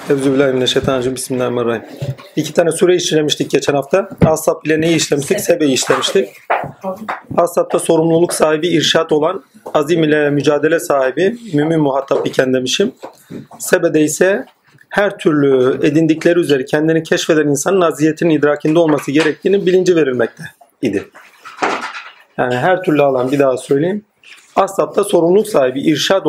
Euzubillahimineşşeytanirracim. Bismillahirrahmanirrahim. İki tane sure işlemiştik geçen hafta. Ashab ile neyi işlemiştik? Sebe'yi işlemiştik. Ashab'ta sorumluluk sahibi, irşat olan, azim ile mücadele sahibi, mümin muhatap iken demişim. Sebe'de ise her türlü edindikleri üzere kendini keşfeden insanın aziyetinin idrakinde olması gerektiğinin bilinci verilmekte idi. Yani her türlü alan, bir daha söyleyeyim. Ashab'ta sorumluluk sahibi, irşad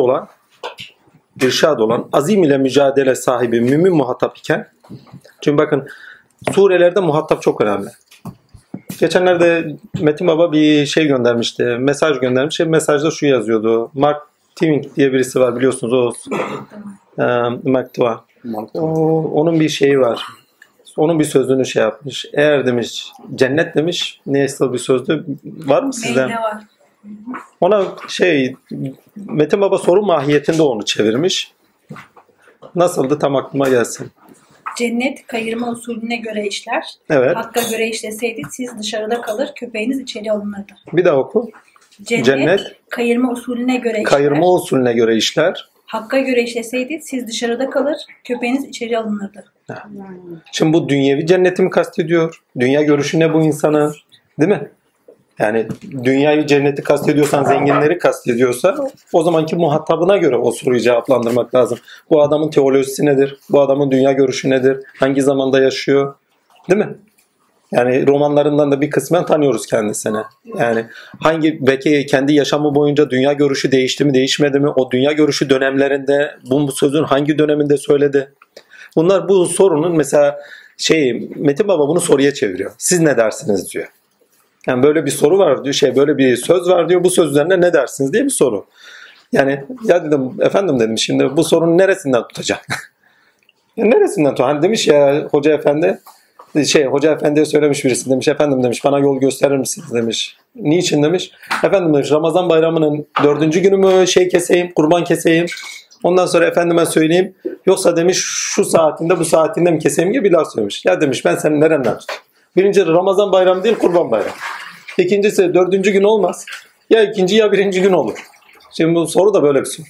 olan, azim ile mücadele sahibi, mümin muhatap iken, çünkü bakın surelerde muhatap çok önemli. Geçenlerde Metin Baba bir şey göndermişti, mesaj göndermiş. Mesajda şu yazıyordu. Mark Twain diye birisi var, biliyorsunuz, o Mark Twain. Onun bir şeyi var. Onun bir sözünü şey yapmış. Eğer demiş, cennet demiş, neyse bir sözdü. Var mı sizden? Neyde var? Ona Metin Baba soru mahiyetinde onu çevirmiş. Nasıldı, tam aklıma gelsin. Cennet kayırma usulüne göre işler. Evet. Hakka göre işleseydi siz dışarıda kalır, köpeğiniz içeri alınırdı. Bir daha oku. Cennet kayırma usulüne göre işler. Kayırma usulüne göre işler. Hakka göre işleseydi siz dışarıda kalır, köpeğiniz içeri alınırdı. Şimdi bu dünyevi cenneti mi kastediyor? Dünya görüşü ne bu insanın? Değil mi? Yani dünyayı cenneti kastediyorsan, zenginleri kastediyorsa, o zamanki muhatabına göre o soruyu cevaplandırmak lazım. Bu adamın teolojisi nedir? Bu adamın dünya görüşü nedir? Hangi zamanda yaşıyor? Değil mi? Yani romanlarından da bir kısmen tanıyoruz kendisini. Yani belki kendi yaşamı boyunca dünya görüşü değişti mi, değişmedi mi? O dünya görüşü dönemlerinde bu sözün hangi döneminde söyledi? Bunlar bu sorunun mesela Metin Baba bunu soruya çeviriyor. Siz ne dersiniz diyor. Yani böyle bir soru var diyor, böyle bir söz var diyor. Bu söz üzerine ne dersiniz diye bir soru. Yani ya dedim, efendim dedim, şimdi bu sorunun neresinden tutacağım? Neresinden tutacağım? Hani demiş ya Hoca Efendi, Hoca Efendi'ye söylemiş birisi, demiş efendim demiş, bana yol gösterir misiniz demiş. Niçin demiş? Efendim demiş, Ramazan bayramının 4. günü mü keseyim, kurban keseyim. Ondan sonra efendime söyleyeyim. Yoksa demiş şu saatinde bu saatinde mi keseyim gibi bir laf söylemiş. Ya demiş, ben senin nereden tutayım? Birinci Ramazan bayramı değil, kurban bayramı. İkincisi 4. gün olmaz. Ya ikinci ya 1. gün olur. Şimdi bu soru da böyle bir soru.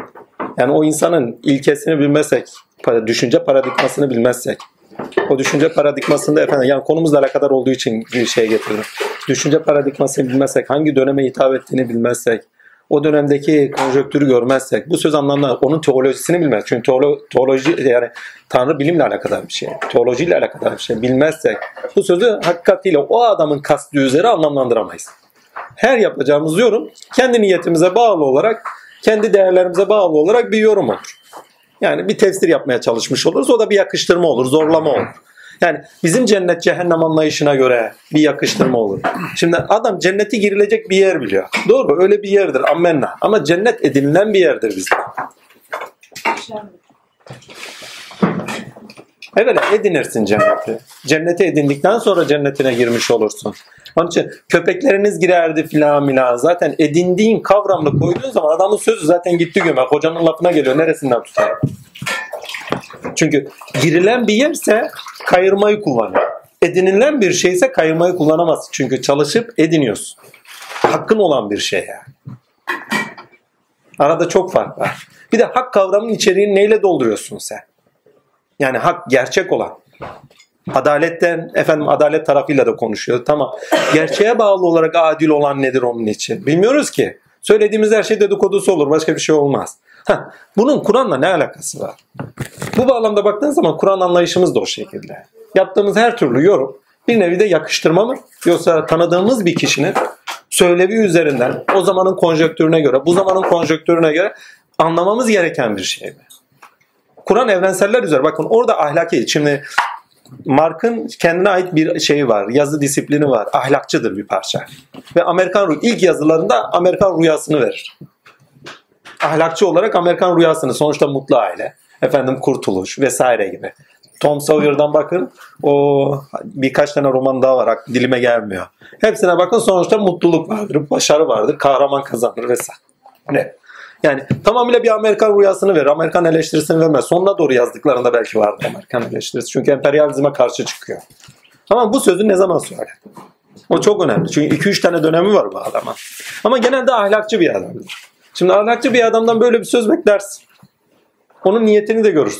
Yani o insanın ilkesini bilmezsek, düşünce paradigmasını bilmezsek, o düşünce paradigmasında yani konumuzla alakadar olduğu için bir şey getirdim. Düşünce paradigmasını bilmezsek, hangi döneme hitap ettiğini bilmezsek, o dönemdeki konjonktürü görmezsek, bu söz anlamında onun teolojisini bilmez. Çünkü teoloji yani Tanrı bilimle alakadar bir şey. Teolojiyle alakadar bir şey. Bilmezsek bu sözü hakikatiyle o adamın kastı üzere anlamlandıramayız. Her yapacağımız yorum kendi niyetimize bağlı olarak, kendi değerlerimize bağlı olarak bir yorum olur. Yani bir tefsir yapmaya çalışmış oluruz. O da bir yakıştırma olur, zorlama olur. Yani bizim cennet cehennem anlayışına göre bir yakıştırma olur. Şimdi adam cenneti girilecek bir yer biliyor. Doğru, öyle bir yerdir. Ammenna. Ama cennet edinilen bir yerdir bizde. Evet, edinirsin cenneti. Cenneti edindikten sonra cennetine girmiş olursun. Onun için köpekleriniz girerdi filan. Zaten edindiğin kavramını koyduğun zaman adamın sözü zaten gitti göme. Hocanın lafına geliyor. Neresinden tutar? Çünkü girilen bir yerse kayırmayı kullanıyor. Edinilen bir şeyse kayırmayı kullanamazsın. Çünkü çalışıp ediniyorsun. Hakkın olan bir şey yani. Arada çok fark var. Bir de hak kavramının içeriğini neyle dolduruyorsun sen? Yani hak gerçek olan. Adaletten, adalet tarafıyla da konuşuyor. Tamam. Gerçeğe bağlı olarak adil olan nedir onun için? Bilmiyoruz ki. Söylediğimiz her şey dedikodusu olur. Başka bir şey olmaz. Bunun Kur'an'la ne alakası var? Bu bağlamda baktığın zaman Kur'an anlayışımız da o şekilde. Yaptığımız her türlü yorum bir nevi de yakıştırma mı? Yoksa tanıdığımız bir kişinin söylevi üzerinden o zamanın konjonktürüne göre, bu zamanın konjonktürüne göre anlamamız gereken bir şey mi? Kur'an evrenseller üzere. Bakın orada ahlaki. Şimdi Mark'ın kendine ait bir şeyi var. Yazı disiplini var. Ahlakçıdır bir parça. Ve ilk yazılarında Amerikan rüyasını verir. Ahlakçı olarak Amerikan rüyasını, sonuçta mutlu aile, kurtuluş vesaire gibi. Tom Sawyer'dan bakın, o birkaç tane roman daha var, dilime gelmiyor. Hepsine bakın, sonuçta mutluluk vardır, başarı vardır, kahraman kazanır vesaire. Ne? Yani tamamıyla bir Amerikan rüyasını verir, Amerikan eleştirisini vermez. Sonuna doğru yazdıklarında belki vardır Amerikan eleştirisi. Çünkü emperyalizme karşı çıkıyor. Ama bu sözü ne zaman söyler? O çok önemli. Çünkü 2-3 tane dönemi var bu adamın. Ama genelde ahlakçı bir adamdır. Şimdi ahlakçı bir adamdan böyle bir söz beklersin. Onun niyetini de görürsün.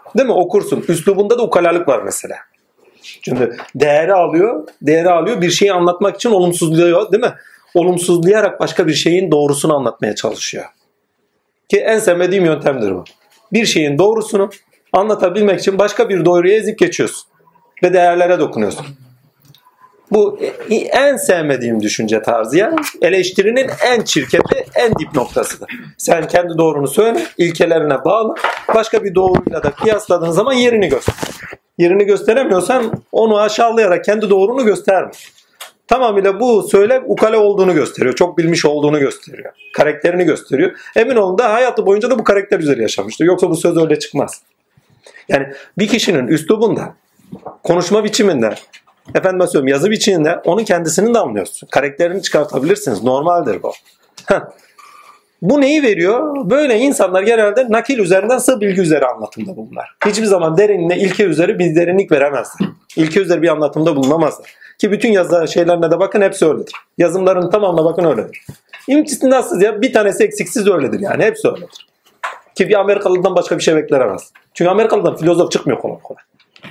Değil mi? Okursun. Üslubunda da ukalalık var mesela. Şimdi değeri alıyor, bir şeyi anlatmak için olumsuzluyor, değil mi? Olumsuzlayarak başka bir şeyin doğrusunu anlatmaya çalışıyor. Ki en sevmediğim yöntemdir bu. Bir şeyin doğrusunu anlatabilmek için başka bir doğruyu ezip geçiyorsun. Ve değerlere dokunuyorsun. Bu en sevmediğim düşünce tarzı ya. Eleştirinin en çirkefi, en dip noktasıdır. Sen kendi doğrunu söyle, ilkelerine bağlı. Başka bir doğruyla da kıyasladığın zaman yerini göster. Yerini gösteremiyorsan onu aşağılayarak kendi doğrunu gösterme. Tamamıyla bu söyle ukale olduğunu gösteriyor. Çok bilmiş olduğunu gösteriyor. Karakterini gösteriyor. Emin olun da hayatı boyunca da bu karakter üzeri yaşamıştır. Yoksa bu söz öyle çıkmaz. Yani bir kişinin üslubunda, konuşma biçiminde, efendim söyleyeyim yazı biçiminde onun kendisini de anlıyorsun. Karakterini çıkartabilirsiniz. Normaldir bu. Bu neyi veriyor? Böyle insanlar genelde nakil üzerinden sığ bilgi üzeri anlatımda bulunurlar. Hiçbir zaman derinine, ilke üzeri bir derinlik veremezler. İlke üzeri bir anlatımda bulunamazlar. Ki bütün yazı şeylerine de bakın hepsi öyledir. Yazımların tamamına bakın öyledir. İmtisinatsız ya bir tanesi eksiksiz öyledir yani hepsi öyledir. Ki bir Amerikalı'dan başka bir şey beklenemez. Çünkü Amerikalı'dan filozof çıkmıyor kolay kolay.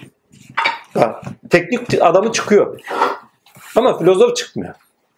Teknik adamı çıkıyor. Ama filozof çıkmıyor.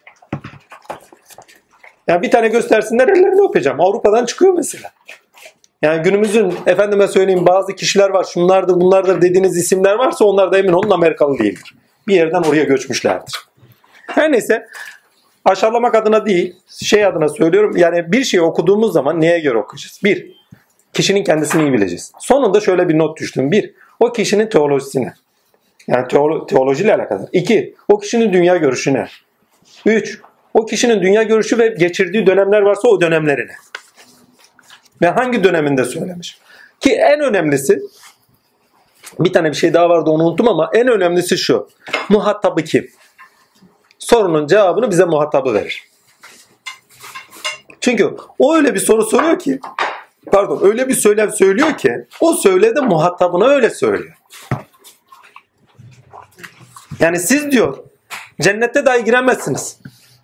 Yani bir tane göstersinler ellerini öpeceğim. Avrupa'dan çıkıyor mesela. Yani günümüzün efendime söyleyeyim bazı kişiler var. Şunlardır bunlardır dediğiniz isimler varsa onlar da emin olun Amerikalı değildir. Bir yerden oraya göçmüşlerdir. Her neyse aşağılamak adına değil şey adına söylüyorum. Yani bir şeyi okuduğumuz zaman neye göre okuyacağız? Bir, kişinin kendisini iyi bileceğiz. Sonunda şöyle bir not düştüm. Bir, o kişinin teolojisine. Yani teolojiyle alakalı. İki, o kişinin dünya görüşüne. Üç, o kişinin dünya görüşü ve geçirdiği dönemler varsa o dönemlerine. Ve hangi döneminde söylemiş. Ki en önemlisi, bir tane bir şey daha vardı onu unuttum ama en önemlisi şu. Muhatabı kim? Sorunun cevabını bize muhatabı verir. Çünkü o öyle bir soru soruyor ki, öyle bir söylem söylüyor ki, o söyledi muhatabına öyle söylüyor. Yani siz diyor, cennette dahi giremezsiniz.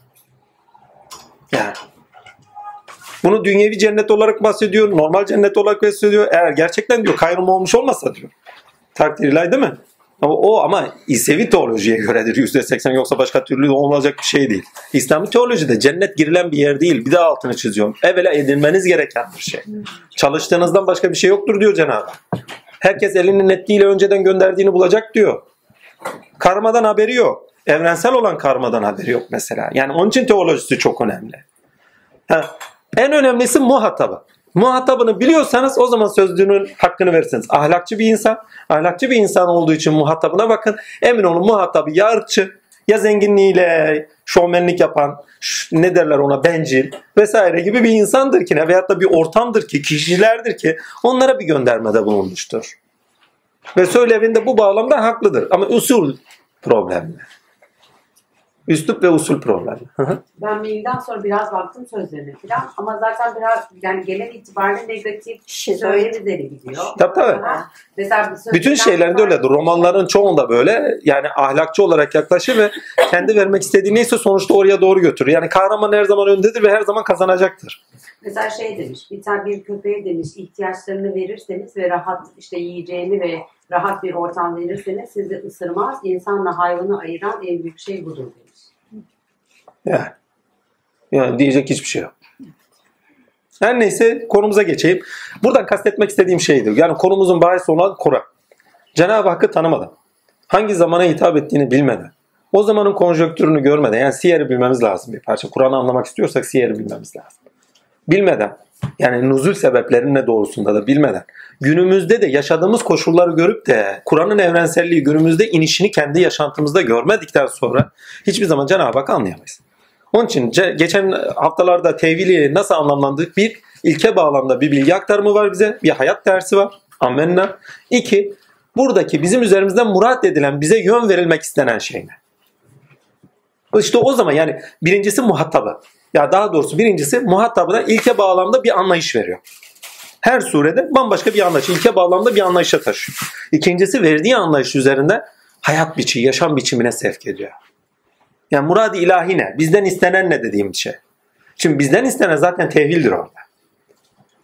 Yani. Bunu dünyevi cennet olarak bahsediyor, normal cennet olarak bahsediyor. Eğer gerçekten diyor kayrılma olmuş olmasa diyor. Takdir ilahi değil mi? Ama İsevi teolojiye göredir %80 yoksa başka türlü olmayacak bir şey değil. İslami teolojide cennet girilen bir yer değil. Bir daha altını çiziyorum. Evvela edinmeniz gereken bir şey. Çalıştığınızdan başka bir şey yoktur diyor Cenab-ı Hak. Herkes elinin netliğiyle önceden gönderdiğini bulacak diyor. Karmadan haberi yok. Evrensel olan karmadan haberi yok mesela. Yani onun için teolojisi çok önemli. En önemlisi muhatabı. Muhatabını biliyorsanız o zaman sözlüğünün hakkını verirsiniz. Ahlakçı bir insan. Ahlakçı bir insan olduğu için muhatabına bakın. Emin olun muhatabı ya ırkçı, ya zenginliğiyle şovmenlik yapan, ne derler ona bencil vesaire gibi bir insandır ki veyahut da bir ortamdır ki, kişilerdir ki onlara bir göndermede bulunmuştur. Ve söylevinde bu bağlamda haklıdır. Ama usul problemli. Üslup ve usul problemi. Ben mailden sonra biraz baktım sözlerine falan ama zaten biraz yani genel itibariyle negatif söylem üzeri gidiyor. Tabii. Mesela bütün şeylerinde öyledir. Romanların çoğunda böyle yani ahlakçı olarak yaklaşır ve kendi vermek istediği neyse sonuçta oraya doğru götürür. Yani kahraman her zaman öndedir ve her zaman kazanacaktır. Mesela demiş, bir köpeğe demiş ihtiyaçlarını verirseniz ve rahat işte yiyeceğini ve rahat bir ortam verirseniz sizi ısırmaz. İnsanla hayvanı ayıran en büyük şey budur demiş. Yani diyecek hiçbir şey yok. Her neyse konumuza geçeyim. Buradan kastetmek istediğim şeydir. Yani konumuzun bahis olan Kur'an. Cenab-ı Hakk'ı tanımadan, hangi zamana hitap ettiğini bilmeden, o zamanın konjonktürünü görmeden, yani siyeri bilmemiz lazım bir parça. Kur'an'ı anlamak istiyorsak siyeri bilmemiz lazım. Bilmeden, yani nuzul sebeplerinin ne doğrusunda da bilmeden, günümüzde de yaşadığımız koşulları görüp de Kur'an'ın evrenselliği günümüzde inişini kendi yaşantımızda görmedikten sonra hiçbir zaman Cenab-ı Hakk'ı anlayamayız. Onun için geçen haftalarda tevhili nasıl anlamlandık? Bir, ilke bağlamda bir bilgi aktarımı var bize. Bir hayat dersi var. Amenna. İki, buradaki bizim üzerimizden murat edilen, bize yön verilmek istenen şey ne? İşte o zaman yani birincisi muhatabı. Ya daha doğrusu birincisi muhatabına ilke bağlamda bir anlayış veriyor. Her surede bambaşka bir anlayış, ilke bağlamda bir anlayışa taşıyor. İkincisi verdiği anlayış üzerinde hayat biçimi, yaşam biçimine sevk ediyor. Yani murad-ı ilahi ne? Bizden istenen ne dediğim şey. Şimdi bizden istenen zaten tevhildir orada.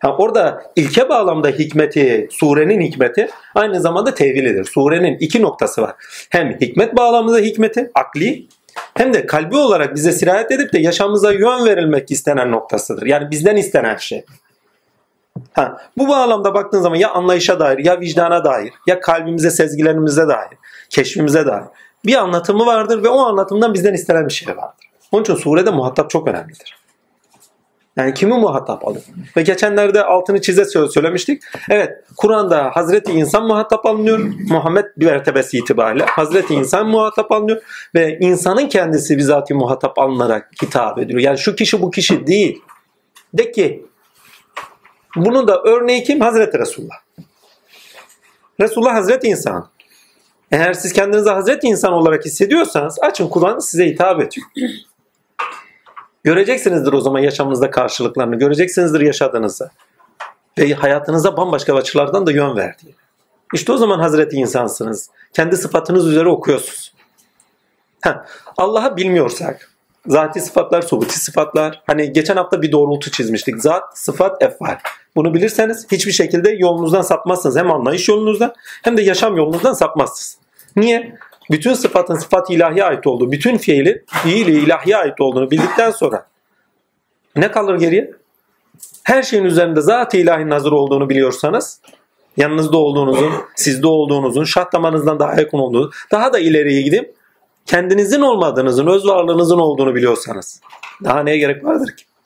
Orada ilke bağlamda hikmeti, surenin hikmeti aynı zamanda tevilidir. Surenin iki noktası var. Hem hikmet bağlamında hikmeti, akli, hem de kalbi olarak bize sirayet edip de yaşamımıza yön verilmek istenen noktasıdır. Yani bizden istenen şey. Bu bağlamda baktığın zaman ya anlayışa dair, ya vicdana dair, ya kalbimize, sezgilerimize dair, keşfimize dair bir anlatımı vardır ve o anlatımdan bizden istenen bir şey vardır. Onun için surede muhatap çok önemlidir. Yani kimi muhatap alıyor? Ve geçenlerde altını çize söylemiştik. Evet, Kur'an'da Hazreti İnsan muhatap alınıyor. Muhammed bir mertebesi itibariyle Hazreti İnsan muhatap alınıyor. Ve insanın kendisi bizatihi muhatap alınarak hitap ediyor. Yani şu kişi bu kişi değil. De ki, bunun da örneği kim? Hazreti Resulullah. Resulullah Hazreti İnsan. Eğer siz kendinizi Hazreti İnsan olarak hissediyorsanız açın Kur'an size hitap ediyor. Göreceksinizdir o zaman yaşamınızda karşılıklarını, göreceksinizdir yaşadığınızı ve hayatınıza bambaşka açılardan da yön verdiğini. İşte o zaman Hazreti İnsansınız. Kendi sıfatınız üzere okuyorsunuz. Allah'ı bilmiyorsak, zati sıfatlar, subuti sıfatlar, hani geçen hafta bir doğrultu çizmiştik. Zat, sıfat, efal. Bunu bilirseniz hiçbir şekilde yolunuzdan sapmazsınız. Hem anlayış yolunuzdan hem de yaşam yolunuzdan sapmazsınız. Niye? Bütün sıfatın sıfat-ı ilahiye ait olduğu, bütün fiili ilahiye ait olduğunu bildikten sonra ne kalır geriye? Her şeyin üzerinde zat-ı ilahinin hazır olduğunu biliyorsanız, yanınızda olduğunuzun, sizde olduğunuzun, şah damarınızdan daha yakın olduğunu, daha da ileriye gidip kendinizin olmadığınızın, öz varlığınızın olduğunu biliyorsanız daha neye gerek vardır ki?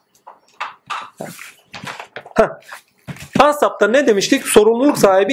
Asap'ta ne demiştik? Sorumluluk sahibi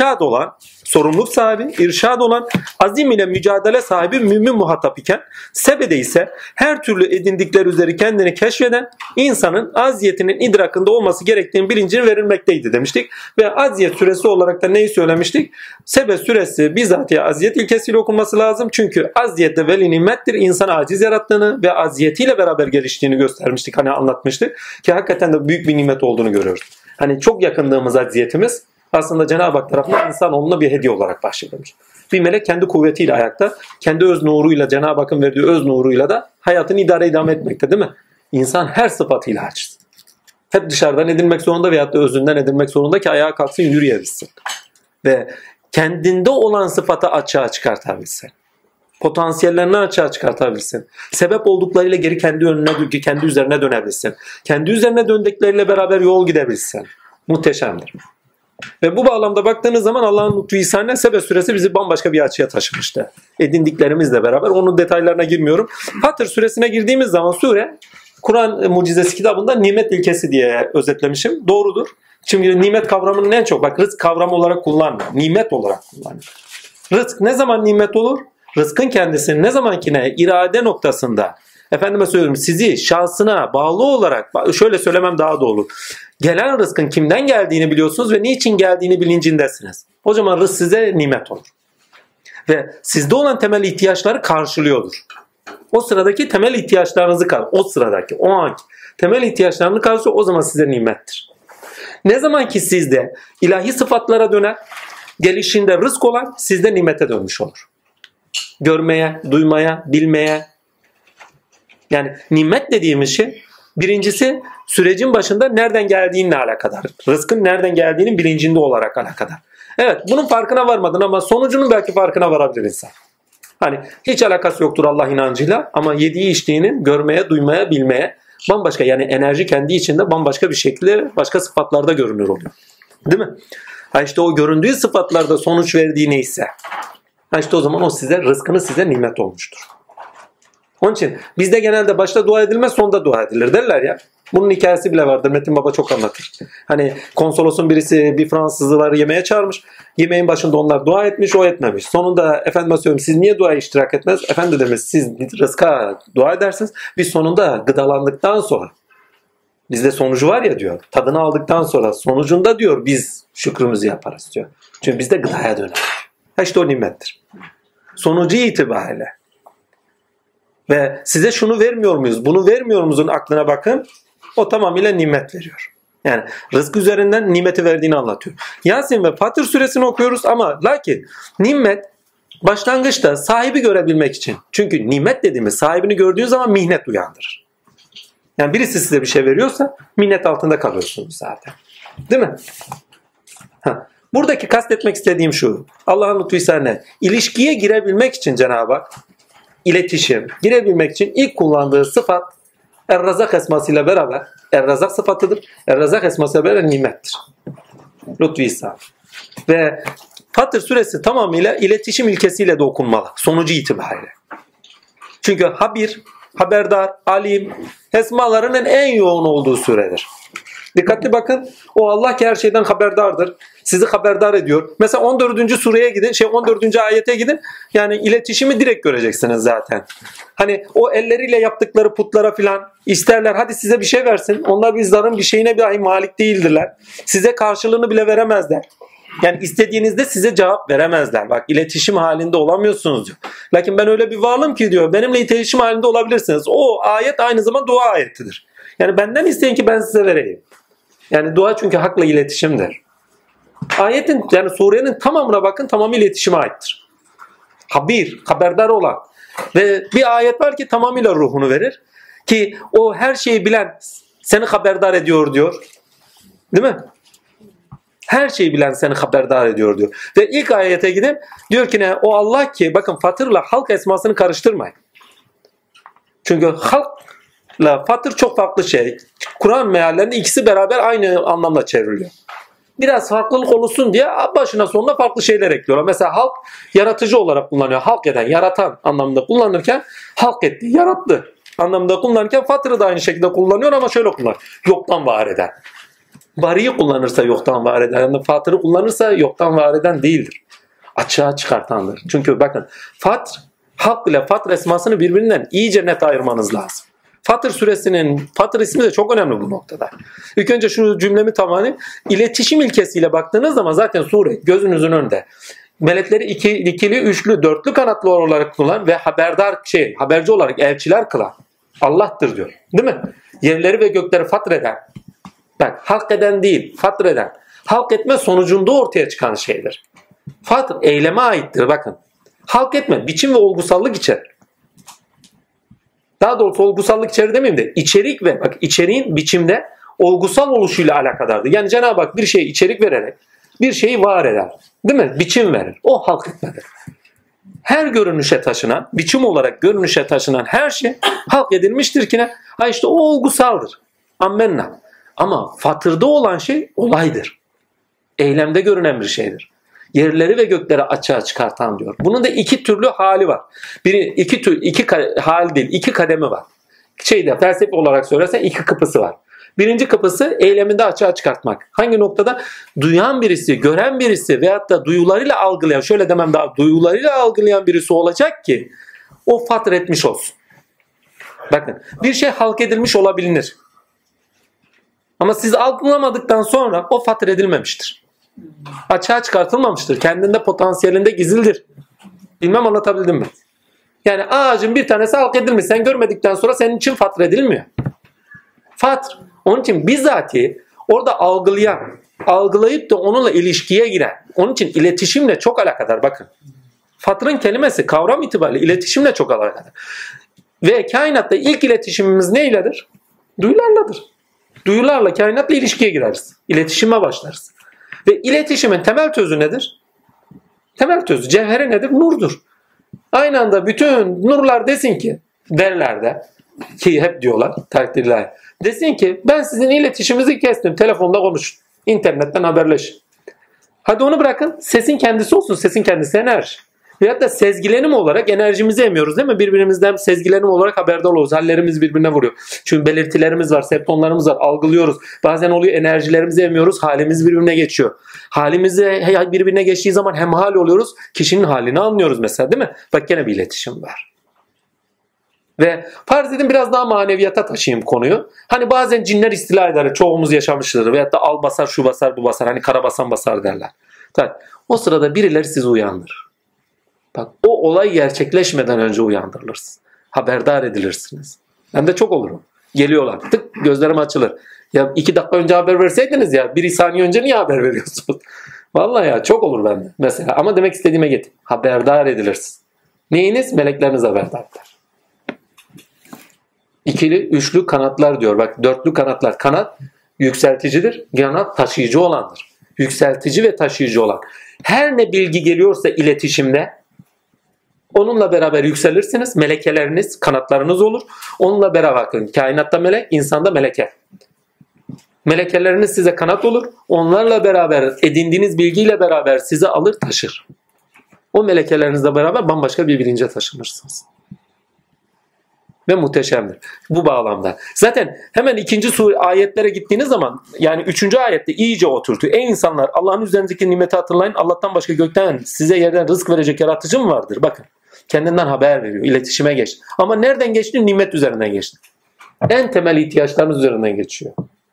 irşad olan, azim ile mücadele sahibi mümin muhatap iken, sebede ise her türlü edindikleri üzeri kendini keşfeden insanın aziyetinin idrakında olması gerektiğini bilincini verilmekteydi demiştik. Ve aziyet süresi olarak da neyi söylemiştik? Sebe süresi bizatihi aziyet ilkesiyle okunması lazım. Çünkü aziyet de veli nimettir. İnsan aciz yarattığını ve aziyetiyle beraber geliştiğini göstermiştik. Hani anlatmıştık ki hakikaten de büyük bir nimet olduğunu görüyoruz. Hani çok yakındığımız aziyetimiz aslında Cenab-ı Hak tarafından insanoğluna bir hediye olarak bahşedilmiş. Bir melek kendi kuvvetiyle ayakta, kendi öz nuruyla, Cenab-ı Hakk'ın verdiği öz nuruyla da hayatını idame etmekte değil mi? İnsan her sıfatıyla aciz. Hep dışarıdan edinmek zorunda veyahut da özünden edinmek zorunda ki ayağa kalksın, yürüyebilsin. Ve kendinde olan sıfatı açığa çıkartabilsin. Potansiyellerini açığa çıkartabilsin. Sebep olduklarıyla geri kendi üzerine dönebilsin. Kendi üzerine döndükleriyle beraber yol gidebilsin. Muhteşemdir. Ve bu bağlamda baktığınız zaman Allah'ın lütfu ihsanıyla Sebe suresi bizi bambaşka bir açıya taşımıştı. Edindiklerimizle beraber. Onun detaylarına girmiyorum. Fatır suresine girdiğimiz zaman sure Kur'an mucizesi kitabında nimet ilkesi diye özetlemişim. Doğrudur. Çünkü nimet kavramının en çok rızk kavramı olarak kullanmıyor. Nimet olarak kullanıyor. Rızk ne zaman nimet olur? Rızkın kendisini ne zamankine irade noktasında efendime söylüyorum sizi şahsına bağlı olarak şöyle söylemem daha doğru. Gelen rızkın kimden geldiğini biliyorsunuz ve niçin geldiğini bilincindesiniz. O zaman rızk size nimet olur. Ve sizde olan temel ihtiyaçları karşılıyordur. O sıradaki temel ihtiyaçlarınızı o anki temel ihtiyaçlarını karşılıyor, o zaman size nimettir. Ne zaman ki sizde ilahi sıfatlara döner, gelişinde rızk olan sizde nimete dönmüş olur. Görmeye, duymaya, bilmeye. Yani nimet dediğimiz şey birincisi sürecin başında nereden geldiğinle alakadar. Rızkın nereden geldiğinin bilincinde olarak alakadar. Evet, bunun farkına varmadın ama sonucunun belki farkına varabilir insan. Hani hiç alakası yoktur Allah inancıyla ama yediği içtiğinin görmeye, duymaya, bilmeye bambaşka, yani enerji kendi içinde bambaşka bir şekilde başka sıfatlarda görünür oluyor. Değil mi? İşte o göründüğü sıfatlarda sonuç verdiği neyse işte o zaman o size, rızkınız size nimet olmuştur. Onun için bizde genelde başta dua edilmez, sonda dua edilir derler ya. Bunun hikayesi bile vardır. Metin Baba çok anlatır. Hani konsolosun birisi bir Fransızları yemeğe çağırmış. Yemeğin başında onlar dua etmiş, o etmemiş. Sonunda efendime söyleyeyim siz niye duaya iştirak etmez? Efendi demiş siz rızka dua edersiniz. Biz sonunda gıdalandıktan sonra bizde sonucu var ya diyor. Tadını aldıktan sonra sonucunda diyor biz şükrümüzü yaparız diyor. Çünkü bizde gıdaya döner. İşte o nimettir. Sonucu itibariyle. Ve size şunu vermiyor muyuz, bunu vermiyor muyuzun aklına bakın. O tamamıyla nimet veriyor. Yani rızk üzerinden nimeti verdiğini anlatıyor. Yasin ve Fatır suresini okuyoruz ama lakin nimet başlangıçta sahibi görebilmek için. Çünkü nimet dediğimiz sahibini gördüğün zaman mihnet uyandırır. Yani birisi size bir şey veriyorsa minnet altında kalıyorsunuz zaten. Değil mi? Buradaki kastetmek istediğim şu. Allah'ın lütfuysa ne? İlişkiye girebilmek için Cenab-ı Hak, iletişim, girebilmek için ilk kullandığı sıfat Er-Razak esmasıyla beraber, Er-Razak sıfatıdır. Er-Razak esmasıyla beraber nimettir. Lütfuysa. Ve Fatır suresi tamamıyla iletişim ilkesiyle de okunmalı. Sonucu itibariyle. Çünkü habir, haberdar, alim esmalarının en yoğun olduğu suredir. Dikkatli bakın. O Allah ki her şeyden haberdardır. Sizi haberdar ediyor. Mesela 14. sureye gidin, 14. ayete gidin. Yani iletişimi direkt göreceksiniz zaten. Hani o elleriyle yaptıkları putlara filan isterler. Hadi size bir şey versin. Onlar bir zarın bir şeyine dahi malik değildirler. Size karşılığını bile veremezler. Yani istediğinizde size cevap veremezler. Bak iletişim halinde olamıyorsunuz diyor. Lakin ben öyle bir varlığım ki diyor. Benimle iletişim halinde olabilirsiniz. O ayet aynı zamanda dua ayetidir. Yani benden isteyin ki ben size vereyim. Yani dua çünkü hakla iletişimdir. Ayetin yani surenin tamamına bakın tamamıyla iletişime aittir. Habir, haberdar olan. Ve bir ayet var ki tamamıyla ruhunu verir. Ki o her şeyi bilen seni haberdar ediyor diyor. Değil mi? Her şeyi bilen seni haberdar ediyor diyor. Ve ilk ayete gidin diyor ki ne? O Allah ki bakın Fatır'la halk esmasını karıştırmayın. Çünkü halkla Fatır çok farklı şey. Kur'an meallerinde ikisi beraber aynı anlamda çevriliyor. Biraz farklılık olsun diye başına sonuna farklı şeyler ekliyorlar. Mesela halk yaratıcı olarak kullanıyor. Halk eden, yaratan anlamında kullanırken halk etti, yarattı anlamında kullanırken Fatır'ı da aynı şekilde kullanıyor ama şöyle kullanıyor. Yoktan var eden. Bari'yi kullanırsa yoktan var eden. Yani Fatır'ı kullanırsa yoktan var eden değildir. Açığa çıkartandır. Çünkü bakın Fatır, halk ile Fatır esmasını birbirinden iyice net ayırmanız lazım. Fatır suresinin Fatır ismi de çok önemli bu noktada. İlk önce şu cümlemi tamamlayayım. İletişim ilkesiyle baktığınız zaman zaten sure gözünüzün önünde. Melekleri ikili, üçlü, dörtlü kanatlı olarak kullanan ve haberci olarak elçiler kılan Allah'tır diyor. Değil mi? Yerleri ve gökleri fatr eden. Bak halk eden değil, fatr eden. Halk etme sonucunda ortaya çıkan şeydir. Fatr eyleme aittir bakın. Halk etme biçim ve olgusallık içerir. Daha doğrusu olgusallık içerir demeyeyim de içerik ve bak içeriğin biçimde olgusal oluşuyla alakadardır. Yani Cenab-ı Hak bir şeye içerik vererek bir şeyi var eder. Değil mi? Biçim verir. O halk etmedir. Her görünüşe taşınan, biçim olarak görünüşe taşınan her şey halk edilmiştir ki ne? Ha işte o olgusaldır. Ammenna. Ama fatırda olan şey olaydır. Eylemde görünen bir şeydir. Yerleri ve gökleri açığa çıkartan diyor. Bunun da iki türlü hali var. İki hal değil, iki kademi var. Felsefi olarak söylersen iki kapısı var. Birinci kapısı eyleminde açığa çıkartmak. Hangi noktada? Duyan birisi, gören birisi veyahut da duyularıyla algılayan, şöyle demem daha, duyularıyla algılayan birisi olacak ki o fatır etmiş olsun. Bakın bir şey halk edilmiş olabilir. Ama siz algılamadıktan sonra o fatır edilmemiştir. Açığa çıkartılmamıştır. Kendinde potansiyelinde gizlidir. Bilmem anlatabildim mi? Yani ağacın bir tanesi halk edilmiş. Sen görmedikten sonra senin için fatır edilmiyor. Fatır. Onun için bizzati orada algılayıp da onunla ilişkiye giren. Onun için iletişimle çok alakadar bakın. Fatırın kelimesi kavram itibariyle iletişimle çok alakadar. Ve kainatta ilk iletişimimiz neyledir? Duyularladır. Duyularla kainatla ilişkiye gireriz. İletişime başlarız. Ve iletişimin temel tözü nedir? Temel tözü, cevheri nedir? Nurdur. Aynı anda bütün nurlar desin ki, derler de, ki hep diyorlar, takdirler, desin ki ben sizin iletişiminizi kestim, telefonda konuşun, internetten haberleşin. Hadi onu bırakın, sesin kendisi olsun, sesin kendisi enerji. Veyahut da sezgilenim olarak enerjimizi emiyoruz değil mi? Birbirimizden sezgilenim olarak haberdar oluruz. Hallerimiz birbirine vuruyor. Çünkü belirtilerimiz var, septonlarımız var, algılıyoruz. Bazen oluyor enerjilerimizi emiyoruz, halimiz birbirine geçiyor. Halimizi birbirine geçtiği zaman hemhal oluyoruz. Kişinin halini anlıyoruz mesela değil mi? Bak gene bir iletişim var. Ve farz edin biraz daha maneviyata taşıyayım konuyu. Hani bazen cinler istila eder, çoğumuz yaşamıştır. Veyahut da al basar, şu basar, bu basar. Hani kara basan basar derler. Tabii. O sırada birileri sizi uyandırır. Bak o olay gerçekleşmeden önce uyandırılırsınız. Haberdar edilirsiniz. Ben de çok olurum. Geliyorlar. Tık gözlerim açılır. Ya 2 dakika önce haber verseydiniz ya 1 saniye önce niye haber veriyorsunuz? Vallahi ya çok olur bende mesela. Ama demek istediğime getir. Haberdar edilirsiniz. Neyiniz? Melekleriniz haberdar eder. İkili, üçlü kanatlar diyor. Bak 4'lü kanatlar. Kanat yükselticidir. Kanat taşıyıcı olandır. Yükseltici ve taşıyıcı olan. Her ne bilgi geliyorsa iletişimde onunla beraber yükselirsiniz. Melekeleriniz, kanatlarınız olur. Onunla beraber bakın. Kainatta melek, insanda meleke. Melekeleriniz size kanat olur. Onlarla beraber edindiğiniz bilgiyle beraber sizi alır taşır. O melekelerinizle beraber bambaşka bir bilince taşınırsınız. Ve muhteşemdir. Bu bağlamda. Zaten hemen ikinci ayetlere gittiğiniz zaman yani 3. ayette iyice oturtuyor. Ey insanlar, Allah'ın üzerinizdeki nimeti hatırlayın. Allah'tan başka gökten size yerden rızık verecek yaratıcı mı vardır? Bakın. Kendinden haber veriyor. İletişime geç. Ama nereden geçti? Nimet üzerinden geçti. En temel ihtiyaçlarımız üzerinden geçiyor.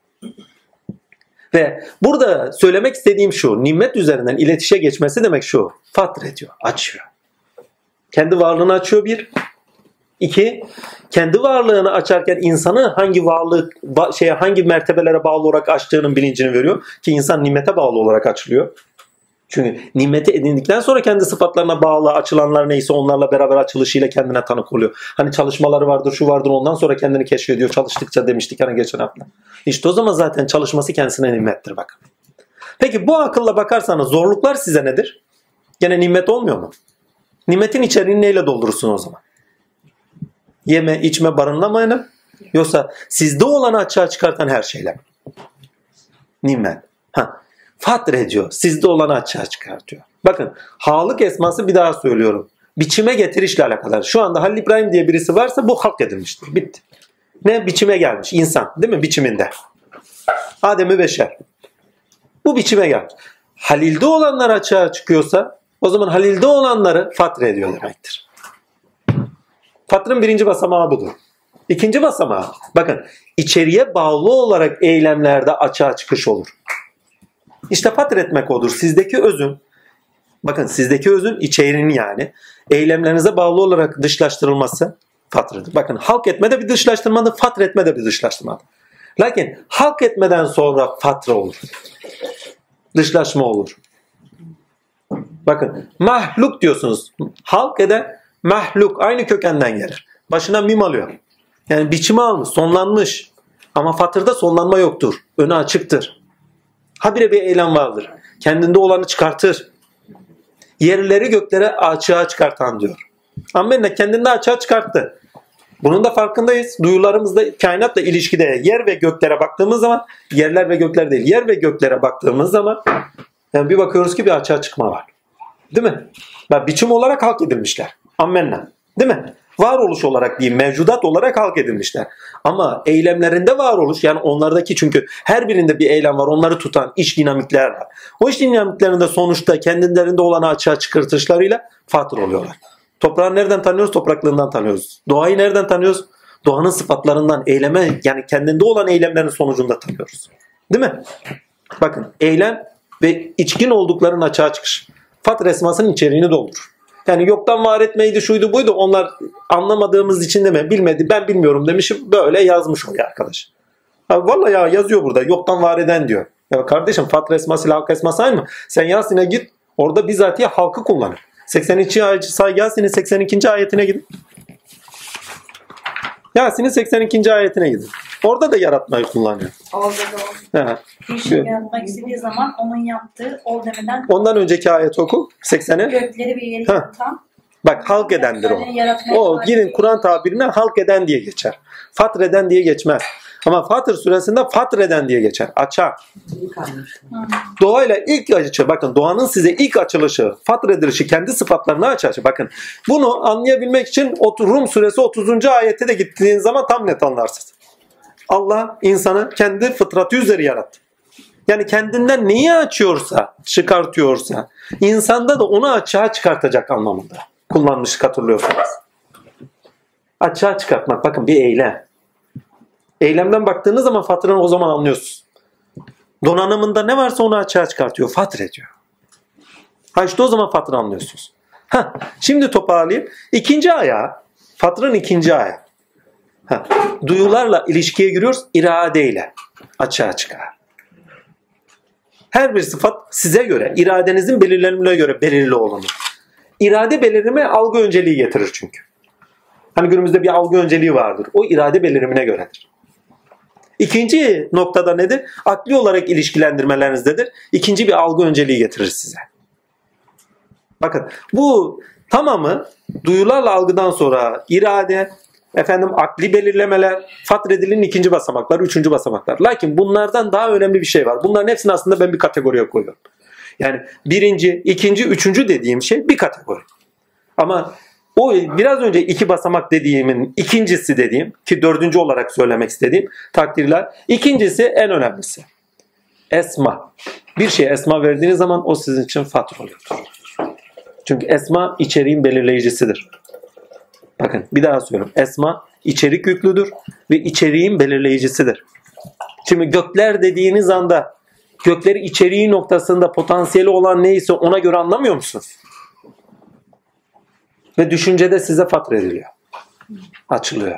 Ve burada söylemek istediğim şu. Nimet üzerinden iletişime geçmesi demek şu. Fatr ediyor. Açıyor. Kendi varlığını açıyor bir. İki, kendi varlığını açarken insanı hangi mertebelere bağlı olarak açtığının bilincini veriyor ki insan nimete bağlı olarak açılıyor. Çünkü nimeti edindikten sonra kendi sıfatlarına bağlı açılanlar neyse onlarla beraber açılışıyla kendine tanık oluyor. Hani çalışmaları vardır, şu vardır, ondan sonra kendini keşfediyor çalıştıkça demiştik hani geçen hafta. İşte o zaman zaten çalışması kendisine nimettir bakın. Peki bu akılla bakarsanız zorluklar size nedir? Gene nimet olmuyor mu? Nimetin içeriğini neyle doldurursun o zaman? Yeme, içme, barınlamayın. Yoksa sizde olanı açığa çıkartan her şeyle. Nimet. Fatr ediyor. Sizde olanı açığa çıkartıyor. Bakın halık esması bir daha söylüyorum. Biçime getirişle alakalı. Şu anda Halil İbrahim diye birisi varsa bu halk edilmiştir. Bitti. Ne? Biçime gelmiş. İnsan. Değil mi? Biçiminde. Adem-i Beşer. Bu biçime gelmiş. Halil'de olanlar açığa çıkıyorsa o zaman Halil'de olanları fatr ediyor demektir. Fatrın birinci basamağı budur. İkinci basamağı, bakın içeriye bağlı olarak eylemlerde açığa çıkış olur. İşte fatr etmek odur. Sizdeki özün, bakın sizdeki özün içeriğinin yani eylemlerinize bağlı olarak dışlaştırılması fatrıdır. Bakın halk etme de bir dışlaştırmadır, fatr etme de bir dışlaştırmadır. Lakin halk etmeden sonra fatr olur. Dışlaşma olur. Bakın mahluk diyorsunuz. Halk eden mahluk aynı kökenden gelir. Başına mim alıyor. Yani biçimi almış, sonlanmış. Ama fatırda sonlanma yoktur. Önü açıktır. Habire bir eylem vardır. Kendinde olanı çıkartır. Yerleri göklere açığa çıkartan diyor. Amenna kendinde açığa çıkarttı. Bunun da farkındayız. Duyularımızda kainatla ilişkide yer ve göklere baktığımız zaman, yerler ve gökler değil, yer ve göklere baktığımız zaman yani bir bakıyoruz ki bir açığa çıkma var. Değil mi? Biçim olarak halk edilmişler. Ammenna. Değil mi? Varoluş olarak değil, mevcudat olarak halk edilmişler. Ama eylemlerinde varoluş, yani onlardaki çünkü her birinde bir eylem var, onları tutan iç dinamikler var. O iç dinamiklerinde sonuçta kendilerinde olanı açığa çıkartışlarıyla fatır oluyorlar. Toprağı nereden tanıyoruz? Topraklığından tanıyoruz. Doğayı nereden tanıyoruz? Doğanın sıfatlarından, eyleme yani kendinde olan eylemlerin sonucunda tanıyoruz. Değil mi? Bakın eylem ve içkin olduklarının açığa çıkış. Fatr esmasının içeriğini doldurur. Yani yoktan var etmeydi, şuydu buydu. Onlar anlamadığımız için deme, bilmedi, ben bilmiyorum demişim. Böyle yazmış oluyor arkadaş. Vallahi ya yazıyor burada. Yoktan var eden diyor. Ya kardeşim fatr esması ile halk esması aynı mı? Sen Yasin'e git. Orada bizatihi halkı kullanır. 82. Yasin'in 82. ayetine gidin. Yasin'in 82. ayetine gidin. Orada da yaratmayı kullanıyor. Oldu. Bir şey yaratmak istediği zaman onun yaptığı ol demeden ondan önceki ayet oku. 80'e. Gökleri bir yeri yaratan. Bak halk edendir o. O girin Kur'an tabirine halk eden diye geçer. Fatr eden diye geçmez. Ama Fatır suresinde fatr eden diye geçer. Açar. Doğayla ilk açışı, bakın doğanın size ilk açılışı, fatr edilişi kendi sıfatlarını açar. Bakın bunu anlayabilmek için Rum suresi 30. ayette de gittiğiniz zaman tam net anlarsınız. Allah insanı kendi fıtratı üzeri yarattı. Yani kendinden neyi açıyorsa, çıkartıyorsa insanda da onu açığa çıkartacak anlamında. Kullanmıştık hatırlıyorsanız. Açığa çıkartmak bakın bir eylem. Eylemden baktığınız zaman fatrını o zaman anlıyorsunuz. Donanımında ne varsa onu açığa çıkartıyor. Fatr ediyor. İşte o zaman fatrı anlıyorsunuz. Şimdi toparlayayım. İkinci ayağı, fatrın ikinci ayağı. Duyularla ilişkiye giriyoruz, iradeyle açığa çıkar. Her bir sıfat size göre, iradenizin belirlenimine göre belirli olunur. İrade belirleme algı önceliği getirir çünkü. Hani günümüzde bir algı önceliği vardır. O irade belirimine göredir. İkinci noktada nedir? Akli olarak ilişkilendirmelerinizdedir. İkinci bir algı önceliği getirir size. Bakın bu tamamı duyularla algıdan sonra irade, akli belirlemeler, fatredilinin ikinci basamakları, üçüncü basamaklar. Lakin bunlardan daha önemli bir şey var. Bunların hepsini aslında ben bir kategoriye koyuyorum. Yani birinci, ikinci, üçüncü dediğim şey bir kategori. Ama o biraz önce iki basamak dediğimin ikincisi dediğim ki dördüncü olarak söylemek istediğim takdirler. İkincisi en önemlisi. Esma. Bir şeye esma verdiğiniz zaman o sizin için fatr oluyordur. Çünkü esma içeriğin belirleyicisidir. Bakın bir daha söylüyorum. Esma içerik yüklüdür ve içeriğin belirleyicisidir. Şimdi gökler dediğiniz anda gökleri içeriği noktasında potansiyeli olan neyse ona göre anlamıyor musunuz? Ve düşüncede size fatrediliyor. Açılıyor.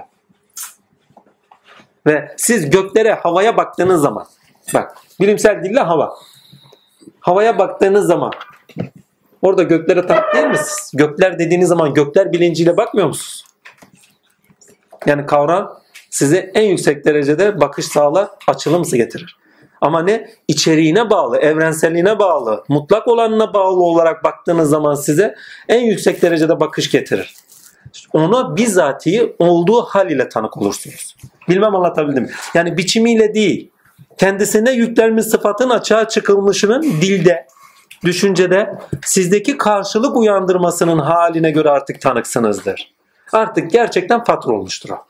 Ve siz göklere, havaya baktığınız zaman, bak bilimsel dille hava. Havaya baktığınız zaman orada göklere tanık değil misiniz? Gökler dediğiniz zaman gökler bilinciyle bakmıyor musunuz? Yani kavram size en yüksek derecede bakış sağlar, açılım getirir. Ama ne? İçeriğine bağlı, evrenselliğine bağlı, mutlak olanına bağlı olarak baktığınız zaman size en yüksek derecede bakış getirir. Ona bizatihi olduğu hal ile tanık olursunuz. Bilmem anlatabildim mi? Yani biçimiyle değil, kendisine yüklenmiş sıfatın açığa çıkılmışının dilde, düşüncede sizdeki karşılık uyandırmasının haline göre artık tanıksınızdır. Artık gerçekten fatr olmuştur o.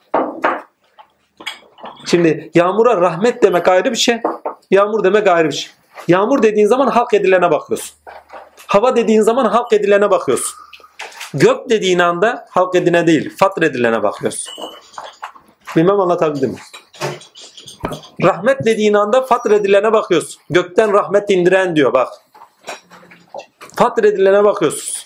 Şimdi yağmura rahmet demek ayrı bir şey. Yağmur demek ayrı bir şey. Yağmur dediğin zaman halk edilene bakıyorsun. Hava dediğin zaman halk edilene bakıyorsun. Gök dediğin anda halk edine değil, fatr edilene bakıyorsun. Bilmem anlatabildim mi? Rahmet dediğin anda fatr edilene bakıyorsun. Gökten rahmet indiren diyor bak. Fatr edilene bakıyorsun.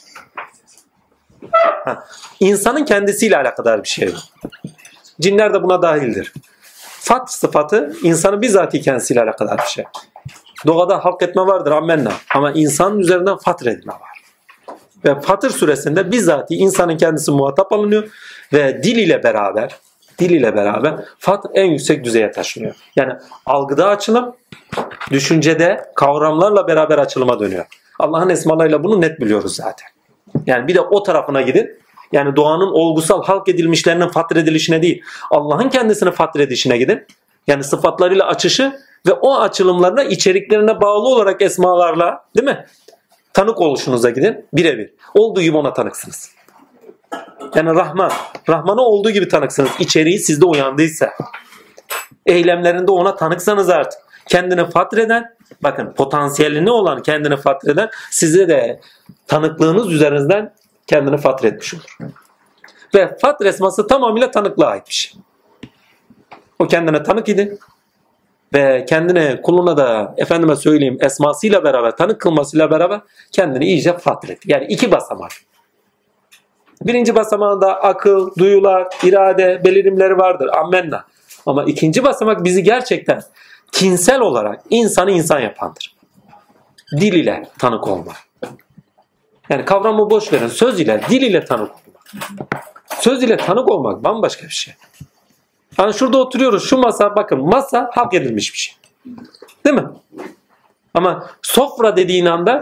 İnsanın kendisiyle alakadar bir şey bu. Cinler de buna dahildir. Fat sıfatı insanın bizzati kendisiyle alakadar bir şey. Doğada halk etme vardır ammenna. Ama insanın üzerinden fatr edilme var. Ve Fatır suresinde bizzati insanın kendisi muhatap alınıyor ve dil ile beraber fatr en yüksek düzeye taşınıyor. Yani algıda açılım, düşüncede kavramlarla beraber açılıma dönüyor. Allah'ın esmalarıyla bunu net biliyoruz zaten. Yani bir de o tarafına gidin. Yani doğanın olgusal halk edilmişlerinin fatredilişine değil, Allah'ın kendisini fatredişine gidin. Yani sıfatlarıyla açışı ve o açılımlarına içeriklerine bağlı olarak esmalarla, değil mi? Tanık oluşunuza gidin. Birebir. Olduğu gibi ona tanıksınız. Yani Rahman'a olduğu gibi tanıksınız. İçeriği sizde uyandıysa. Eylemlerinde ona tanıksanız artık. Kendini fatreden, bakın potansiyelini olan kendini fatreden size de tanıklığınız üzerinizden kendini fatretmiş olur. Ve fatr esması tamamıyla tanıklığa ait bir şey. O kendine tanık idi. Ve kendine kuluna da efendime söyleyeyim esmasıyla beraber tanık kılmasıyla beraber kendini iyice fatretti. Yani iki basamak. Birinci basamağında akıl, duyular, irade, belirimleri vardır. Ammenna. Ama ikinci basamak bizi gerçekten tinsel olarak insanı insan yapandır. Dil ile tanık olmak. Yani kavramı boş verin. Söz ile, dil ile tanık olmak. Söz ile tanık olmak bambaşka bir şey. Hani şurada oturuyoruz. Şu masa bakın masa hak edilmiş bir şey. Değil mi? Ama sofra dediğin anda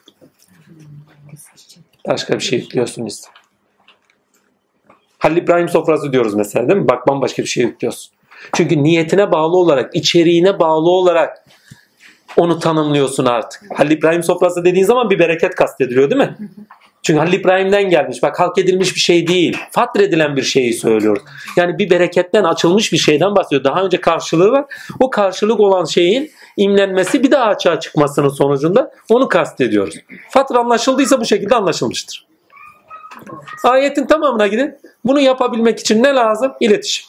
başka bir şey yüklüyorsun işte. Halil İbrahim sofrası diyoruz mesela değil mi? Bak bambaşka bir şey yüklüyorsun. Çünkü niyetine bağlı olarak, içeriğine bağlı olarak onu tanımlıyorsun artık. Halil İbrahim sofrası dediğin zaman bir bereket kastediliyor değil mi? Çünkü Halil İbrahim'den gelmiş. Bak halk edilmiş bir şey değil. Fatredilen bir şeyi söylüyoruz. Yani bir bereketten açılmış bir şeyden bahsediyor. Daha önce karşılığı var. O karşılık olan şeyin imlenmesi bir daha açığa çıkmasının sonucunda onu kastediyoruz. Fatr anlaşıldıysa bu şekilde anlaşılmıştır. Ayetin tamamına gidin. Bunu yapabilmek için ne lazım? İletişim.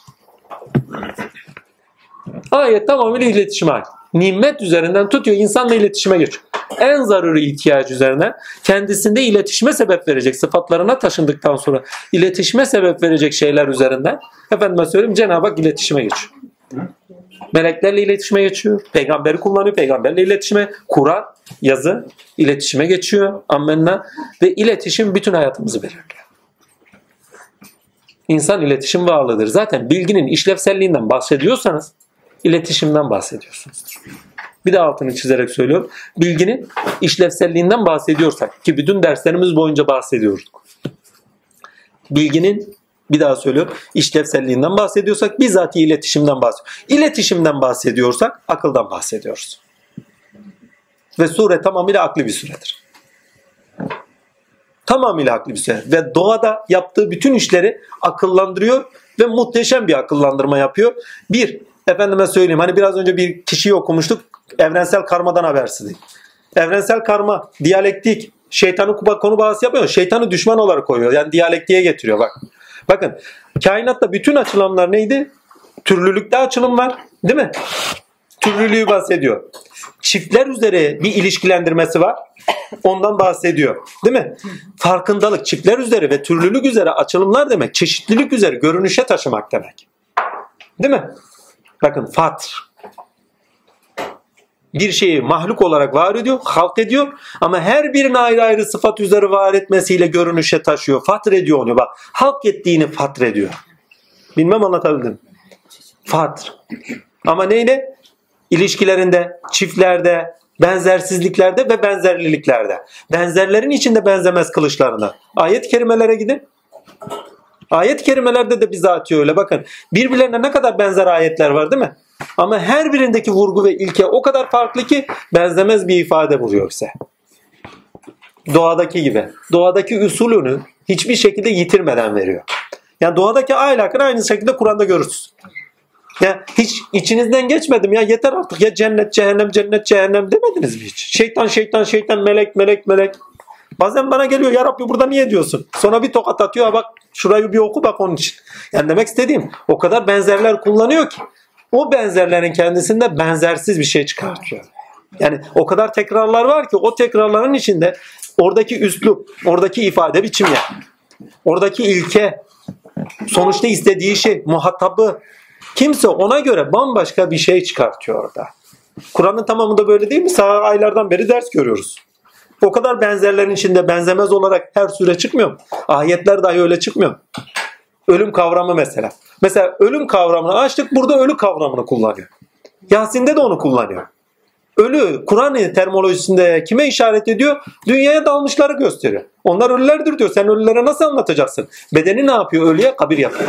Ayet tamamıyla iletişime ait. Nimet üzerinden tutuyor, insanla iletişime geçiyor. En zaruri ihtiyaç üzerinden kendisinde iletişime sebep verecek sıfatlarına taşındıktan sonra iletişime sebep verecek şeyler üzerinden efendime söyleyeyim Cenab-ı Hak iletişime geçiyor. Meleklerle iletişime geçiyor. Peygamberi kullanıyor. Peygamberle iletişime, Kur'an, yazı iletişime geçiyor. Ammenna. Ve iletişim bütün hayatımızı belirliyor. İnsan iletişim varlığıdır. Zaten bilginin işlevselliğinden bahsediyorsanız İletişimden bahsediyorsunuzdur. Bir de altını çizerek söylüyorum. Bilginin işlevselliğinden bahsediyorsak ki bütün derslerimiz boyunca bahsediyorduk. Bilginin, bir daha söylüyorum, işlevselliğinden bahsediyorsak bizatihi iletişimden bahsediyoruz. İletişimden bahsediyorsak akıldan bahsediyoruz. Ve sure tamamıyla akli bir suredir. Tamamıyla akli bir sure. Ve doğada yaptığı bütün işleri akıllandırıyor ve muhteşem bir akıllandırma yapıyor. Bir, efendime söyleyeyim, hani biraz önce bir kişiyi okumuştuk. Evrensel karmadan habersizlik. Evrensel karma, diyalektik, şeytanı konu bağısı yapıyor. Şeytanı düşman olarak koyuyor. Yani diyalektiğe getiriyor bak. Bakın kainatta bütün açılanlar neydi? Türlülükte açılım var. Değil mi? Türlülüğü bahsediyor. Çiftler üzere bir ilişkilendirmesi var. Ondan bahsediyor. Değil mi? Farkındalık, çiftler üzere ve türlülük üzere açılımlar demek. Çeşitlilik üzere görünüşe taşımak demek. Değil mi? Bakın fatr. Bir şeyi mahluk olarak var ediyor, halk ediyor ama her birini ayrı ayrı sıfat üzere var etmesiyle görünüşe taşıyor. Fatr ediyor onu bak. Halk ettiğini fatr ediyor. Bilmem anlatabildim. Fatr. Ama neyle? İlişkilerinde, çiftlerde, benzersizliklerde ve benzerliliklerde. Benzerlerin içinde benzemez kılıçlarına. Ayet-i kerimelere gidin. Ayet-i kerimelerde de bizatihi öyle. Bakın birbirlerine ne kadar benzer ayetler var değil mi? Ama her birindeki vurgu ve ilke o kadar farklı ki benzemez bir ifade buluyor ise. Doğadaki gibi. Doğadaki usulünü hiçbir şekilde yitirmeden veriyor. Yani doğadaki ahlakını aynı şekilde Kur'an'da görürsünüz. Ya hiç içinizden geçmedim ya yeter artık ya cennet cehennem demediniz mi hiç? Şeytan melek. Bazen bana geliyor ya Rabbi burada niye diyorsun? Sonra bir tokat atıyor bak şurayı bir oku bak onun için. Yani demek istediğim o kadar benzerler kullanıyor ki o benzerlerin kendisinde benzersiz bir şey çıkartıyor. Yani o kadar tekrarlar var ki o tekrarların içinde oradaki üslup, oradaki ifade biçimi, oradaki ilke, sonuçta istediği şey, muhatabı, kimse ona göre bambaşka bir şey çıkartıyor orada. Kur'an'ın tamamında böyle değil mi? Aylardan beri ders görüyoruz. O kadar benzerlerin içinde benzemez olarak her sure çıkmıyor mu? Ayetler dahi öyle çıkmıyor mu? Ölüm kavramı mesela. Mesela ölüm kavramını açtık burada ölü kavramını kullanıyor. Yasin'de de onu kullanıyor. Ölü Kur'an terminolojisinde kime işaret ediyor? Dünyaya dalmışları gösteriyor. Onlar ölülerdir diyor. Sen ölülere nasıl anlatacaksın? Bedeni ne yapıyor? Ölüye kabir yapıyor.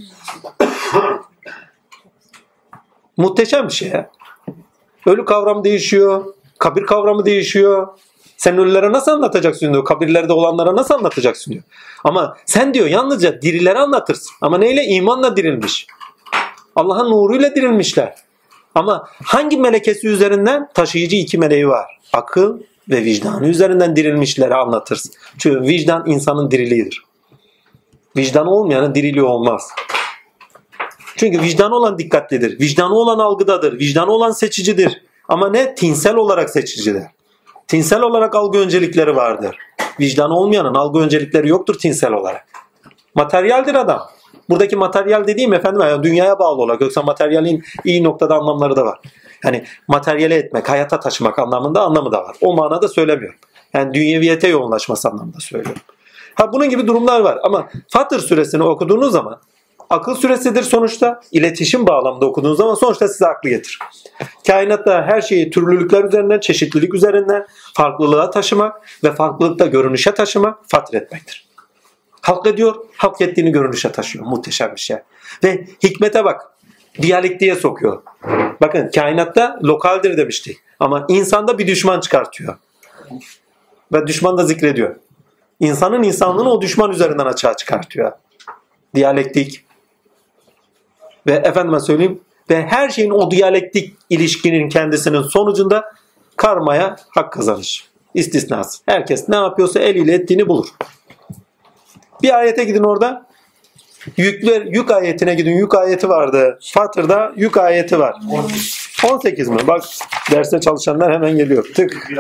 Muhteşem bir şey ya. Ölü kavramı değişiyor. Kabir kavramı değişiyor. Sen ölülere nasıl anlatacaksın diyor. Kabirlerde olanlara nasıl anlatacaksın diyor. Ama sen diyor yalnızca dirileri anlatırsın. Ama neyle? İmanla dirilmiş. Allah'ın nuruyla dirilmişler. Ama hangi melekesi üzerinden? Taşıyıcı iki meleği var. Akıl ve vicdanı üzerinden dirilmişleri anlatırsın. Çünkü vicdan insanın diriliğidir. Vicdan olmayanın diriliği olmaz. Çünkü vicdanı olan dikkatlidir. Vicdanı olan algıdadır. Vicdanı olan seçicidir. Ama ne? Tinsel olarak seçicidir. Tinsel olarak algı öncelikleri vardır. Vicdanı olmayanın algı öncelikleri yoktur tinsel olarak. Materyaldir adam. Buradaki materyal dediğim efendim yani dünyaya bağlı olarak. Yoksa materyalin iyi noktada anlamları da var. Yani materyale etmek, hayata taşımak anlamı da var. O manada söylemiyorum. Yani dünyeviyete yoğunlaşması anlamında söylüyorum. Bunun gibi durumlar var. Ama Fatır suresini okuduğunuz zaman akıl süresidir sonuçta. İletişim bağlamında okuduğunuz zaman sonuçta size aklı getirir. Kainatta her şeyi türlülükler üzerinden, çeşitlilik üzerinden farklılığa taşımak ve farklılıkta görünüşe taşımak fatr etmektir. Halk ediyor, halk ettiğini görünüşe taşıyor. Muhteşem bir şey. Ve hikmete bak. Diyalektiğe sokuyor. Bakın kainatta lokaldir demiştik. Ama insanda bir düşman çıkartıyor. Ve düşman da zikrediyor. İnsanın insanlığını o düşman üzerinden açığa çıkartıyor. Diyalektik. Ve efendime söyleyeyim ve her şeyin o diyalektik ilişkinin kendisinin sonucunda karmaya hak kazanır. İstisnası. Herkes ne yapıyorsa eliyle ettiğini bulur. Bir ayete gidin orada. Yük ayetine gidin. Yük ayeti vardı. Fatır'da yük ayeti var. 18 mi? Bak derste çalışanlar hemen geliyor. Tık.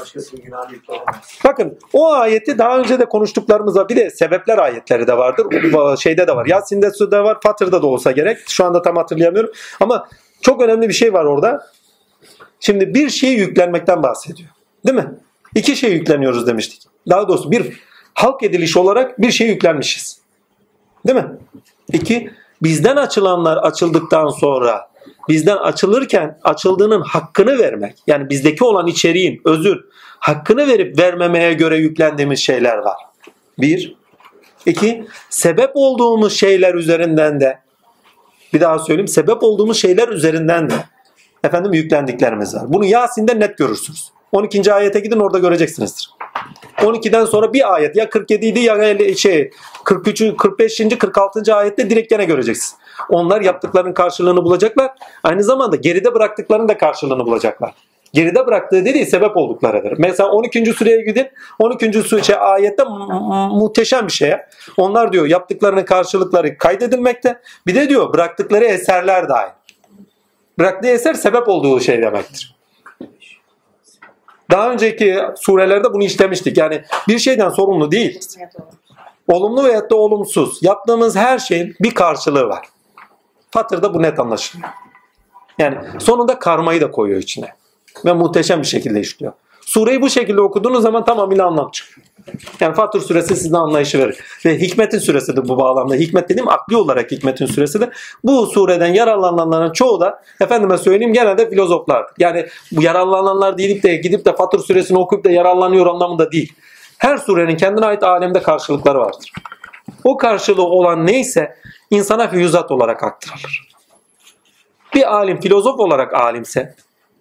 Bakın o ayeti daha önce de konuştuklarımızda bir de sebepler ayetleri de vardır. Şeyde de var. Yasin'de de var. Fatır'da da olsa gerek. Şu anda tam hatırlayamıyorum. Ama çok önemli bir şey var orada. Şimdi bir şeye yüklenmekten bahsediyor. Değil mi? İki şey yükleniyoruz demiştik. Daha doğrusu bir halk edilişi olarak bir şeye yüklenmişiz. Değil mi? İki, bizden açılanlar açıldıktan sonra bizden açılırken açıldığının hakkını vermek. Yani bizdeki olan içeriğin, özün hakkını verip vermemeye göre yüklendiğimiz şeyler var. 1. 2. Sebep olduğumuz şeyler üzerinden de, bir daha söyleyeyim, sebep olduğumuz şeyler üzerinden de yüklendiklerimiz var. Bunu Yasin'de net görürsünüz. 12. ayete gidin, orada göreceksinizdir. 12'den sonra bir ayet ya 47 idi ya 43. 45. 46. ayette direkt gene göreceksiniz. Onlar yaptıklarının karşılığını bulacaklar. Aynı zamanda geride bıraktıklarının da karşılığını bulacaklar. Geride bıraktığı dediği sebep olduklarıdır. Mesela 12. sureye gidin. 12. ayette muhteşem bir şey. Onlar diyor yaptıklarının karşılıkları kaydedilmekte. Bir de diyor bıraktıkları eserler dahil. Bıraktığı eser sebep olduğu şey demektir. Daha önceki surelerde bunu işlemiştik. Yani bir şeyden sorumlu değiliz. Olumlu veyahut da olumsuz. Yaptığımız her şeyin bir karşılığı var. Fatır'da bu net anlaşılıyor. Yani sonunda karmayı da koyuyor içine. Ve muhteşem bir şekilde işliyor. Sureyi bu şekilde okuduğunuz zaman tamamıyla anlam çıkıyor. Yani Fatır suresi size anlayışı verir. Ve hikmetin suresidir bu bağlamda. Hikmet dediğim akli olarak hikmetin suresidir. Bu sureden yararlananların çoğu da efendime söyleyeyim genelde filozoflardır. Yani bu yararlananlar deyip de gidip de Fatır suresini okuyup da yararlanıyor anlamında değil. Her surenin kendine ait alemde karşılıkları vardır. O karşılığı olan neyse insana füyüzat olarak aktarılır. Bir alim filozof olarak alimse,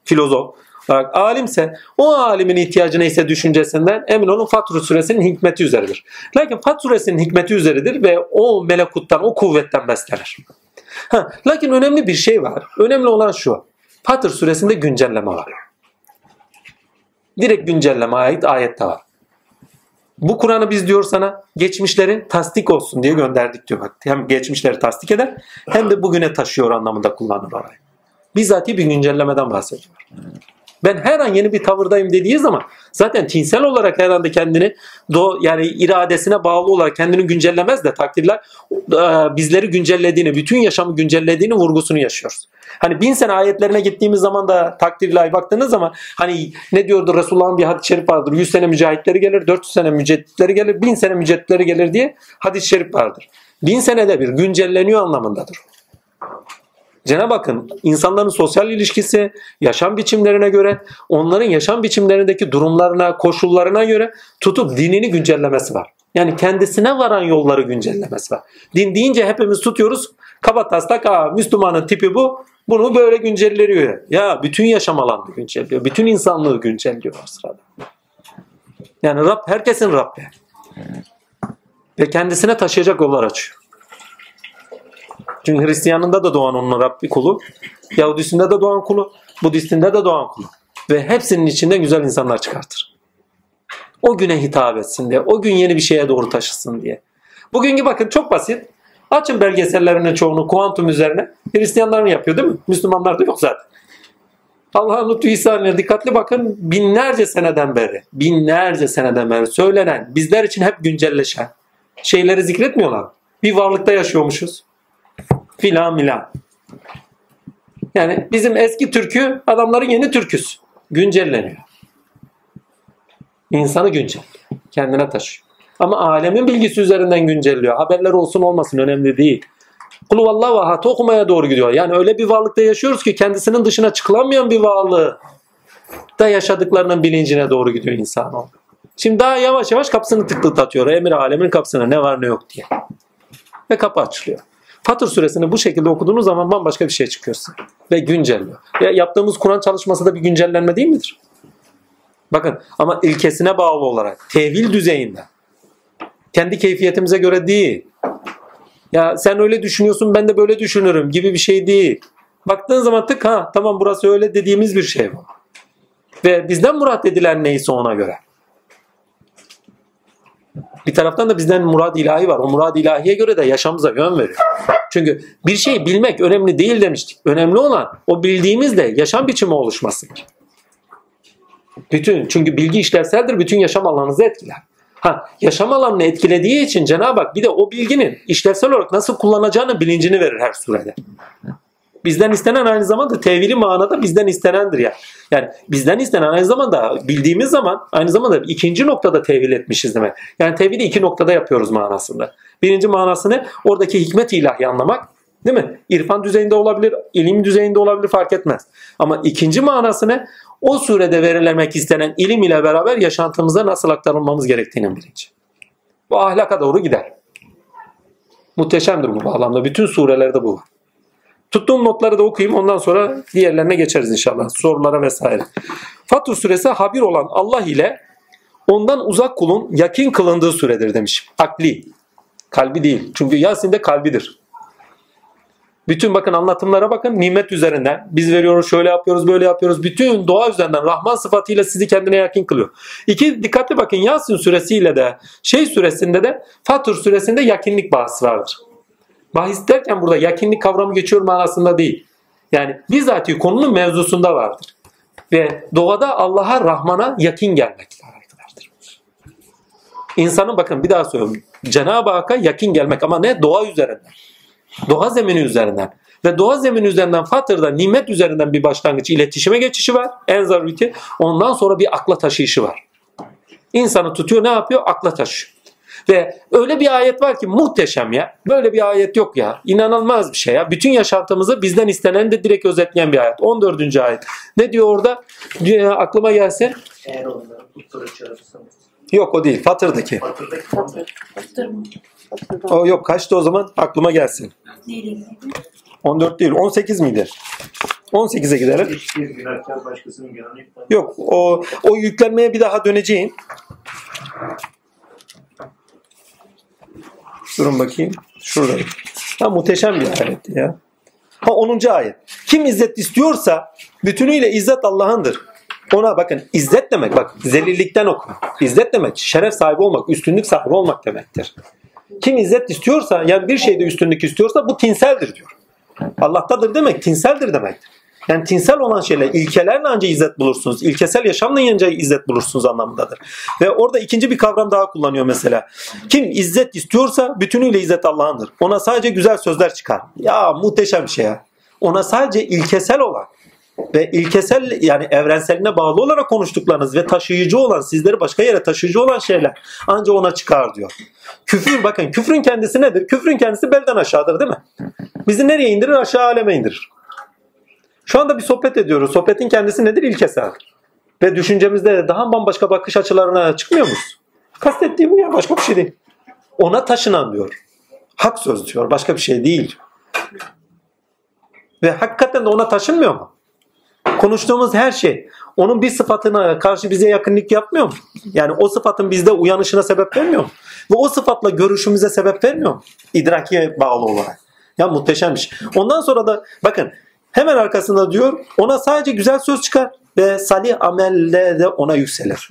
o alimin ihtiyacı neyse düşüncesinden emin olun Fatır suresinin hikmeti üzeridir. Lakin Fatır suresinin hikmeti üzeridir ve o melekuttan, o kuvvetten beslenir. Lakin önemli bir şey var. Önemli olan şu. Fatır suresinde güncelleme var. Direkt güncelleme ait ayette var. Bu Kur'an'ı biz diyor sana geçmişleri tasdik olsun diye gönderdik diyor. Bak, hem geçmişleri tasdik eder hem de bugüne taşıyor anlamında kullanır orayı. Bizzati bir güncellemeden bahsediyor. Ben her an yeni bir tavırdayım dediği zaman zaten tinsel olarak her anda kendini yani iradesine bağlı olarak kendini güncellemez de takdirler bizleri güncellediğini, bütün yaşamı güncellediğini vurgusunu yaşıyoruz. Hani 1000 sene ayetlerine gittiğimiz zaman da takdirler baktığınız zaman hani ne diyordu Resulullah'ın bir hadis-i şerif vardır. 100 sene mücahitleri gelir, 400 sene mücedditleri gelir, 1000 sene mücedditleri gelir diye hadis-i şerif vardır. 1000 senede bir güncelleniyor anlamındadır. Cenab-ı Hakk'ın insanların sosyal ilişkisi, yaşam biçimlerine göre, onların yaşam biçimlerindeki durumlarına, koşullarına göre tutup dinini güncellemesi var. Yani kendisine varan yolları güncellemesi var. Din deyince hepimiz tutuyoruz. Kabataslak, Müslümanın tipi bu. Bunu böyle güncelliyor. Ya bütün yaşam alanını güncelliyor. Bütün insanlığı güncelliyor o sırada. Yani Rab herkesin Rabbi. Ve kendisine taşıyacak yollar açıyor. Çünkü Hristiyanında da doğan onun Rabbi kulu, Yahudisinde de doğan kulu, Budistinde de doğan kulu. Ve hepsinin içinden güzel insanlar çıkartır. O güne hitap etsin diye, o gün yeni bir şeye doğru taşısın diye. Bugünkü bakın çok basit. Açın belgesellerinin çoğunu kuantum üzerine. Hristiyanların yapıyor değil mi? Müslümanlar da yok zaten. Allah'ın lütfu ihsanına dikkatli bakın. Binlerce seneden beri söylenen, bizler için hep güncelleşen şeyleri zikretmiyorlar. Bir varlıkta yaşıyormuşuz. Filan milan. Yani bizim eski türkü adamların yeni türküsü. Güncelleniyor. İnsanı güncelliyor. Kendine taşıyor. Ama alemin bilgisi üzerinden güncelliyor. Haberler olsun olmasın önemli değil. Kul vallahu ahad okumaya doğru gidiyor. Yani öyle bir varlıkta yaşıyoruz ki kendisinin dışına çıkılamayan bir varlığı da yaşadıklarının bilincine doğru gidiyor insan. Şimdi daha yavaş yavaş kapısını tıklatıyor. Emir alemin kapısına ne var ne yok diye. Ve kapı açılıyor. Fatır suresini bu şekilde okuduğunuz zaman bambaşka bir şey çıkıyor size. Ve güncelliyor. Ya yaptığımız Kur'an çalışması da bir güncellenme değil midir? Bakın ama ilkesine bağlı olarak, tevil düzeyinde. Kendi keyfiyetimize göre değil. Ya sen öyle düşünüyorsun ben de böyle düşünürüm gibi bir şey değil. Baktığın zaman tık tamam burası öyle dediğimiz bir şey bu. Ve bizden murat edilen neyse ona göre. Bir taraftan da bizden murad ilahi var. O murad ilahiye göre de yaşamımıza yön veriyor. Çünkü bir şeyi bilmek önemli değil demiştik. Önemli olan o bildiğimizde yaşam biçimi oluşmasıdır. Çünkü bilgi işlevseldir. Bütün yaşam alanınızı etkiler. Yaşam alanını etkilediği için Cenab-ı Hak bir de o bilginin işlevsel olarak nasıl kullanacağını bilincini verir her surede. Bizden istenen aynı zamanda tevili manada bizden istenendir yani. Yani bizden istenen aynı zamanda bildiğimiz zaman aynı zamanda ikinci noktada tevil etmişiz demek. Yani tevili iki noktada yapıyoruz manasında. Birinci manası ne? Oradaki hikmet ilahi anlamak. Değil mi? İrfan düzeyinde olabilir, ilim düzeyinde olabilir, fark etmez. Ama ikinci manası ne? O surede verilemek istenen ilim ile beraber yaşantımıza nasıl aktarılmamız gerektiğinin bilinci. Bu ahlaka doğru gider. Muhteşemdir bu bağlamda. Bütün surelerde bu var. Tuttuğum notları da okuyayım. Ondan sonra diğerlerine geçeriz inşallah. Sorulara vesaire. Fatır suresi habir olan Allah ile ondan uzak kulun yakin kılındığı süredir demiş. Akli. Kalbi değil. Çünkü Yasin'de kalbidir. Bütün bakın anlatımlara bakın. Nimet üzerinden. Biz veriyoruz, şöyle yapıyoruz, böyle yapıyoruz. Bütün doğa üzerinden Rahman sıfatıyla sizi kendine yakin kılıyor. İki, dikkatli bakın. Yasin suresiyle de suresinde de Fatır suresinde yakinlik bahsi vardır. Bahis derken burada yakinlik kavramı geçiyor manasında değil. Yani bizatihi konunun mevzusunda vardır. Ve doğada Allah'a, Rahman'a yakin gelmektir arkadaşlar. İnsanın bakın bir daha söylüyorum. Cenab-ı Hakk'a yakin gelmek ama ne? Doğa üzerinden. Doğa zemini üzerinden. Ve doğa zemini üzerinden Fatır'da nimet üzerinden bir başlangıç, iletişime geçişi var. En zaruriti. Ondan sonra bir akla taşıyışı var. İnsanı tutuyor, ne yapıyor? Akla taşıyor. Ve öyle bir ayet var ki muhteşem ya. Böyle bir ayet yok ya. İnanılmaz bir şey ya. Bütün yaşantımızı bizden istenen de direkt özetleyen bir ayet. 14. ayet. Ne diyor orada? Aklıma gelsin. Eğer onları tutturup çağırırsanız. Yok o değil. Fatır'daki. Fatır'daki Fatır mı? O yok. Kaçtı o zaman? Aklıma gelsin. Değil. 14 değil. 18 miydi? 18'e gidelim. hiçbir günahkar başkasının günahını yüklenmez. Yok. O yüklenmeye bir daha döneceğim. Durun bakayım. Şurada. Ha, muhteşem bir ayetti ya. Ha, 10. ayet. Kim izzet istiyorsa bütünüyle izzet Allah'ındır. Ona bakın, izzet demek, bak zelillikten oku. İzzet demek şeref sahibi olmak, üstünlük sahibi olmak demektir. Kim izzet istiyorsa, yani bir şeyde üstünlük istiyorsa bu tinseldir diyor. Allah'tadır demek tinseldir demektir. Yani tinsel olan şeyler, ilkelerle ancak izzet bulursunuz. İlkesel yaşamla ancak izzet bulursunuz anlamındadır. Ve orada ikinci bir kavram daha kullanıyor mesela. Kim izzet istiyorsa bütünüyle izzet Allah'ındır. Ona sadece güzel sözler çıkar. Ya muhteşem bir şey ya. Ona sadece ilkesel olan ve ilkesel, yani evrenseline bağlı olarak konuştuklarınız ve taşıyıcı olan, sizleri başka yere taşıyıcı olan şeyler ancak ona çıkar diyor. Küfür, bakın küfrün kendisi nedir? Küfrün kendisi belden aşağıdır değil mi? Bizi nereye indirir? Aşağı aleme indirir. Şu anda bir sohbet ediyoruz. Sohbetin kendisi nedir? İlkesel. Ve düşüncemizde daha bambaşka bakış açılarına çıkmıyor muyuz? Kastettiğim bu ya, başka bir şey değil. Ona taşınan diyor. Hak söz diyor. Başka bir şey değil. Ve hakikaten de ona taşınmıyor mu? Konuştuğumuz her şey onun bir sıfatına karşı bize yakınlık yapmıyor mu? Yani o sıfatın bizde uyanışına sebep vermiyor mu? Ve o sıfatla görüşümüze sebep vermiyor mu? İdrakiye bağlı olarak. Ya muhteşem bir şey. Ondan sonra da bakın hemen arkasında diyor, ona sadece güzel söz çıkar ve salih amelle de ona yükselir.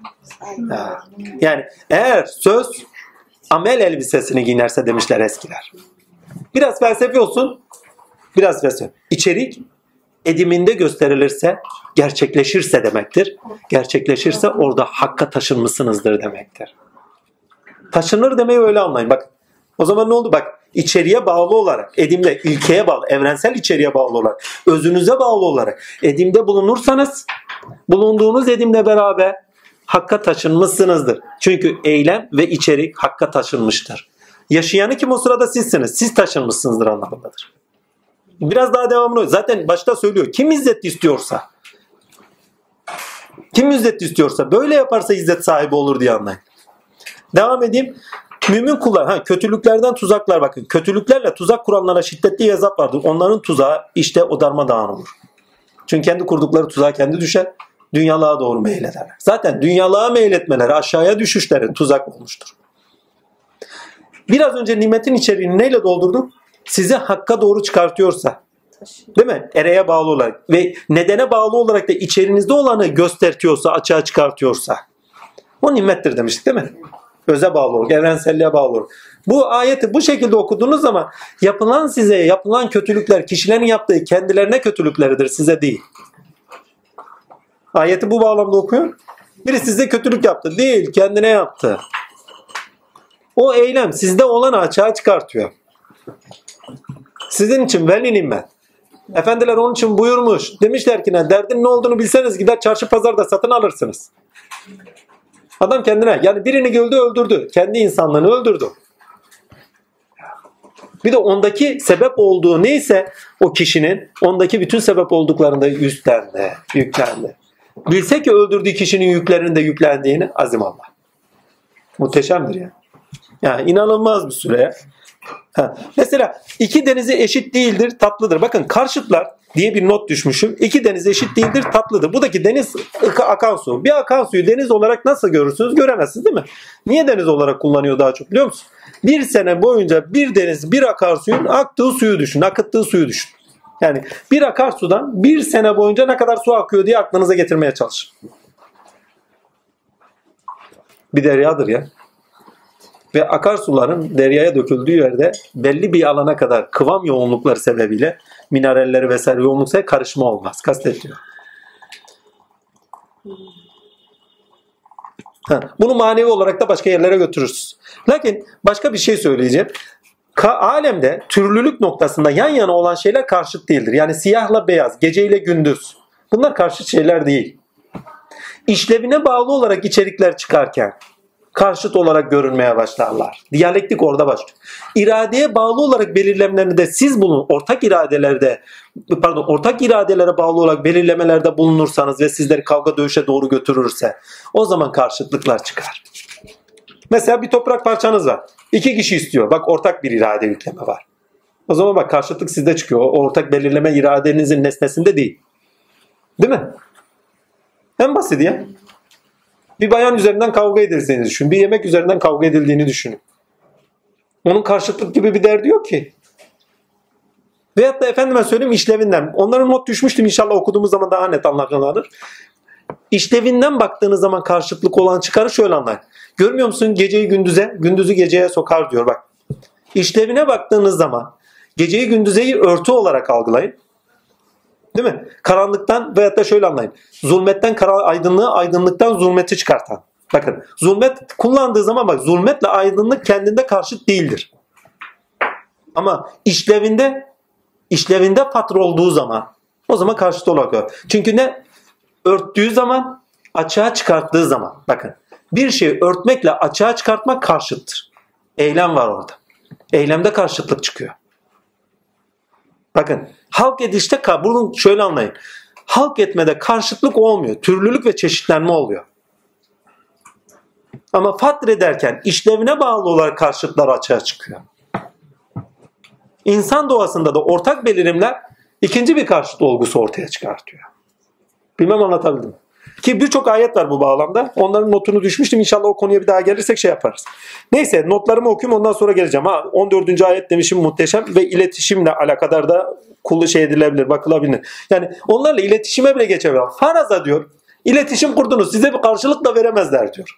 Yani eğer söz amel elbisesini giynerse demişler eskiler. Biraz felsefi olsun, biraz felsefi. İçerik ediminde gösterilirse, gerçekleşirse demektir. Gerçekleşirse orada hakka taşınmışsınızdır demektir. Taşınır demeyi öyle anlayın. Bak, o zaman ne oldu? Bak, içeriye bağlı olarak, edimde, ilkeye bağlı, evrensel içeriye bağlı olarak, özünüze bağlı olarak edimde bulunursanız, bulunduğunuz edimle beraber hakka taşınmışsınızdır. Çünkü eylem ve içerik hakka taşınmıştır. Yaşayanı kim o sırada sizsiniz. Siz taşınmışsınızdır anlamındadır. Biraz daha devamlı. Zaten başta söylüyor. Kim izzet istiyorsa, kim izzet istiyorsa, böyle yaparsa izzet sahibi olur diye anlayın. Devam edeyim. Mümin kullar, kötülüklerden tuzaklar, bakın. Kötülüklerle tuzak kuranlara şiddetli yazap vardır. Onların tuzağı işte o darmadağın olur. Çünkü kendi kurdukları tuzağa kendi düşer. Dünyalığa doğru meylederler. Zaten dünyalığa meyletmeleri, aşağıya düşüşleri tuzak olmuştur. Biraz önce nimetin içeriğini neyle doldurduk? Sizi hakka doğru çıkartıyorsa, değil mi? Ereğe bağlı olarak ve nedene bağlı olarak da içerinizde olanı göstertiyorsa, açığa çıkartıyorsa, o nimettir demiştik değil mi? Öze bağlı olarak, evrenselliğe bağlı olarak. Bu ayeti bu şekilde okuduğunuz zaman yapılan size, yapılan kötülükler kişilerin yaptığı kendilerine kötülükleridir, size değil. Ayeti bu bağlamda okuyun. Biri size kötülük yaptı. Değil, kendine yaptı. O eylem sizde olanı açığa çıkartıyor. Sizin için velinim ben. Efendiler onun için buyurmuş. Demişler ki ne? Derdin ne olduğunu bilseniz gider çarşı pazarda satın alırsınız. Adam kendine, yani birini öldürdü. Kendi insanlığını öldürdü. Bir de ondaki sebep olduğu neyse o kişinin ondaki bütün sebep olduklarında yüklendi. Bilse ki öldürdüğü kişinin yüklerinin de yüklendiğini azimallah. Muhteşemdir yani. Yani inanılmaz bir süre. Mesela iki denizi eşit değildir, tatlıdır. Bakın karşıtlar diye bir not düşmüşüm. İki deniz eşit değildir, tatlıdır. Buradaki deniz akan su. Bir akan suyu deniz olarak nasıl görürsünüz? Göremezsiniz değil mi? Niye deniz olarak kullanıyor daha çok biliyor musun? Bir sene boyunca bir deniz, bir akarsuyun aktığı suyu düşün, akıttığı suyu düşün. Yani bir akarsudan bir sene boyunca ne kadar su akıyor diye aklınıza getirmeye çalışın. Bir deryadır ya. Ve akarsuların deryaya döküldüğü yerde belli bir alana kadar kıvam yoğunlukları sebebiyle mineralleri vesaire yoğunluksa karışma olmaz. Kastediyor. Bunu manevi olarak da başka yerlere götürürsünüz. Lakin başka bir şey söyleyeceğim. Alemde türlülük noktasında yan yana olan şeyler karşıt değildir. Yani siyahla beyaz, gece ile gündüz. Bunlar karşıt şeyler değil. İşlevine bağlı olarak içerikler çıkarken karşıt olarak görünmeye başlarlar. Diyalektik orada başlıyor. İradeye bağlı olarak belirlemelerini de siz bulun. Ortak iradelere bağlı olarak belirlemelerde bulunursanız ve sizleri kavga dövüşe doğru götürürse o zaman karşıtlıklar çıkar. Mesela bir toprak parçanız var. İki kişi istiyor. Bak ortak bir irade yükleme var. O zaman bak karşıtlık sizde çıkıyor. O ortak belirleme iradenizin nesnesinde değil. Değil mi? En basit ya. Bir bayan üzerinden kavga edildiğini düşün. Bir yemek üzerinden kavga edildiğini düşünün. Onun karşıtlık gibi bir derdi yok ki. Veyahut da efendime söyleyeyim işlevinden. Onların not düşmüştüm inşallah okuduğumuz zaman daha net anlaşılır. İşlevinden baktığınız zaman karşıtlık olan çıkarı şöyle anlayın. Görmüyor musun geceyi gündüze, gündüzü geceye sokar diyor bak. İşlevine baktığınız zaman geceyi gündüzeyi örtü olarak algılayın. Değil mi? Karanlıktan veyahut da şöyle anlayın. Zulmetten aydınlığı, aydınlıktan zulmeti çıkartan. Bakın zulmet kullandığı zaman bak zulmetle aydınlık kendinde karşıt değildir. Ama işlevinde patr olduğu zaman o zaman karşıt olarak. Çünkü ne? Örttüğü zaman açığa çıkarttığı zaman. Bakın bir şeyi örtmekle açığa çıkartmak karşıttır. Eylem var orada. Eylemde karşıtlık çıkıyor. Bakın halk edişte bunu şöyle anlayın. Halk etmede karşıtlık olmuyor. Türlülük ve çeşitlenme oluyor. Ama fatrederken işlevine bağlı olarak karşıtlar açığa çıkıyor. İnsan doğasında da ortak belirimler ikinci bir karşıt olgusu ortaya çıkartıyor. Bilmem anlatabildim mi? Ki birçok ayet var bu bağlamda. Onların notunu düşmüştüm. İnşallah o konuya bir daha gelirsek şey yaparız. Neyse notlarımı okuyayım ondan sonra geleceğim. 14. ayet demişim muhteşem ve iletişimle alakadar da edilebilir, bakılabilir. Yani onlarla iletişime bile geçebilir. Faraza diyor. İletişim kurdunuz. Size bir karşılık da veremezler diyor.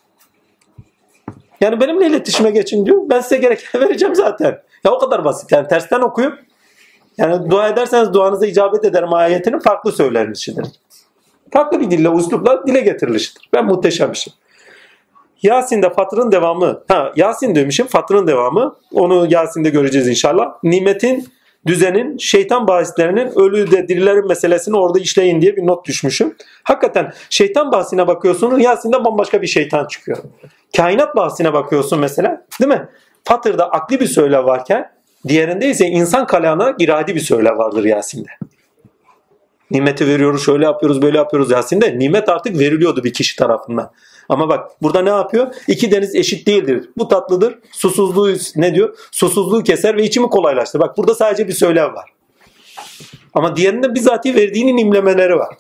Yani benimle iletişime geçin diyor. Ben size gereken vereceğim zaten. Ya o kadar basit. Yani tersten okuyup yani dua ederseniz duanıza icabet ederim ayetinin farklı söylenişidir. Farklı bir dille, uslupla dile getirilişidir. Ben muhteşem bir şey. Yasin'de fatrın devamı. Yasin demişim fatrın devamı. Onu Yasin'de göreceğiz inşallah. Nimetin, düzenin, şeytan bahislerinin ölü de dirilerin meselesini orada işleyin diye bir not düşmüşüm. Hakikaten şeytan bahsine bakıyorsunuz. Yasin'de bambaşka bir şeytan çıkıyor. Kainat bahsine bakıyorsun mesela. Değil mi? Fatır'da akli bir söyle varken diğerinde ise insan kalağına iradi bir söyle vardır Yasin'de. Nimeti veriyoruz, şöyle yapıyoruz, böyle yapıyoruz Yasin'de. Nimet artık veriliyordu bir kişi tarafından. Ama bak burada ne yapıyor? İki deniz eşit değildir. Bu tatlıdır. Susuzluğu ne diyor? Susuzluğu keser ve içimi kolaylaştırır. Bak burada sadece bir söylem var. Ama diğerinde bizatihi verdiğinin imlemeleri var.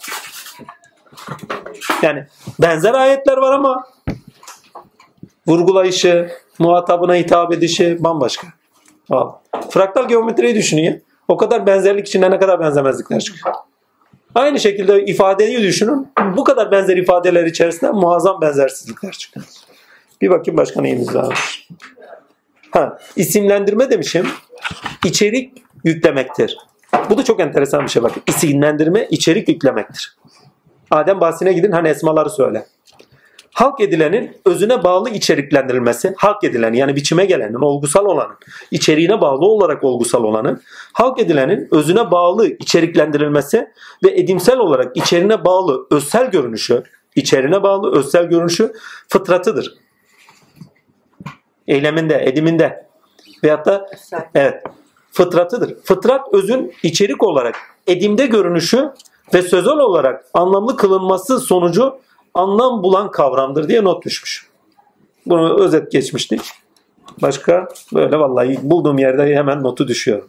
Yani benzer ayetler var ama vurgulayışı, muhatabına hitap edişi bambaşka. Fraktal geometriyi düşünün ya. O kadar benzerlik içinde ne kadar benzemezlikler çıkıyor. Aynı şekilde ifadeyi düşünün. Bu kadar benzer ifadeler içerisinde muazzam benzersizlikler çıkıyor. Bir bakayım başka neyimiz varmış. İsimlendirme demişim. İçerik yüklemektir. Bu da çok enteresan bir şey bakın. İsimlendirme içerik yüklemektir. Adem bahsine gidin esmaları söyle. Halk edilenin özüne bağlı içeriklendirilmesi, halk edilen yani biçime gelenin, olgusal olanın, içeriğine bağlı olarak olgusal olanın, halk edilenin özüne bağlı içeriklendirilmesi ve edimsel olarak içeriğine bağlı içeriğine bağlı özsel görünüşü fıtratıdır. Eyleminde, ediminde Veyahut da evet, fıtratıdır. Fıtrat özün içerik olarak edimde görünüşü ve sözel olarak anlamlı kılınması sonucu anlam bulan kavramdır diye not düşmüş. Bunu özet geçmiştik. Başka böyle vallahi bulduğum yerde hemen notu düşüyorum.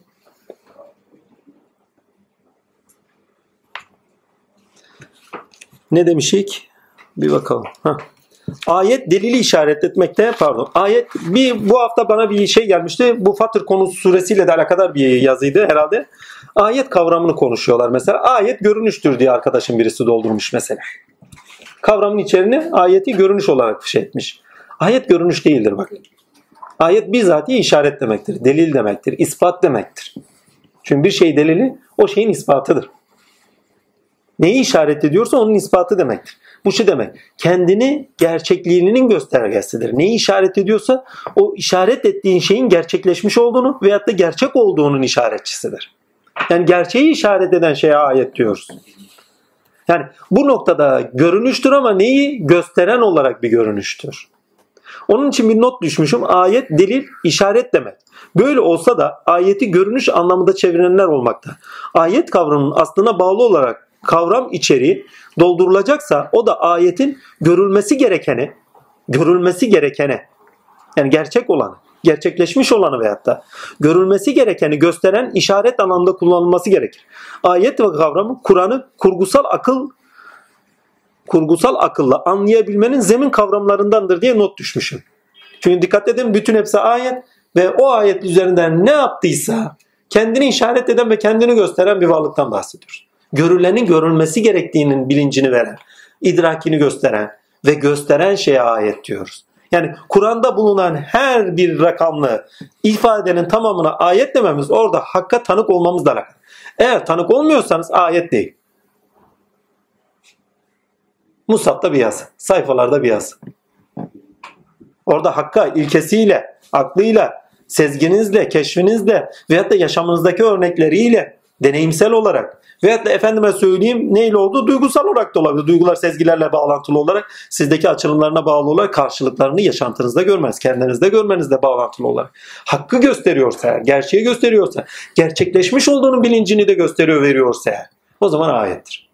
Ne demişik? Bir bakalım. Ayet delili işaret etmekte, ayet bu hafta bana bir şey gelmişti. Bu Fatır konusu suresiyle de alakadar bir yazıydı herhalde. Ayet kavramını konuşuyorlar mesela. Ayet görünüştür diye arkadaşım birisi doldurmuş mesela. Kavramın içerini ayeti görünüş olarak şey etmiş. Ayet görünüş değildir bak. Ayet bizatihi işaret demektir, delil demektir, ispat demektir. Çünkü bir şey delili o şeyin ispatıdır. Neyi işaret ediyorsa onun ispatı demektir. Bu şu demek, kendini gerçekliğinin göstergesidir. Neyi işaret ediyorsa o işaret ettiğin şeyin gerçekleşmiş olduğunu veyahut da gerçek olduğunun işaretçisidir. Yani gerçeği işaret eden şeye ayet diyoruz. Yani bu noktada görünüştür ama neyi gösteren olarak bir görünüştür. Onun için bir not düşmüşüm. Ayet, delil, işaret demek. Böyle olsa da ayeti görünüş anlamında çevirenler olmakta. Ayet kavramının aslına bağlı olarak kavram içeriği doldurulacaksa o da ayetin görülmesi gerekeni yani gerçek olanı, gerçekleşmiş olanı veyahut da görülmesi gerekeni gösteren işaret anlamında kullanılması gerekir. Ayet ve kavramı Kur'an'ı kurgusal akılla anlayabilmenin zemin kavramlarındandır diye not düşmüşüm. Çünkü dikkat edin, bütün hepsi ayet ve o ayet üzerinden ne yaptıysa kendini işaret eden ve kendini gösteren bir varlıktan bahsediyoruz. Görülenin görülmesi gerektiğinin bilincini veren, idrakini gösteren ve gösteren şeye ayet diyoruz. Yani Kur'an'da bulunan her bir rakamlı ifadenin tamamına ayet dememiz orada hakka tanık olmamızla alakalı. Eğer tanık olmuyorsanız ayet değil. Musaf'ta bir yazı, sayfalarda bir yazı. Orada hakka ilkesiyle, aklıyla, sezginizle, keşfinizle veyahut da yaşamınızdaki örnekleriyle, deneyimsel olarak veyahut da efendime söyleyeyim neyle oldu? Duygusal olarak da olabilir. Duygular sezgilerle bağlantılı olarak sizdeki açılımlarına bağlı olarak karşılıklarını yaşantınızda görmez. Kendinizde görmenizle bağlantılı olarak. Hakkı gösteriyorsa eğer, gerçeği gösteriyorsa, gerçekleşmiş olduğunun bilincini de gösteriyor, veriyorsa eğer, o zaman ayettir.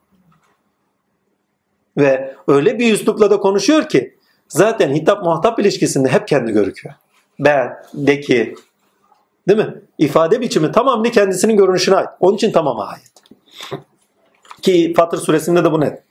Ve öyle bir üslupla da konuşuyor ki zaten hitap muhatap ilişkisinde hep kendi görüküyor. Ben, de ki, değil mi? İfade biçimi tamamını kendisinin görünüşüne ait. Onun için tamam ayet. Ki Fatır suresinde de bu net.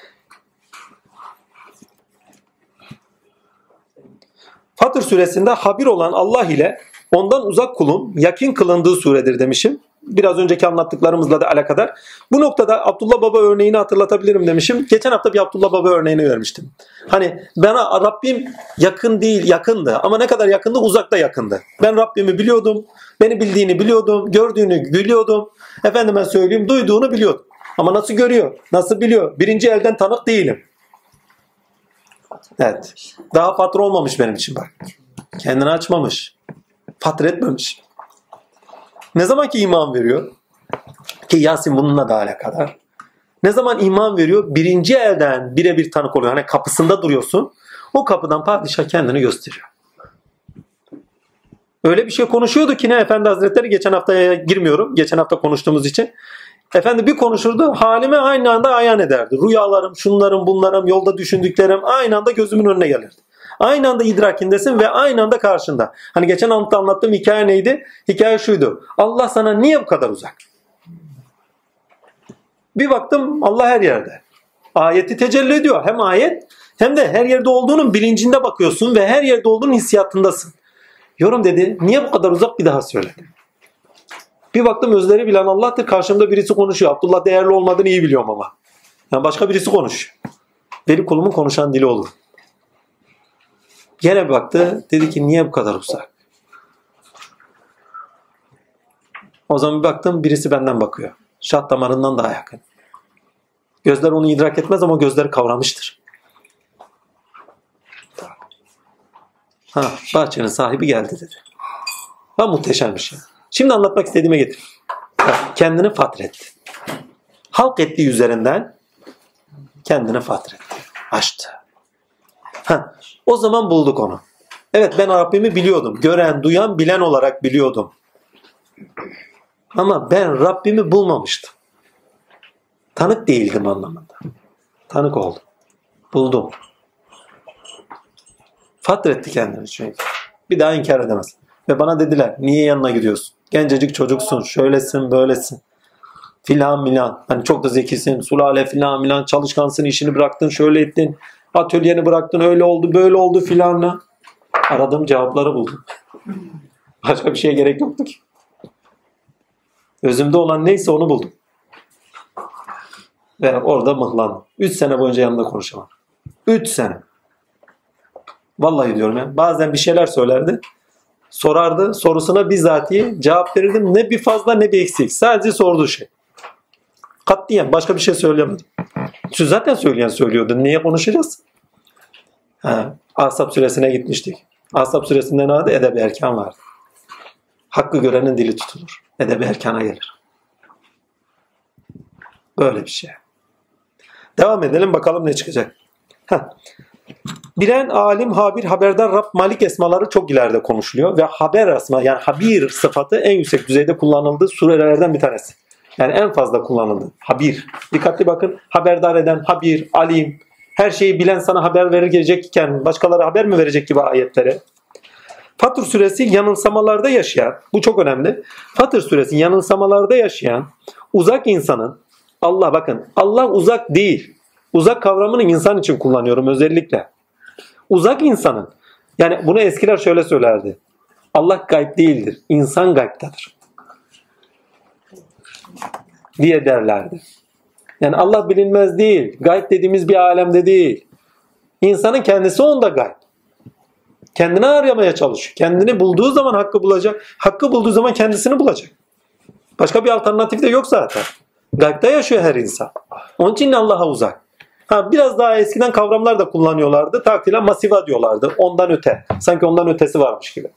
Fatır suresinde habir olan Allah ile ondan uzak kulun yakin kılındığı suredir demişim. Biraz önceki anlattıklarımızla da alakadar. Bu noktada Abdullah Baba örneğini hatırlatabilirim demişim. Geçen hafta bir Abdullah Baba örneğini vermiştim. Hani bana Rabbim yakın değil, yakındı. Ama ne kadar yakındı? Uzakta yakındı. Ben Rabbimi biliyordum. Beni bildiğini biliyordum. Gördüğünü biliyordum. Efendime söyleyeyim, duyduğunu biliyordum. Ama nasıl görüyor? Nasıl biliyor? Birinci elden tanık değilim. Evet. Daha fatır olmamış benim için bak. Kendini açmamış. Fatır etmemiş. Ne zaman ki iman veriyor, ki Yasin bununla da alakadar. Ne zaman iman veriyor? Birinci elden birebir tanık oluyor. Hani kapısında duruyorsun. O kapıdan padişah kendini gösteriyor. Öyle bir şey konuşuyordu ki ne Efendi Hazretleri, geçen haftaya girmiyorum. Geçen hafta konuştuğumuz için. Efendi bir konuşurdu. Halime aynı anda ayan ederdi. Rüyalarım, şunlarım, bunlarım, yolda düşündüklerim aynı anda gözümün önüne gelirdi. Aynı anda idrakindesin ve aynı anda karşında. Hani geçen hafta anlattığım hikaye neydi? Hikaye şuydu. Allah sana niye bu kadar uzak? Bir baktım Allah her yerde. Ayeti tecelli ediyor. Hem ayet hem de her yerde olduğunun bilincinde bakıyorsun ve her yerde olduğunun hissiyatındasın. Yorum dedi. Niye bu kadar uzak, bir daha söyledi. Bir baktım özleri bilen Allah'tır. Karşımda birisi konuşuyor. Abdullah değerli olmadığını iyi biliyorum ama. Yani başka birisi konuşuyor. Veli kulumun konuşan dili olur. Gene baktı. Dedi ki niye bu kadar uzak? O zaman bir baktım birisi benden bakıyor. Şah damarından daha yakın. Gözler onu idrak etmez ama gözleri kavramıştır. Bahçenin sahibi geldi dedi. Muhteşem bir şey. Şimdi anlatmak istediğime getir. Kendini fatretti. Halk ettiği üzerinden kendini fatretti. Açtı. O zaman bulduk onu. Evet, ben Rabbimi biliyordum. Gören, duyan, bilen olarak biliyordum. Ama ben Rabbimi bulmamıştım. Tanık değildim anlamında. Tanık oldum. Buldum. Fatretti kendini çünkü. Bir daha inkar edemez. Ve bana dediler, niye yanına gidiyorsun? Gencecik çocuksun, şöylesin, böylesin. Filan milan. Hani çok da zekisin, sulale filan milan, çalışkansın, işini bıraktın, şöyle ettin. Atölyeni bıraktın, öyle oldu, böyle oldu filanla. Aradığım cevapları buldum. Başka bir şeye gerek yoktu ki. Özümde olan neyse onu buldum. Ve orada mıhlandım. 3 sene boyunca yanında konuşamam. 3 sene. Vallahi diyorum ya. Bazen bir şeyler söylerdi. Sorardı. Sorusuna bizatihi cevap verirdim. Ne bir fazla ne bir eksik. Sadece sorduğu şey. Katliyen. Başka bir şey söyleyemedim. Çünkü zaten söyleyen söylüyordu. Niye konuşacağız? Ahzab suresine gitmiştik. Ahzab suresinde ne adı? Edeb-i erkan vardı. Hakkı görenin dili tutulur. Edeb-i erkana gelir. Böyle bir şey. Devam edelim bakalım ne çıkacak. Bilen, alim, habir, haberdar, Rab, Malik esmaları çok ileride konuşuluyor. Ve haber esma yani habir sıfatı en yüksek düzeyde kullanıldığı surelerden bir tanesi. Yani en fazla kullanıldı. Habir. Dikkatli bakın. Haberdar eden, habir, alim. Her şeyi bilen sana haber verir gelecekken başkaları haber mi verecek gibi ayetlere. Fatır suresi yanılsamalarda yaşayan, bu çok önemli. Fatır suresi yanılsamalarda yaşayan uzak insanın, Allah bakın, Allah uzak değil. Uzak kavramını insan için kullanıyorum özellikle. Uzak insanın, yani bunu eskiler şöyle söylerdi. Allah gayb değildir, insan gaybtadır diye derlerdi. Yani Allah bilinmez değil, gayb dediğimiz bir alemde değil. İnsanın kendisi onda gayb. Kendini arayamaya çalışıyor. Kendini bulduğu zaman hakkı bulacak. Hakkı bulduğu zaman kendisini bulacak. Başka bir alternatif de yok zaten. Gayb'da yaşıyor her insan. Onun için Allah'a uzak. Biraz daha eskiden kavramlar da kullanıyorlardı. Takdiren masiva diyorlardı. Ondan öte. Sanki ondan ötesi varmış gibi.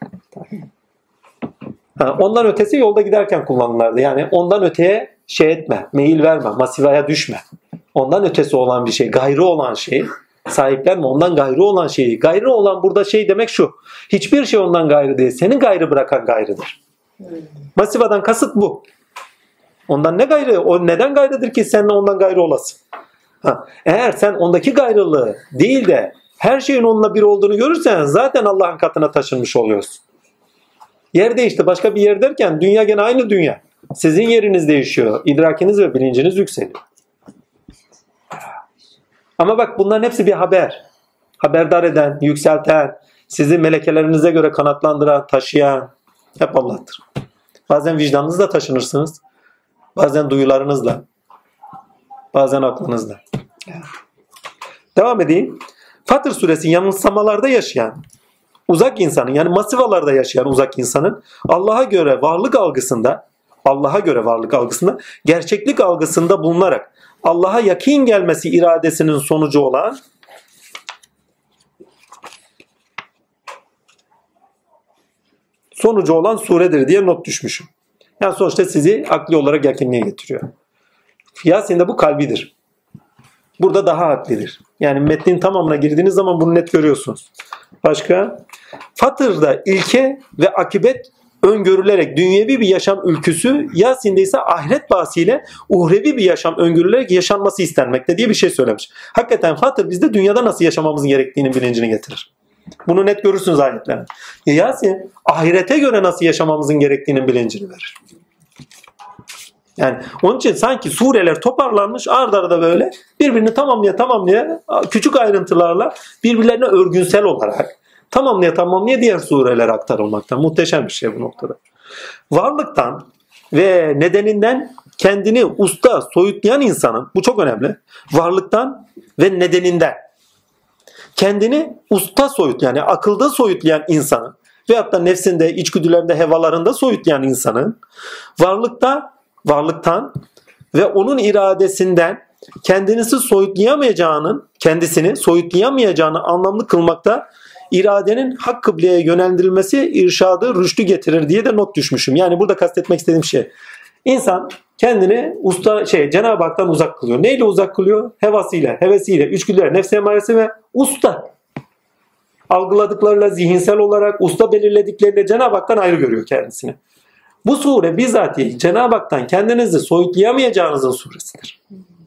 Ondan ötesi yolda giderken kullanırlardı. Yani ondan öteye şey etme, meyil verme, masivaya düşme. Ondan ötesi olan bir şey, gayrı olan şey, sahiplenme. Ondan gayrı olan şeyi. Gayrı olan burada şey demek şu. Hiçbir şey ondan gayrı değil. Seni gayrı bırakan gayrıdır. Masivadan kasıt bu. Ondan ne gayrı? O neden gayrıdır ki seninle ondan gayrı olasın? Eğer sen ondaki gayrılığı değil de her şeyin onunla bir olduğunu görürsen zaten Allah'ın katına taşınmış oluyorsun. Yer değişti. Başka bir yer derken dünya gene aynı dünya. Sizin yeriniz değişiyor. İdrakiniz ve bilinciniz yükseliyor. Ama bak bunların hepsi bir haber. Haberdar eden, yükselten, sizi melekelerinize göre kanatlandıran, taşıyan hep Allah'tır. Bazen vicdanınızla taşınırsınız. Bazen duyularınızla. Bazen aklınızla. Devam edeyim. Fatır suresi yanılsamalarda yaşayan uzak insanın yani masivalarda yaşayan uzak insanın Allah'a göre varlık algısında gerçeklik algısında bulunarak Allah'a yakin gelmesi iradesinin sonucu olan suredir diye not düşmüşüm. Yani sonuçta sizi akli olarak yakinliğe getiriyor. Yasin'de bu kalbidir. Burada daha aklidir. Yani metnin tamamına girdiğiniz zaman bunu net görüyorsunuz. Başka? Fatır'da ilke ve akibet öngörülerek dünyevi bir yaşam ülküsü, Yasin'de ise ahiret bahsiyle uhrevi bir yaşam öngörülerek yaşanması istenmekte diye bir şey söylemiş. Hakikaten Fatır bizde dünyada nasıl yaşamamızın gerektiğinin bilincini getirir. Bunu net görürsünüz ayetlerde. Yasin ahirete göre nasıl yaşamamızın gerektiğinin bilincini verir. Yani onun için sanki sureler toparlanmış ard arda böyle birbirini tamamlaya küçük ayrıntılarla birbirlerine örgünsel olarak tamamlaya diğer surelere aktarılmakta. Muhteşem bir şey bu noktada. Varlıktan ve nedeninden kendini usta soyutlayan insanın, bu çok önemli. Varlıktan ve nedeninden kendini usta yani akılda soyutlayan insanın veyahut da nefsinde, içgüdülerinde, hevalarında soyutlayan insanın varlıktan ve onun iradesinden kendisini soyutlayamayacağını anlamlı kılmakta iradenin hak kıbleye yönlendirilmesi irşadı rüştü getirir diye de not düşmüşüm. Yani burada kastetmek istediğim şey. İnsan kendini Cenab-ı Hak'tan uzak kılıyor. Neyle uzak kılıyor? Hevesiyle, içgüdüler, nefs emaresi ve usta. algıladıklarıyla, zihinsel olarak usta belirledikleriyle Cenab-ı Hak'tan ayrı görüyor kendisini. Bu sure bizatihi Cenab-ı Hak'tan kendinizi soyutlayamayacağınızın suresidir.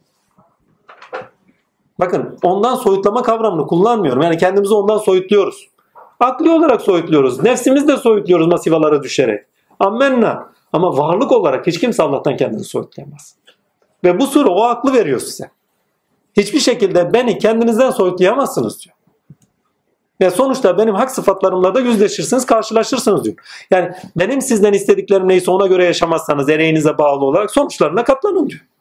Bakın ondan soyutlama kavramını kullanmıyorum. Yani kendimizi ondan soyutluyoruz. Akli olarak soyutluyoruz. Nefsimizle soyutluyoruz masivalara düşerek. Ammenna. Ama varlık olarak hiç kimse Allah'tan kendini soyutlayamaz. Ve bu sure o aklı veriyor size. Hiçbir şekilde beni kendinizden soyutlayamazsınız diyor. Ve sonuçta benim hak sıfatlarımla da yüzleşirsiniz, karşılaşırsınız diyor. Yani benim sizden istediklerim neyse ona göre yaşamazsanız ereğinize bağlı olarak sonuçlarına katlanın diyor.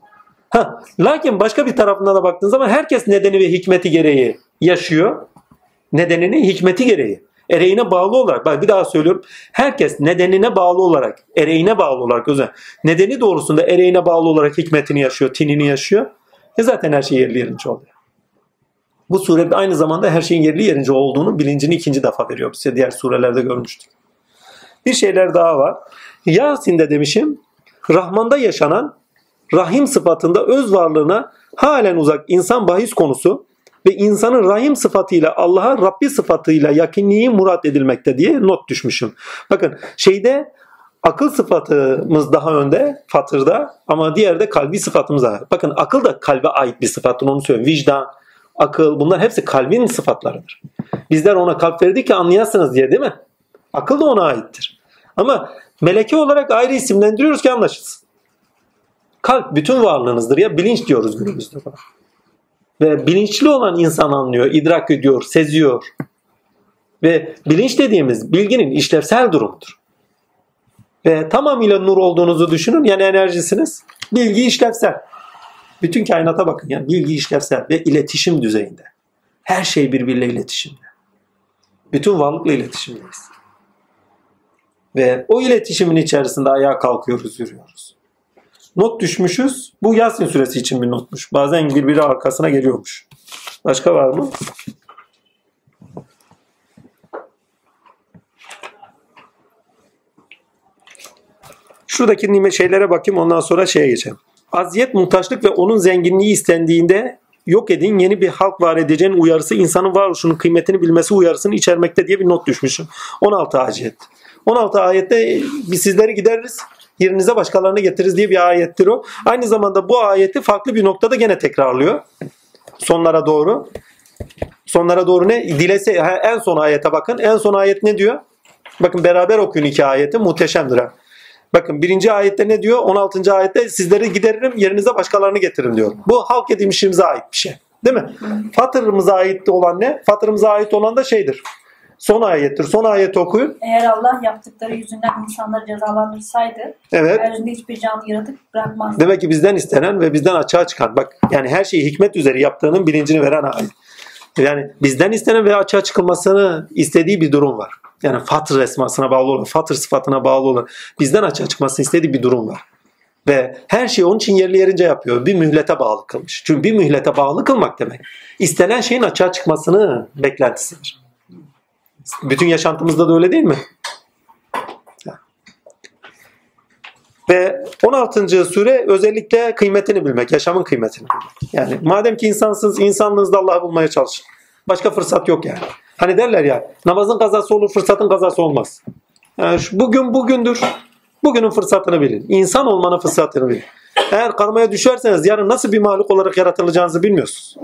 Lakin başka bir tarafına da baktığınız zaman herkes nedeni ve hikmeti gereği yaşıyor. Nedenini, hikmeti gereği. Ereğine bağlı olarak, bak bir daha söylüyorum. Herkes nedenine bağlı olarak, ereğine bağlı olarak, nedeni doğrusunda ereğine bağlı olarak hikmetini yaşıyor, tinini yaşıyor. Zaten her şey yerli yerince oluyor. Bu sure aynı zamanda her şeyin yerli yerince olduğunu bilincini ikinci defa veriyor. Size diğer surelerde görmüştük. Bir şeyler daha var. Yasin'de demişim, Rahman'da yaşanan Rahim sıfatında öz varlığına halen uzak insan bahis konusu ve insanın Rahim sıfatıyla Allah'a Rabbi sıfatıyla yakınlığı murat edilmekte diye not düşmüşüm. Bakın akıl sıfatımız daha önde fatırda ama diğerde kalbi sıfatımız var. Bakın akıl da kalbe ait bir sıfattır, onu söyleyeyim. Vicdan, akıl, bunlar hepsi kalbin sıfatlarıdır. Bizler ona kalp verdik ki anlayasınız diye, değil mi? Akıl da ona aittir. Ama meleki olarak ayrı isimlendiriyoruz ki anlaşılsın. Kalp bütün varlığınızdır ya, bilinç diyoruz günümüzde buna. Ve bilinçli olan insan anlıyor, idrak ediyor, seziyor. Ve bilinç dediğimiz bilginin işlevsel durumudur. Ve tamamıyla nur olduğunuzu düşünün, yani enerjisiniz. Bilgi işlevsel. Bütün kainata bakın, yani bilgi işlevsel ve iletişim düzeyinde. Her şey birbiriyle iletişimde. Bütün varlıkla iletişimdeyiz. Ve o iletişimin içerisinde ayağa kalkıyoruz, yürüyoruz. Not düşmüşüz. Bu Yasin suresi için bir notmuş. Bazen birbiri arkasına geliyormuş. Başka var mı? Şuradaki şeylere bakayım, ondan sonra şeye geçelim. Aziyet, muhtaçlık ve onun zenginliği istendiğinde yok edin, yeni bir halk var edeceğin uyarısı insanın varoluşunun kıymetini bilmesi uyarısını içermekte diye bir not düşmüşüm. 16 ayet. 16 ayette biz sizleri gideriz, yerinize başkalarını getiririz diye bir ayettir o. Aynı zamanda bu ayeti farklı bir noktada gene tekrarlıyor. Sonlara doğru. Sonlara doğru ne? Dilese, en son ayete bakın. En son ayet ne diyor? Bakın beraber okuyun iki ayeti. Muhteşemdir ha. Bakın birinci ayette ne diyor? 16. ayette sizleri gideririm, yerinize başkalarını getiririm diyor. Bu halk edilmişimize ait bir şey. Değil mi? Fatırımıza ait olan ne? Fatırımıza ait olan da şeydir. Son ayettir. Son ayeti okuyun. Eğer Allah yaptıkları yüzünden insanları cezalandırsaydı, evet, yeryüzünde hiçbir canlı yaratık bırakmazdı. Demek ki bizden istenen ve bizden açığa çıkan. Bak yani her şeyi hikmet üzere yaptığının bilincini veren ayet. Yani bizden istenen ve açığa çıkılmasını istediği bir durum var. Yani fatır esmasına bağlı olan, fatır sıfatına bağlı olan, bizden açığa çıkmasını istediği bir durum var. Ve her şeyi onun için yerli yerince yapıyor. Bir mühlete bağlı kılmış. Çünkü bir mühlete bağlı kılmak demek, istenen şeyin açığa çıkmasını beklentisidir. Bütün yaşantımızda da öyle değil mi? Ve 16. sure özellikle kıymetini bilmek, yaşamın kıymetini bilmek. Yani madem ki insansınız, insanlığınızda Allah'ı bulmaya çalışın. Başka fırsat yok yani. Hani derler ya, namazın kazası olur, fırsatın kazası olmaz. Yani bugün bugündür. Bugünün fırsatını bilin. İnsan olmanın fırsatını bilin. Eğer karmaya düşerseniz yarın nasıl bir mahluk olarak yaratılacağınızı bilmiyorsunuz.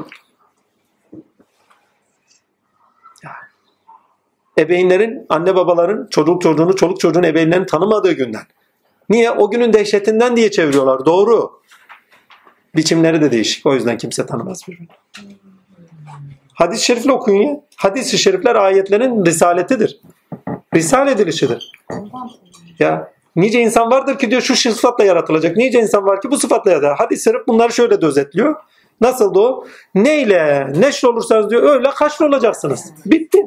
Ebeveynlerin, anne babaların çoluk çocuğun ebeveynlerini tanımadığı günden. Niye? O günün dehşetinden diye çeviriyorlar. Doğru. Biçimleri de değişik. O yüzden kimse tanımaz birbirini. Hadis-i şerifle okuyun ya. Hadis-i şerifler ayetlerin risaletidir. Risale edilişidir. Ya nice insan vardır ki diyor şu sıfatla yaratılacak. Nice insan var ki bu sıfatla yaratılacak. Hadis-i şerif bunları şöyle de özetliyor. Nasıldı o? Neyle neşr olursanız diyor öyle haşr olacaksınız. Bitti.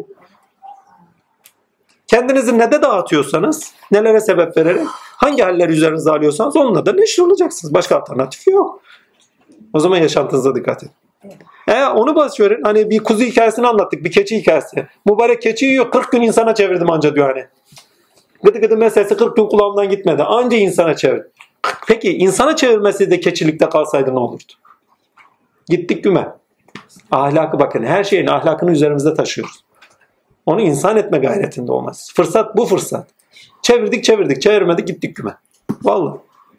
Kendinizi ne de dağıtıyorsanız, nelere sebep vererek, hangi haller üzerinize alıyorsanız onunla da neşr olacaksınız. Başka alternatif yok. O zaman yaşantınıza dikkat edin. Onu baş verin. Hani bir kuzu hikayesini anlattık. Bir keçi hikayesi. Mübarek keçi yiyor. 40 gün insana çevirdim anca diyor hani. Gıdı gıdı meselesi 40 gün kulağımdan gitmedi. Anca insana çevirdim. Peki insana çevirmesi de keçilikte kalsaydı ne olurdu? Gittik güme. Ahlakı bakın, her şeyin ahlakını üzerimizde taşıyoruz. Onu insan etme gayretinde olmaz. Fırsat bu fırsat. Çevirdik, çevirmedik, gittik güme. Vallahi.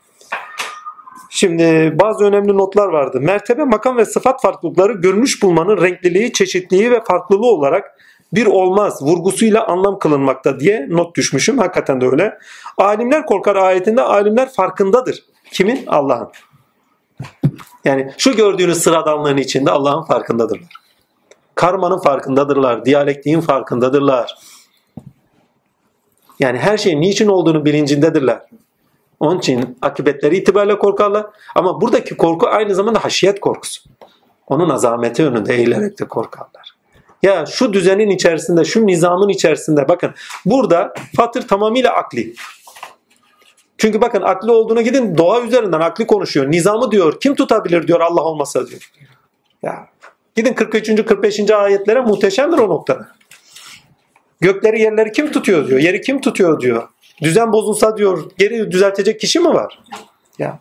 Şimdi bazı önemli notlar vardı. Mertebe, makam ve sıfat farklılıkları görünüş bulmanın renkliliği, çeşitliliği ve farklılığı olarak bir olmaz vurgusuyla anlam kılınmakta diye not düşmüşüm. Hakikaten de öyle. Alimler korkar ayetinde alimler farkındadır. Kimin? Allah'ın. Yani şu gördüğünüz sıradanlığın içinde Allah'ın farkındadırlar. Karmanın farkındadırlar. Diyalektiğin farkındadırlar. Yani her şeyin niçin olduğunu bilincindedirler. Onun için akıbetleri itibariyle korkarlar. Ama buradaki korku aynı zamanda haşiyet korkusu. Onun azameti önünde eğilerek de korkarlar. Ya şu düzenin içerisinde, şu nizamın içerisinde bakın. Burada fatır tamamıyla akli. Çünkü bakın akli olduğuna gidin doğa üzerinden akli konuşuyor. Nizamı diyor kim tutabilir diyor Allah olmasa diyor. Ya gidin 43. 45. ayetlere muhteşemdir o noktada. Gökleri yerleri kim tutuyor diyor. Yeri kim tutuyor diyor. Düzen bozulsa diyor geri düzeltecek kişi mi var? Ya.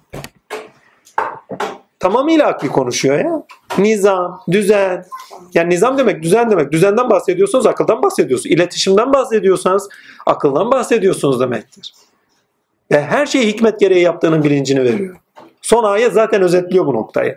Tamamıyla akli konuşuyor ya. Nizam, düzen. Yani nizam demek, düzen demek. Düzenden bahsediyorsanız akıldan bahsediyorsunuz. İletişimden bahsediyorsanız akıldan bahsediyorsunuz demektir. Ve her şeyi hikmet gereği yaptığının bilincini veriyor. Son ayet zaten özetliyor bu noktayı.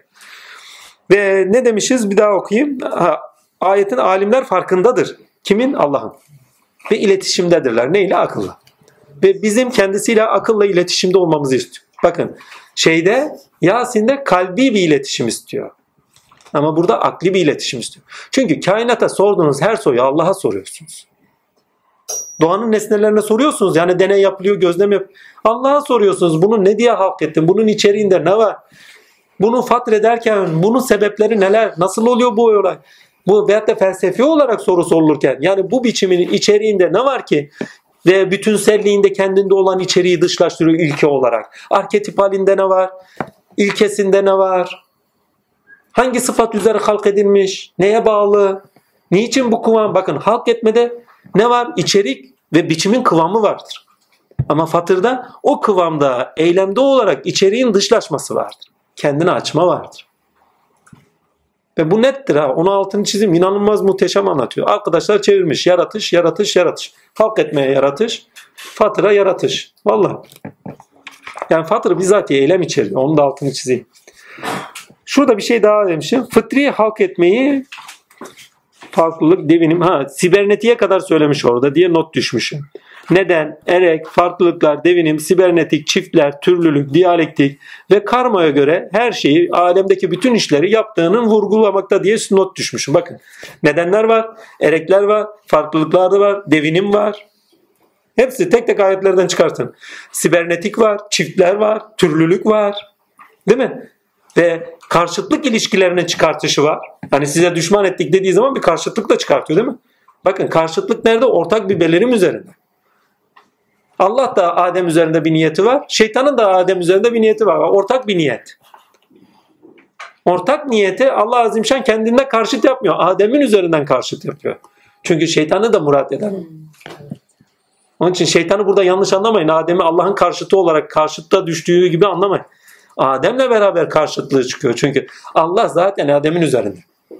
Ve ne demişiz? Bir daha okuyayım. Ayetin alimler farkındadır. Kimin? Allah'ın. Ve iletişimdedirler. Neyle? Akılla. Ve bizim kendisiyle akılla iletişimde olmamızı istiyor. Bakın Yasin'de kalbi bir iletişim istiyor. Ama burada akli bir iletişim istiyor. Çünkü kainata sorduğunuz her soruyu Allah'a soruyorsunuz. Doğanın nesnelerine soruyorsunuz. Yani deney yapılıyor, gözlem yapılıyor. Allah'a soruyorsunuz. Bunu ne diye halk ettin? Bunun içeriğinde ne var? Bunu fatrederken bunun sebepleri neler? Nasıl oluyor bu olay? Bu veyahut da felsefi olarak soru sorulurken yani bu biçimin içeriğinde ne var ki? Ve bütünselliğinde kendinde olan içeriği dışlaştırıyor ilke olarak. Arketip halinde ne var? İlkesinde ne var? Hangi sıfat üzere halk edilmiş? Neye bağlı? Niçin bu kıvam? Bakın halk etmede ne var? İçerik ve biçimin kıvamı vardır. Ama fatırda o kıvamda, eylemde olarak içeriğin dışlaşması vardır. Kendini açma vardır. Ve bu nettir ha. Onu altını çizeyim. İnanılmaz muhteşem anlatıyor. Arkadaşlar çevirmiş. Yaratış, yaratış, yaratış. Halk etmeye yaratış. Fatıra yaratış. Vallahi. Yani fatır bizatihi eylem içeriyor. Onun da altını çizeyim. Şurada bir şey daha demişim. Fıtri halk etmeyi farklılık, devinim. Sibernetiğe kadar söylemiş orada diye not düşmüşüm. Neden, erek, farklılıklar, devinim, sibernetik, çiftler, türlülük, diyalektik ve karmaya göre her şeyi, alemdeki bütün işleri yaptığının vurgulamakta diye not düşmüşüm. Bakın nedenler var, erekler var, farklılıklar da var, devinim var. Hepsi tek tek ayetlerden çıkartın. Sibernetik var, çiftler var, türlülük var. Değil mi? Ve karşıtlık ilişkilerinin çıkartışı var. Hani size düşman ettik dediği zaman bir karşıtlık da çıkartıyor değil mi? Bakın karşıtlık nerede? Ortak bir belirim üzerinde. Allah da Adem üzerinde bir niyeti var. Şeytanın da Adem üzerinde bir niyeti var. Ortak bir niyet. Ortak niyeti Allah Azimşan kendine karşıt yapmıyor. Adem'in üzerinden karşıt yapıyor. Çünkü şeytanı da murat eder. Onun için şeytanı burada yanlış anlamayın. Adem'i Allah'ın karşıtı olarak karşıtta düştüğü gibi anlamayın. Adem'le beraber karşıtlığı çıkıyor. Çünkü Allah zaten Adem'in üzerinde.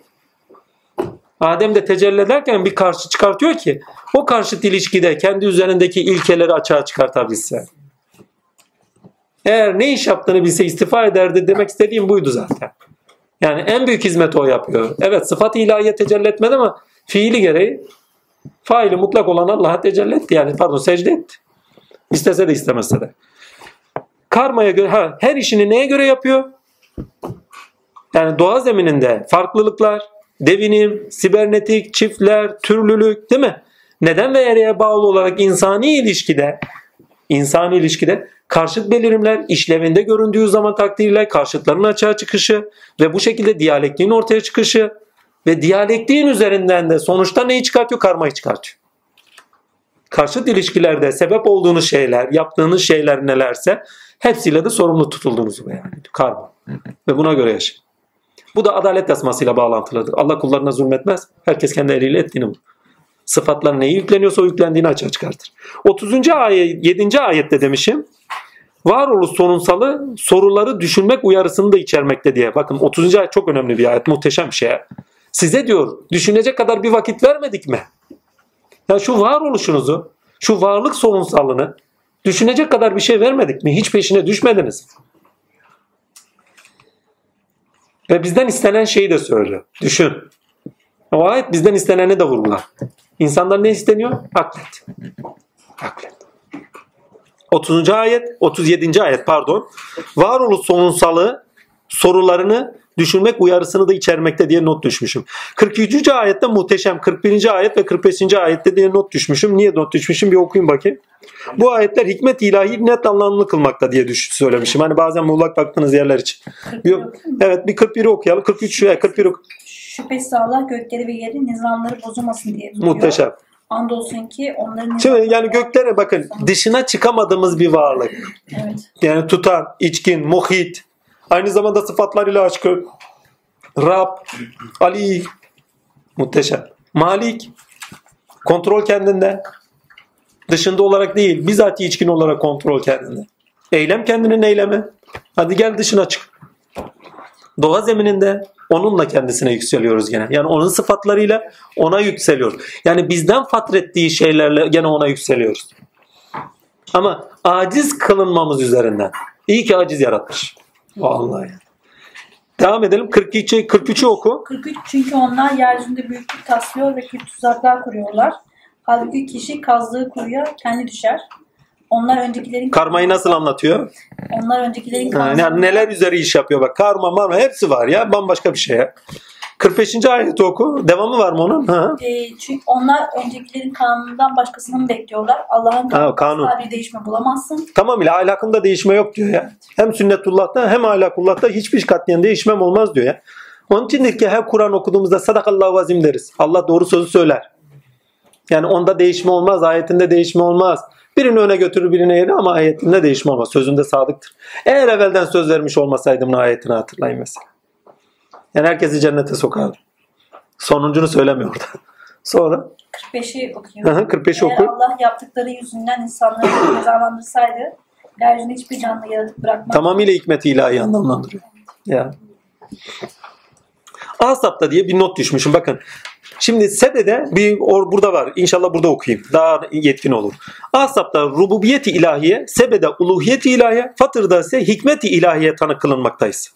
Adem de tecelli ederken bir karşı çıkartıyor ki o karşıt ilişkide kendi üzerindeki ilkeleri açığa çıkartabilse. Eğer ne iş yaptığını bilse istifa ederdi demek istediğim buydu zaten. Yani en büyük hizmeti o yapıyor. Evet sıfat-ı ilahiye tecelli etmedi ama fiili gereği faili mutlak olan Allah'a tecelli etti. Yani secde etti. İstese de istemezse de. Karmaya göre her işini neye göre yapıyor? Yani doğa zemininde farklılıklar, devinim, sibernetik, çiftler, türlülük değil mi? Neden ve ereğe bağlı olarak insani ilişkide karşıt belirimler işlevinde göründüğü zaman takdirle karşıtların açığa çıkışı ve bu şekilde diyalektiğin ortaya çıkışı ve diyalektiğin üzerinden de sonuçta neyi çıkartıyor? Karmayı çıkartıyor. Karşıt ilişkilerde sebep olduğunuz şeyler, yaptığınız şeyler nelerse hepsiyle de sorumlu tutulduğunuzu beyan ediyor. Karma. Ve buna göre yaşayın. Bu da adalet yasmasıyla bağlantılıdır. Allah kullarına zulmetmez. Herkes kendi eliyle ettiğini bulur. Sıfatlar neyi yükleniyorsa o yüklendiğini açığa çıkartır. 30. ayet, 7. ayette demişim. Varoluş sorunsalı soruları düşünmek uyarısını da içermekte diye. Bakın 30. ayet çok önemli bir ayet. Muhteşem bir şey. Size diyor düşünecek kadar bir vakit vermedik mi? Ya şu varoluşunuzu, şu varlık sorunsalını düşünecek kadar bir şey vermedik mi? Hiç peşine düşmediniz. Ve bizden istenen şeyi de söylüyor. Düşün. O ayet bizden isteneni de vurgular. İnsanlar ne isteniyor? Aklet. Aklet. 30. ayet, 37. ayet pardon. Varoluş sorunsalı sorularını düşünmek uyarısını da içermekte diye not düşmüşüm. 43. ayette muhteşem, 41. ayet ve 45. ayette diye not düşmüşüm. Niye not düşmüşüm? Bir okuyayım bakayım. Bu ayetler hikmet ilahi net anlamlı kılmakta diye söylemişim. Hani bazen muğlak baktığınız yerler için. Evet bir 41'i okuyalım. 43 veya 41 Şüphesiz Allah gökleri ve yeri nizamları bozulmasın diye tutuyor. Muhteşem. Andolsun ki onların Şimdi yani göklere bakın dışına çıkamadığımız bir varlık. Evet. Yani tutan, içkin, muhit. Aynı zamanda sıfatlarıyla aşkı. Rab, Ali, muhteşem. Malik, kontrol kendinde. Dışında olarak değil, bizatihi içkin olarak kontrol kendinde. Eylem kendinin eylemi. Hadi gel dışına çık. Doğa zemininde onunla kendisine yükseliyoruz gene. Yani onun sıfatlarıyla ona yükseliyoruz. Yani bizden fatrettiği şeylerle gene ona yükseliyoruz. Ama aciz kılınmamız üzerinden. İyi ki aciz yaratmış. Vallahi. Devam edelim. 43'ü oku. 43 çünkü onlar yeryüzünde büyüklük taslıyor ve kötü tuzaklar kuruyorlar. Halbuki kişi kazdığı kuyuya kendi düşer. Onlar öncekilerin Karmayı nasıl anlatıyor? Yani neler üzeri iş yapıyor bak. Karma marma hepsi var ya. Bambaşka bir şey ya. 45. ayeti oku. Devamı var mı onun? Çünkü onlar öncekilerin kanunundan başkasını mı bekliyorlar? Allah'ın kanununda bir değişme bulamazsın. Tamamıyla ahlakında değişme yok diyor ya. Hem sünnetullah'ta hem ahlakullah'ta hiçbir katiyen değişmem olmaz diyor ya. Onun içindir ki her Kur'an okuduğumuzda sadakallahu azim deriz. Allah doğru sözü söyler. Yani onda değişme olmaz, ayetinde değişme olmaz. Birini öne götürür, birine yeri ama ayetinde değişme olmaz. Sözünde sadıktır. Eğer evvelden söz vermiş olmasaydım ayetini hatırlayın mesela. Yani herkesi cennete sokardı. Sonuncunu söylemiyor orada. Sonra 45'i okuyor. 45'i Eğer oku. Allah yaptıkları yüzünden insanları cezalandırsaydı yeryüzünde hiçbir canlı yaratıp bırakmaz. Tamamıyla hikmet-i ilahi anlamlandırıyor. Ya. Asap'ta diye bir not düşmüşüm. Bakın. Şimdi Sebe'de burada var. İnşallah burada okuyayım. Daha yetkin olur. Asap'ta rububiyeti ilahiye, Sebe'de uluhiyeti ilahiye, Fatır'da ise hikmeti ilahiye tanık kılınmaktayız.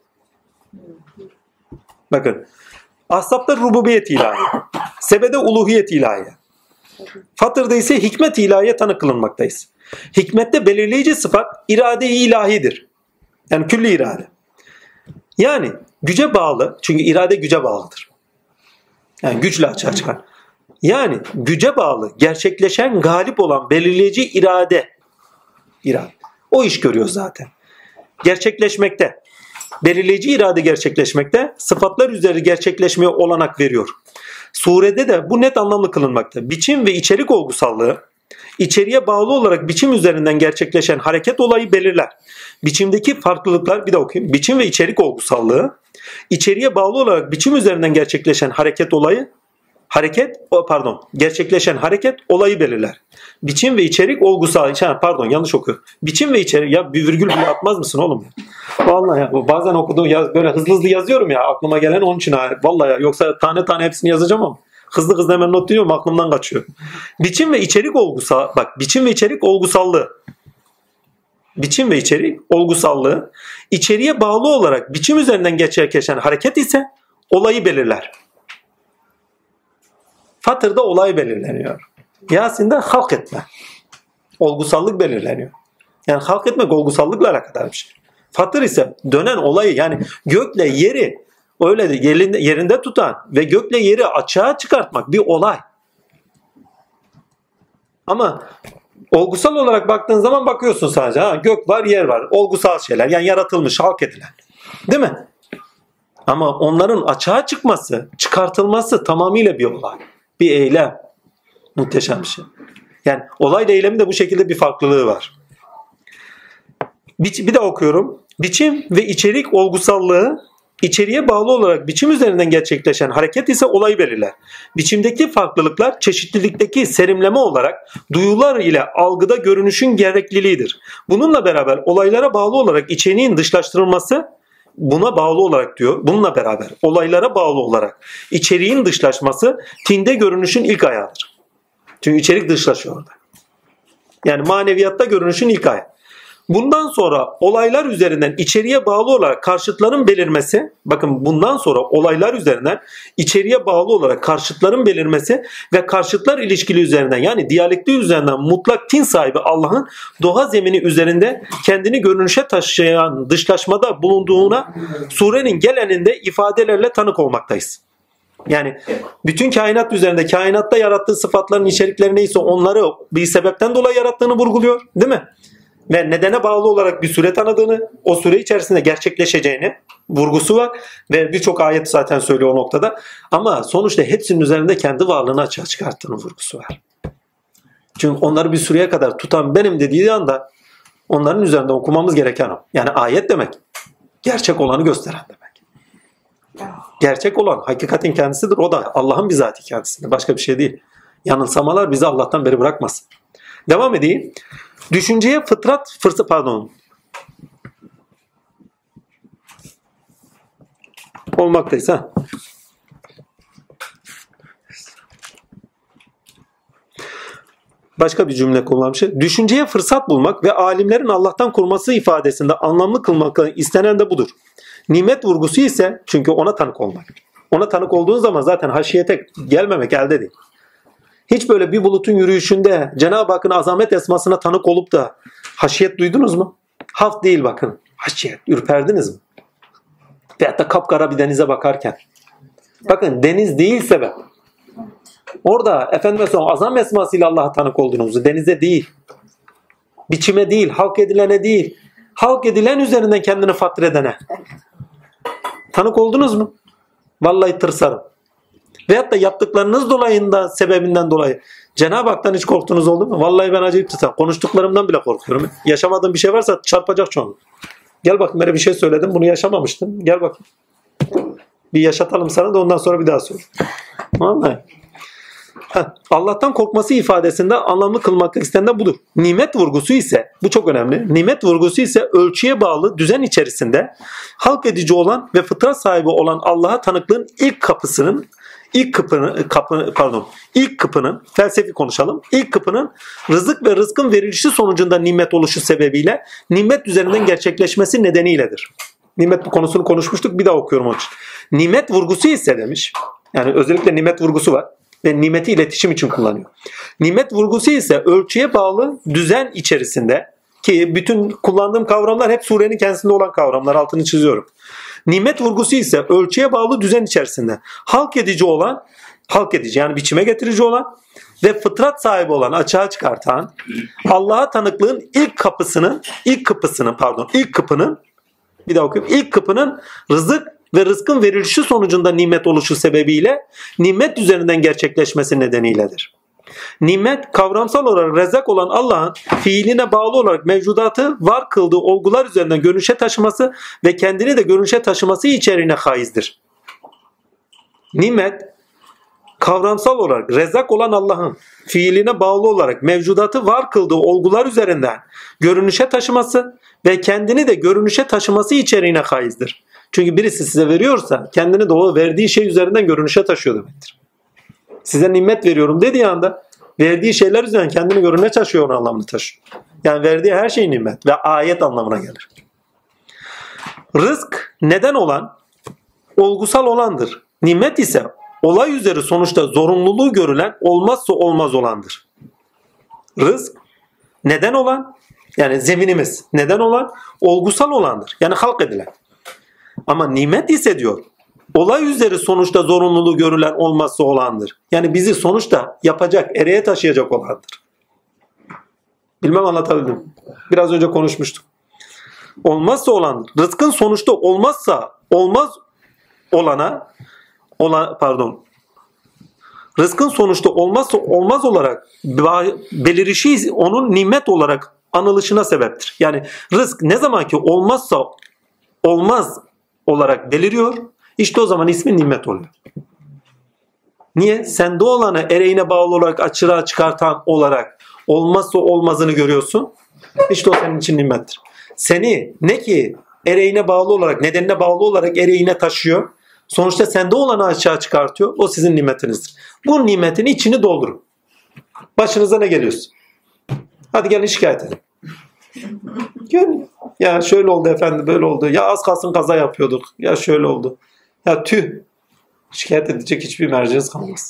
Bakın. Asap'ta rububiyeti ilahiye, Sebe'de uluhiyeti ilahiye, Fatır'da ise hikmet-i ilahiye tanık kılınmaktayız. Hikmette belirleyici sıfat irade-i ilahidir. Yani külli irade. Yani güce bağlı. Çünkü irade güce bağlıdır. Yani güçle açığa çıkar. Yani güce bağlı, gerçekleşen, galip olan belirleyici irade. O iş görüyor zaten. Gerçekleşmekte. Belirleyici irade gerçekleşmekte, sıfatlar üzeri gerçekleşmeye olanak veriyor. Surede de bu net anlamlı kılınmakta. Biçim ve içerik olgusallığı, içeriye bağlı olarak biçim üzerinden gerçekleşen hareket olayı belirler. Biçimdeki farklılıklar, bir de okuyayım. Biçim ve içerik olgusallığı, içeriye bağlı olarak biçim üzerinden gerçekleşen gerçekleşen hareket olayı belirler. Biçim ve içerik olgusal, yanlış okuyor. Biçim ve içerik, ya bir virgül bile atmaz mısın oğlum? Vallahi ya, bazen okuduğum böyle hızlı yazıyorum ya, aklıma gelen onun için vallahi ya, yoksa tane tane hepsini yazacağım ama hızlı hemen not diyorum, aklımdan kaçıyor. Biçim ve içerik olgusallığı. Biçim ve içerik olgusallığı, içeriye bağlı olarak biçim üzerinden gerçekleşen hareket ise olayı belirler. Fatır'da olay belirleniyor. Yasin'de halk etme. Olgusallık belirleniyor. Yani halk etmek olgusallıkla alakadar bir şey. Fatır ise dönen olayı, yani gökle yeri öyle yerinde tutan ve gökle yeri açığa çıkartmak bir olay. Ama olgusal olarak baktığın zaman bakıyorsun sadece gök var, yer var. Olgusal şeyler, yani yaratılmış, halk edilen. Değil mi? Ama onların açığa çıkması, çıkartılması tamamıyla bir olay. Bir eylem. Muhteşem bir şey. Yani olayla eylemin de bu şekilde bir farklılığı var. Bir de okuyorum. Biçim ve içerik olgusallığı, içeriye bağlı olarak biçim üzerinden gerçekleşen hareket ise olayı belirler. Biçimdeki farklılıklar çeşitlilikteki serimleme olarak duyular ile algıda görünüşün gerekliliğidir. Bununla beraber olaylara bağlı olarak içeriğin dışlaştırılması buna bağlı olarak diyor, bununla beraber olaylara bağlı olarak içeriğin dışlaşması tinde görünüşün ilk ayağıdır. Çünkü içerik dışlaşıyor orada. Yani maneviyatta görünüşün ilk ayağı. Bundan sonra olaylar üzerinden içeriye bağlı olarak karşıtların belirmesi, bakın bundan sonra olaylar üzerinden içeriye bağlı olarak karşıtların belirmesi ve karşıtlar ilişkili üzerinden yani diyalektiği üzerinden mutlak tin sahibi Allah'ın doğa zemini üzerinde kendini görünüşe taşıyan dışlaşmada bulunduğuna surenin geleninde ifadelerle tanık olmaktayız. Yani bütün kainat üzerinde kainatta yarattığı sıfatların içerikleri neyse onları bir sebepten dolayı yarattığını vurguluyor, değil mi? Ve nedene bağlı olarak bir süre tanıdığını, o süre içerisinde gerçekleşeceğini vurgusu var ve birçok ayet zaten söylüyor o noktada. Ama sonuçta hepsinin üzerinde kendi varlığını açığa çıkarttığını vurgusu var. Çünkü onları bir süreye kadar tutan benim dediği anda onların üzerinde okumamız gereken o. Yani ayet demek gerçek olanı gösteren demek. Gerçek olan hakikatin kendisidir. O da Allah'ın bizatihi kendisidir. Başka bir şey değil. Yanılsamalar bizi Allah'tan beri bırakmasın. Devam edeyim. Düşünceye olmaktayız. Başka bir cümle kullanmışım. Düşünceye fırsat bulmak ve alimlerin Allah'tan kurması ifadesinde anlamlı kılmak istenen de budur. Nimet vurgusu ise çünkü ona tanık olmak. Ona tanık olduğun zaman zaten haşiyete gelmemek elde değil. Hiç böyle bir bulutun yürüyüşünde Cenab-ı Hakk'ın azamet esmasına tanık olup da haşiyet duydunuz mu? Haf değil bakın. Haşiyet. Ürperdiniz mi? Veyahut da kapkara bir denize bakarken. Bakın deniz değil sebep. Orada efendime söyleyeyim azam esmasıyla Allah'a tanık olduğunuzu denize değil. Biçime değil. Halk edilene değil. Halk edilen üzerinden kendini fakredene. Tanık oldunuz mu? Vallahi tırsarım. Veyahut da yaptıklarınız dolayında sebebinden dolayı Cenab-ı Hak'tan hiç korktunuz oldu mu? Vallahi ben acayip tırsarım. Konuştuklarımdan bile korkuyorum. Yaşamadığım bir şey varsa çarpacak çoğunluk. Gel bakayım böyle bir şey söyledim. Bunu yaşamamıştım. Gel bakayım. Bir yaşatalım sana da ondan sonra bir daha söyle. Vallahi. Allah'tan korkması ifadesinde anlamlı kılmak istenen budur. Nimet vurgusu ise, bu çok önemli. Nimet vurgusu ise ölçüye bağlı düzen içerisinde halk edici olan ve fıtrat sahibi olan Allah'a tanıklığın ilk kapının felsefi konuşalım. İlk kapının rızık ve rızkın verilişi sonucunda nimet oluşu sebebiyle nimet üzerinden gerçekleşmesi nedeniyledir. Nimet konusunu konuşmuştuk. Bir daha okuyorum onun için. Nimet vurgusu ise demiş. Yani özellikle nimet vurgusu var. Ve nimeti iletişim için kullanıyor. Nimet vurgusu ise ölçüye bağlı düzen içerisinde ki bütün kullandığım kavramlar hep surenin kendisinde olan kavramlar altını çiziyorum. Nimet vurgusu ise ölçüye bağlı düzen içerisinde halk edici yani biçime getirici olan ve fıtrat sahibi olan açığa çıkartan Allah'a tanıklığın ilk kapının rızık ve rızkın verilişi sonucunda nimet oluşu sebebiyle nimet üzerinden gerçekleşmesi nedeniyledir. Nimet kavramsal olarak rezzak olan Allah'ın fiiline bağlı olarak mevcudatı var kıldığı olgular üzerinden görünüşe taşıması ve kendini de görünüşe taşıması içeriğine haizdir. Nimet kavramsal olarak rezzak olan Allah'ın fiiline bağlı olarak mevcudatı var kıldığı olgular üzerinden görünüşe taşıması ve kendini de görünüşe taşıması içeriğine haizdir. Çünkü birisi size veriyorsa kendini de o verdiği şey üzerinden görünüşe taşıyor demektir. Size nimet veriyorum dediği anda verdiği şeyler üzerinden kendini görünüşe taşıyor anlamını taşıyor. Yani verdiği her şey nimet ve ayet anlamına gelir. Rızk neden olan, olgusal olandır. Nimet ise olay üzeri sonuçta zorunluluğu görülen olmazsa olmaz olandır. Rızk neden olan, yani zeminimiz neden olan, olgusal olandır. Yani halk edilen. Ama nimet ise diyor, olay üzeri sonuçta zorunluluğu görülen olmazsa olandır. Yani bizi sonuçta yapacak, ereğe taşıyacak olandır. Bilmem anlatabildim. Biraz önce konuşmuştuk. Olmazsa olandır. Rızkın sonuçta Rızkın sonuçta olmazsa olmaz olarak belirişi onun nimet olarak anılışına sebeptir. Yani rızk ne zaman ki olmazsa olmaz olarak beliriyor, işte o zaman ismi nimet oluyor. Niye? Sende olanı ereğine bağlı olarak açığa çıkartan olarak olmazsa olmazını görüyorsun. İşte o senin için nimettir. Seni ne ki ereğine bağlı olarak, nedenine bağlı olarak ereğine taşıyor. Sonuçta sende olanı aşağı çıkartıyor. O sizin nimetinizdir. Bu nimetin içini doldurun. Başınıza ne geliyorsa. Hadi gelin şikayet edin. Gelin. Ya şöyle oldu efendim, böyle oldu. Ya az kalsın kaza yapıyorduk. Ya şöyle oldu. Ya tüh. Şikayet edecek hiçbir merceğiniz kalmaz.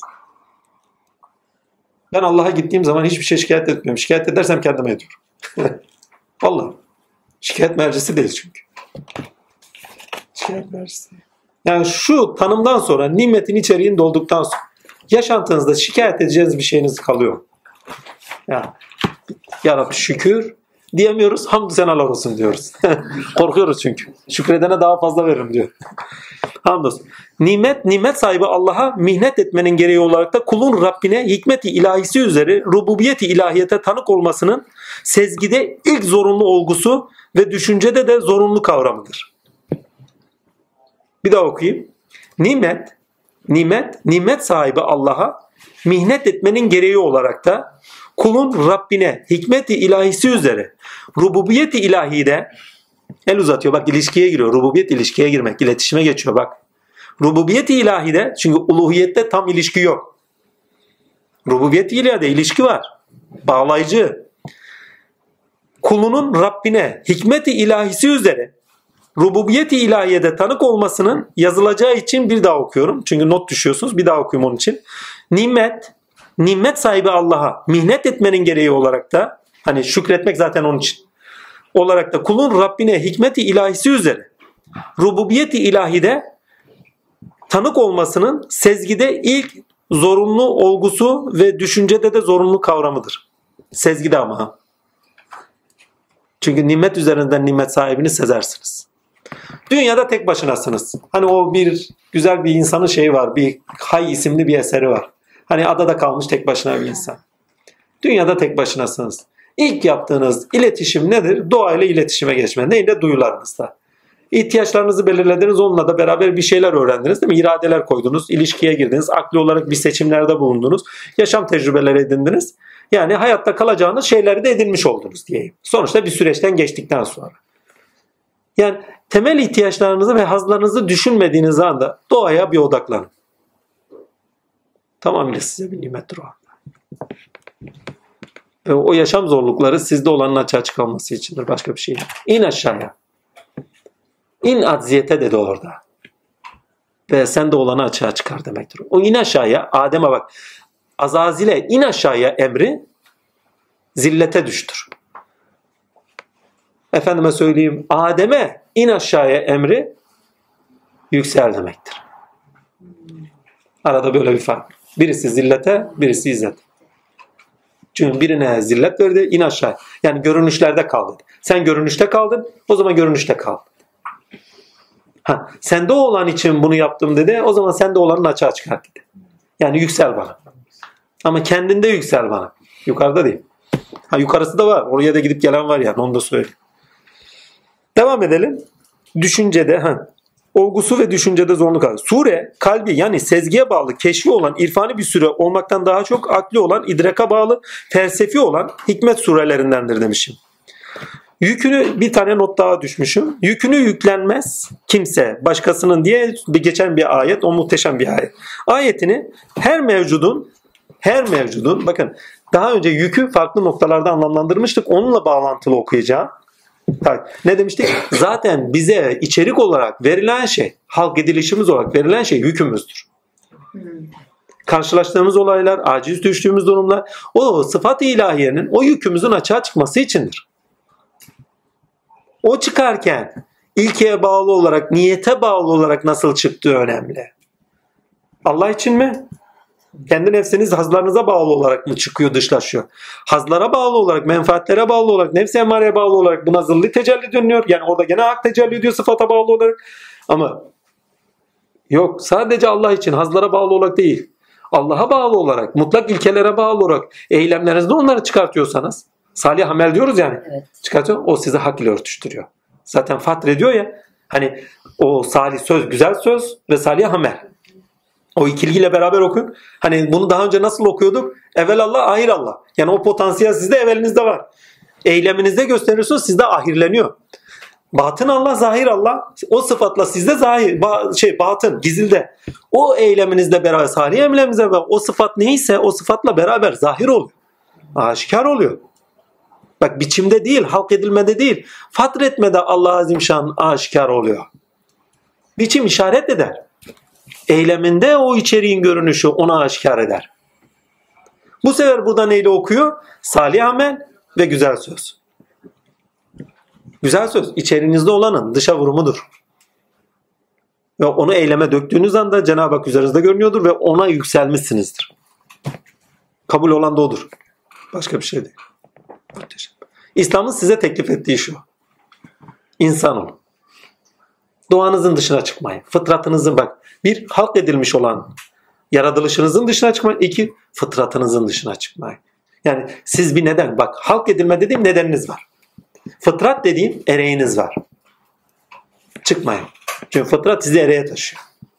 Ben Allah'a gittiğim zaman hiçbir şey şikayet etmiyorum. Şikayet edersem kendime ediyorum. Vallahi. Şikayet mercisi değil çünkü. Şikayet mercisi. Yani şu tanımdan sonra, nimetin içeriğini dolduktan sonra yaşantınızda şikayet edeceğiniz bir şeyiniz kalıyor. Yani, ya Rabbi şükür diyemiyoruz. Hamdü senalar olsun diyoruz. Korkuyoruz çünkü. Şükredene daha fazla veririm diyor. Hamdolsun. Nimet sahibi Allah'a mihnet etmenin gereği olarak da kulun Rabbine hikmet-i ilahisi üzere rububiyet-i ilahiyete tanık olmasının sezgide ilk zorunlu olgusu ve düşüncede de zorunlu kavramıdır. Bir daha okuyayım. Nimet sahibi Allah'a mihnet etmenin gereği olarak da kulun Rabbine hikmet-i ilahisi üzere rububiyet-i ilahide el uzatıyor. Bak ilişkiye giriyor. Rububiyet ilişkiye girmek. İletişime geçiyor bak. Rububiyet-i ilahide çünkü uluhiyette tam ilişki yok. Rububiyet-i ilahide ilişki var. Bağlayıcı. Kulunun Rabbine hikmet-i ilahisi üzere rububiyet-i ilahiyede tanık olmasının yazılacağı için bir daha okuyorum. Çünkü not düşüyorsunuz. Bir daha okuyayım onun için. Nimet sahibi Allah'a mihnet etmenin gereği olarak da hani şükretmek zaten onun için olarak da kulun Rabbine hikmet-i ilahisi üzere rububiyet-i ilahide tanık olmasının sezgide ilk zorunlu olgusu ve düşüncede de zorunlu kavramıdır. Sezgide ama. Çünkü nimet üzerinden nimet sahibini sezersiniz. Dünyada tek başınasınız. Hani o bir güzel bir insanın şeyi var. Bir Hay isimli bir eseri var. Hani adada kalmış tek başına bir insan. Dünyada tek başınasınız. İlk yaptığınız iletişim nedir? Doğayla iletişime geçme. Neyle? Duyularınızla. İhtiyaçlarınızı belirlediniz. Onunla da beraber bir şeyler öğrendiniz değil mi? İradeler koydunuz. İlişkiye girdiniz. Akli olarak bir seçimlerde bulundunuz. Yaşam tecrübeleri edindiniz. Yani hayatta kalacağınız şeyleri de edinmiş oldunuz diyeyim. Sonuçta bir süreçten geçtikten sonra. Yani temel ihtiyaçlarınızı ve hazlarınızı düşünmediğiniz anda doğaya bir odaklanın. Tamamıyla size bir nimettir o anda. Ve o yaşam zorlukları sizde olanın açığa çıkarması içindir. Başka bir şey değil. İn aşağıya. İn acziyete dedi orada. Ve sen de olanı açığa çıkar demektir. O in aşağıya, Adem'e bak. Azazil'e in aşağıya emri zillete düştür. Efendime söyleyeyim, Adem'e in aşağıya emri yüksel demektir. Arada böyle bir fark. Birisi zillete, birisi izzet. Çünkü birine zillet verdi, in aşağı. Yani görünüşlerde kal dedi. Sen görünüşte kaldın, o zaman görünüşte kal. Sende olan için bunu yaptım dedi, o zaman sende olanın açığa çıkar dedi. Yani yüksel bana. Ama kendinde yüksel bana. Yukarıda değil. Yukarısı da var. Oraya da gidip gelen var yani, onu da söyleyeyim. Devam edelim. Düşüncede, olgusu ve düşüncede zorunlu kalır. Sure, kalbi yani sezgiye bağlı, keşfi olan, irfani bir süre olmaktan daha çok akli olan, idraka bağlı, felsefi olan hikmet surelerindendir demişim. Yükünü, bir tane not daha düşmüşüm. Yükünü yüklenmez kimse başkasının diye geçen bir ayet, o muhteşem bir ayet. Ayetini her mevcudun, bakın daha önce yükü farklı noktalarda anlamlandırmıştık. Onunla bağlantılı okuyacağım. Ne demiştik? Zaten bize içerik olarak verilen şey, halk edilişimiz olarak verilen şey yükümüzdür. Karşılaştığımız olaylar, aciz düştüğümüz durumlar, o sıfat-ı ilahiyenin o yükümüzün açığa çıkması içindir. O çıkarken ilkeye bağlı olarak, niyete bağlı olarak nasıl çıktığı önemli. Allah için mi? Kendi nefsiniz hazlarınıza bağlı olarak mı çıkıyor, dışlaşıyor? Hazlara bağlı olarak, menfaatlere bağlı olarak, nefs-i emmareye bağlı olarak buna zılli tecelli dönüyor. Yani orada gene hak tecelli ediyor sıfata bağlı olarak. Ama yok, sadece Allah için hazlara bağlı olarak değil. Allah'a bağlı olarak, mutlak ilkelere bağlı olarak eylemlerinizde onları çıkartıyorsanız, salih amel diyoruz yani. Evet. Çıkartıyor, o sizi hak ile örtüştürüyor. Zaten fatrediyor ya, hani o salih söz, güzel söz ve salih amel. O ikiliyle beraber okuyun. Hani bunu daha önce nasıl okuyorduk? Evvel Allah, ahir Allah. Yani o potansiyel sizde, evvelinizde var. Eyleminizde gösteriyorsunuz, sizde ahirleniyor. Batın Allah, zahir Allah. O sıfatla sizde zahir, batın, gizilde. O eyleminizle beraber, salih eyleminizle beraber o sıfat neyse o sıfatla beraber zahir oluyor. Aşikar oluyor. Bak biçimde değil, halk edilmede değil. Fatretmede Allah Azimşan aşikar oluyor. Biçim işaret eder. Eyleminde o içeriğin görünüşü ona aşikar eder. Bu sefer burada neyle okuyor? Salih amel ve güzel söz. Güzel söz içerinizde olanın dışa vurumudur. Ve onu eyleme döktüğünüz anda Cenab-ı Hak üzerinizde görünüyordur ve ona yükselmişsinizdir. Kabul olan da odur. Başka bir şey değil. Muhteşem. İslam'ın size teklif ettiği şu. İnsan olun. Doğanızın dışına çıkmayın. Fıtratınızın bak. Bir, halk edilmiş olan yaratılışınızın dışına çıkmayın. İki, fıtratınızın dışına çıkmayın. Yani siz bir neden. Bak halk edilme dediğim nedeniniz var. Fıtrat dediğim ereğiniz var. Çıkmayın. Çünkü fıtrat sizi ereğe taşıyor.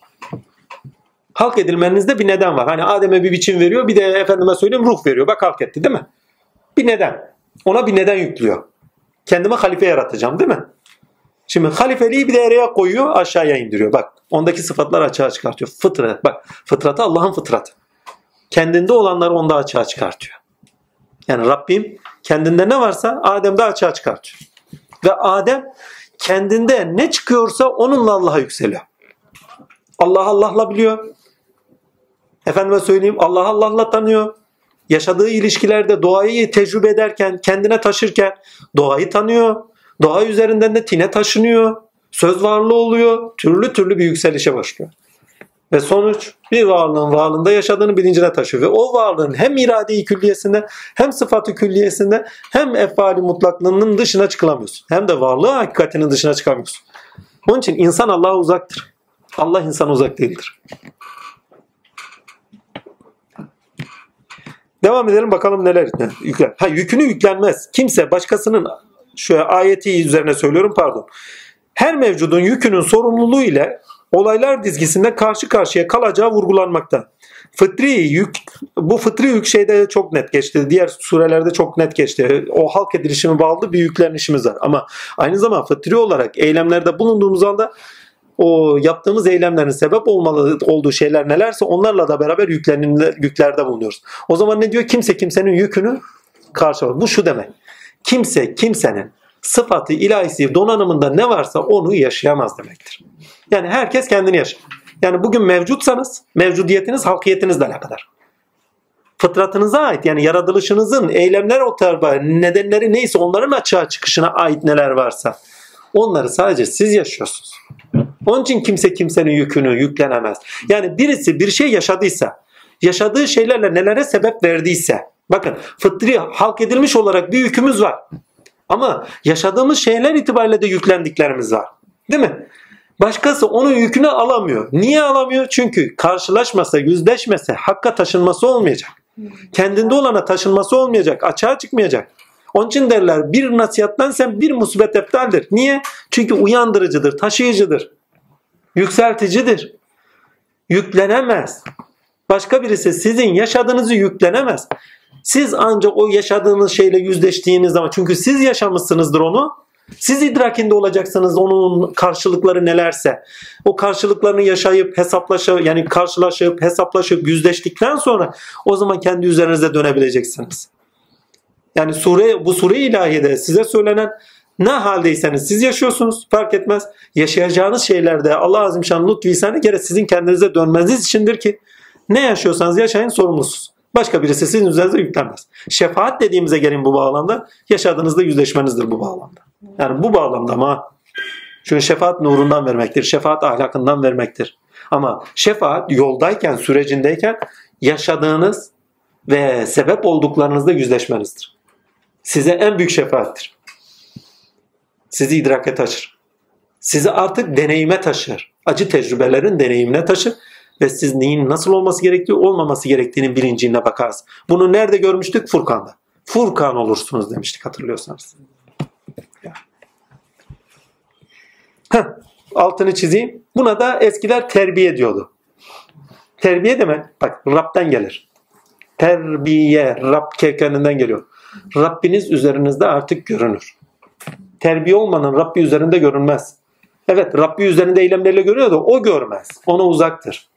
Halk edilmenizde bir neden var. Hani Adem'e bir biçim veriyor, bir de efendime söyleyeyim ruh veriyor. Bak halk etti değil mi? Bir neden. Ona bir neden yüklüyor. Kendime halife yaratacağım değil mi? Şimdi halifeliği bir de ereğe koyuyor, aşağıya indiriyor. Bak ondaki sıfatlar açığa çıkartıyor. Fıtrat. Bak fıtratı Allah'ın fıtratı. Kendinde olanları onda açığa çıkartıyor. Yani Rabbim kendinde ne varsa Adem'de açığa çıkartıyor. Ve Adem kendinde ne çıkıyorsa onunla Allah'a yükseliyor. Allah Allah'la biliyor. Efendime söyleyeyim Allah Allah'la tanıyor. Yaşadığı ilişkilerde doğayı tecrübe ederken, kendine taşırken doğayı tanıyor. Doğa üzerinden de tine taşınıyor. Söz varlığı oluyor. Türlü türlü bir yükselişe başlıyor. Ve sonuç bir varlığın varlığında yaşadığını bilincine taşıyor. Ve o varlığın hem irade-i külliyesinde hem sıfat-ı külliyesinde hem efali mutlaklığının dışına çıkamıyorsun. Hem de varlığı hakikatinin dışına çıkamıyorsun. Onun için insan Allah'a uzaktır. Allah insana uzak değildir. Devam edelim bakalım neler yüklen. Yükünü yüklenmez. Kimse başkasının şu ayeti üzerine söylüyorum pardon. Her mevcudun yükünün sorumluluğu ile olaylar dizgisinde karşı karşıya kalacağı vurgulanmakta. Fıtri yük, bu fıtri yük şeyde çok net geçti. Diğer surelerde çok net geçti. O halk edilişine bağlı bir yüklenişimiz var. Ama aynı zamanda fıtri olarak eylemlerde bulunduğumuz anda o yaptığımız eylemlerin sebep olduğu şeyler nelerse onlarla da beraber yüklerde bulunuyoruz. O zaman ne diyor? Kimse kimsenin yükünü karşılamaz. Bu şu demek. Kimse kimsenin sıfatı ilahisi donanımında ne varsa onu yaşayamaz demektir. Yani herkes kendini yaşar. Yani bugün mevcutsanız mevcudiyetiniz halkiyetinizle alakadar. Fıtratınıza ait yani yaratılışınızın eylemler o tarafa nedenleri neyse onların açığa çıkışına ait neler varsa onları sadece siz yaşıyorsunuz. Onun için kimse kimsenin yükünü yüklenemez. Yani birisi bir şey yaşadıysa, yaşadığı şeylerle nelere sebep verdiyse, bakın fıtri halk edilmiş olarak bir yükümüz var. Ama yaşadığımız şeyler itibariyle de yüklendiklerimiz var. Değil mi? Başkası onun yükünü alamıyor. Niye alamıyor? Çünkü karşılaşmasa, yüzleşmese, hakka taşınması olmayacak. Kendinde olana taşınması olmayacak, açığa çıkmayacak. Onun için derler bir nasihattan sen bir musibet eptaldir. Niye? Çünkü uyandırıcıdır, taşıyıcıdır, yükselticidir. Yüklenemez. Başka birisi sizin yaşadığınızı yüklenemez. Siz ancak o yaşadığınız şeyle yüzleştiğiniz zaman, çünkü siz yaşamışsınızdır onu, siz idrakinde olacaksınız onun karşılıkları nelerse. O karşılıklarını yaşayıp karşılaşıp hesaplaşıp yüzleştikten sonra o zaman kendi üzerinize dönebileceksiniz. Yani bu sure-i ilahiyede size söylenen ne haldeyseniz siz yaşıyorsunuz, fark etmez. Yaşayacağınız şeylerde Allah Azimşan lütfü ihsanı kere sizin kendinize dönmeniz içindir ki ne yaşıyorsanız yaşayın, sorumlusunuz. Başka birisi sizin üzerinize yüklenmez. Şefaat dediğimize gelin bu bağlamda. Yaşadığınızda yüzleşmenizdir bu bağlamda. Yani bu bağlamda ama çünkü şefaat nurundan vermektir. Şefaat ahlakından vermektir. Ama şefaat yoldayken, sürecindeyken yaşadığınız ve sebep olduklarınızda yüzleşmenizdir. Size en büyük şefaattir. Sizi idrake taşır. Sizi artık deneyime taşır. Acı tecrübelerin deneyimine taşır. Ve siz neyin nasıl olması gerektiği, olmaması gerektiğinin bilincine bakarsınız. Bunu nerede görmüştük? Furkan'da. Furkan olursunuz demiştik hatırlıyorsanız. Altını çizeyim. Buna da eskiler terbiye diyordu. Terbiye demek, bak Rab'den gelir. Terbiye, Rab kökeninden geliyor. Rabbiniz üzerinizde artık görünür. Terbiye olmadan Rabbi üzerinde görünmez. Evet, Rabbi üzerinde eylemleriyle görüyor da o görmez. Ona uzaktır.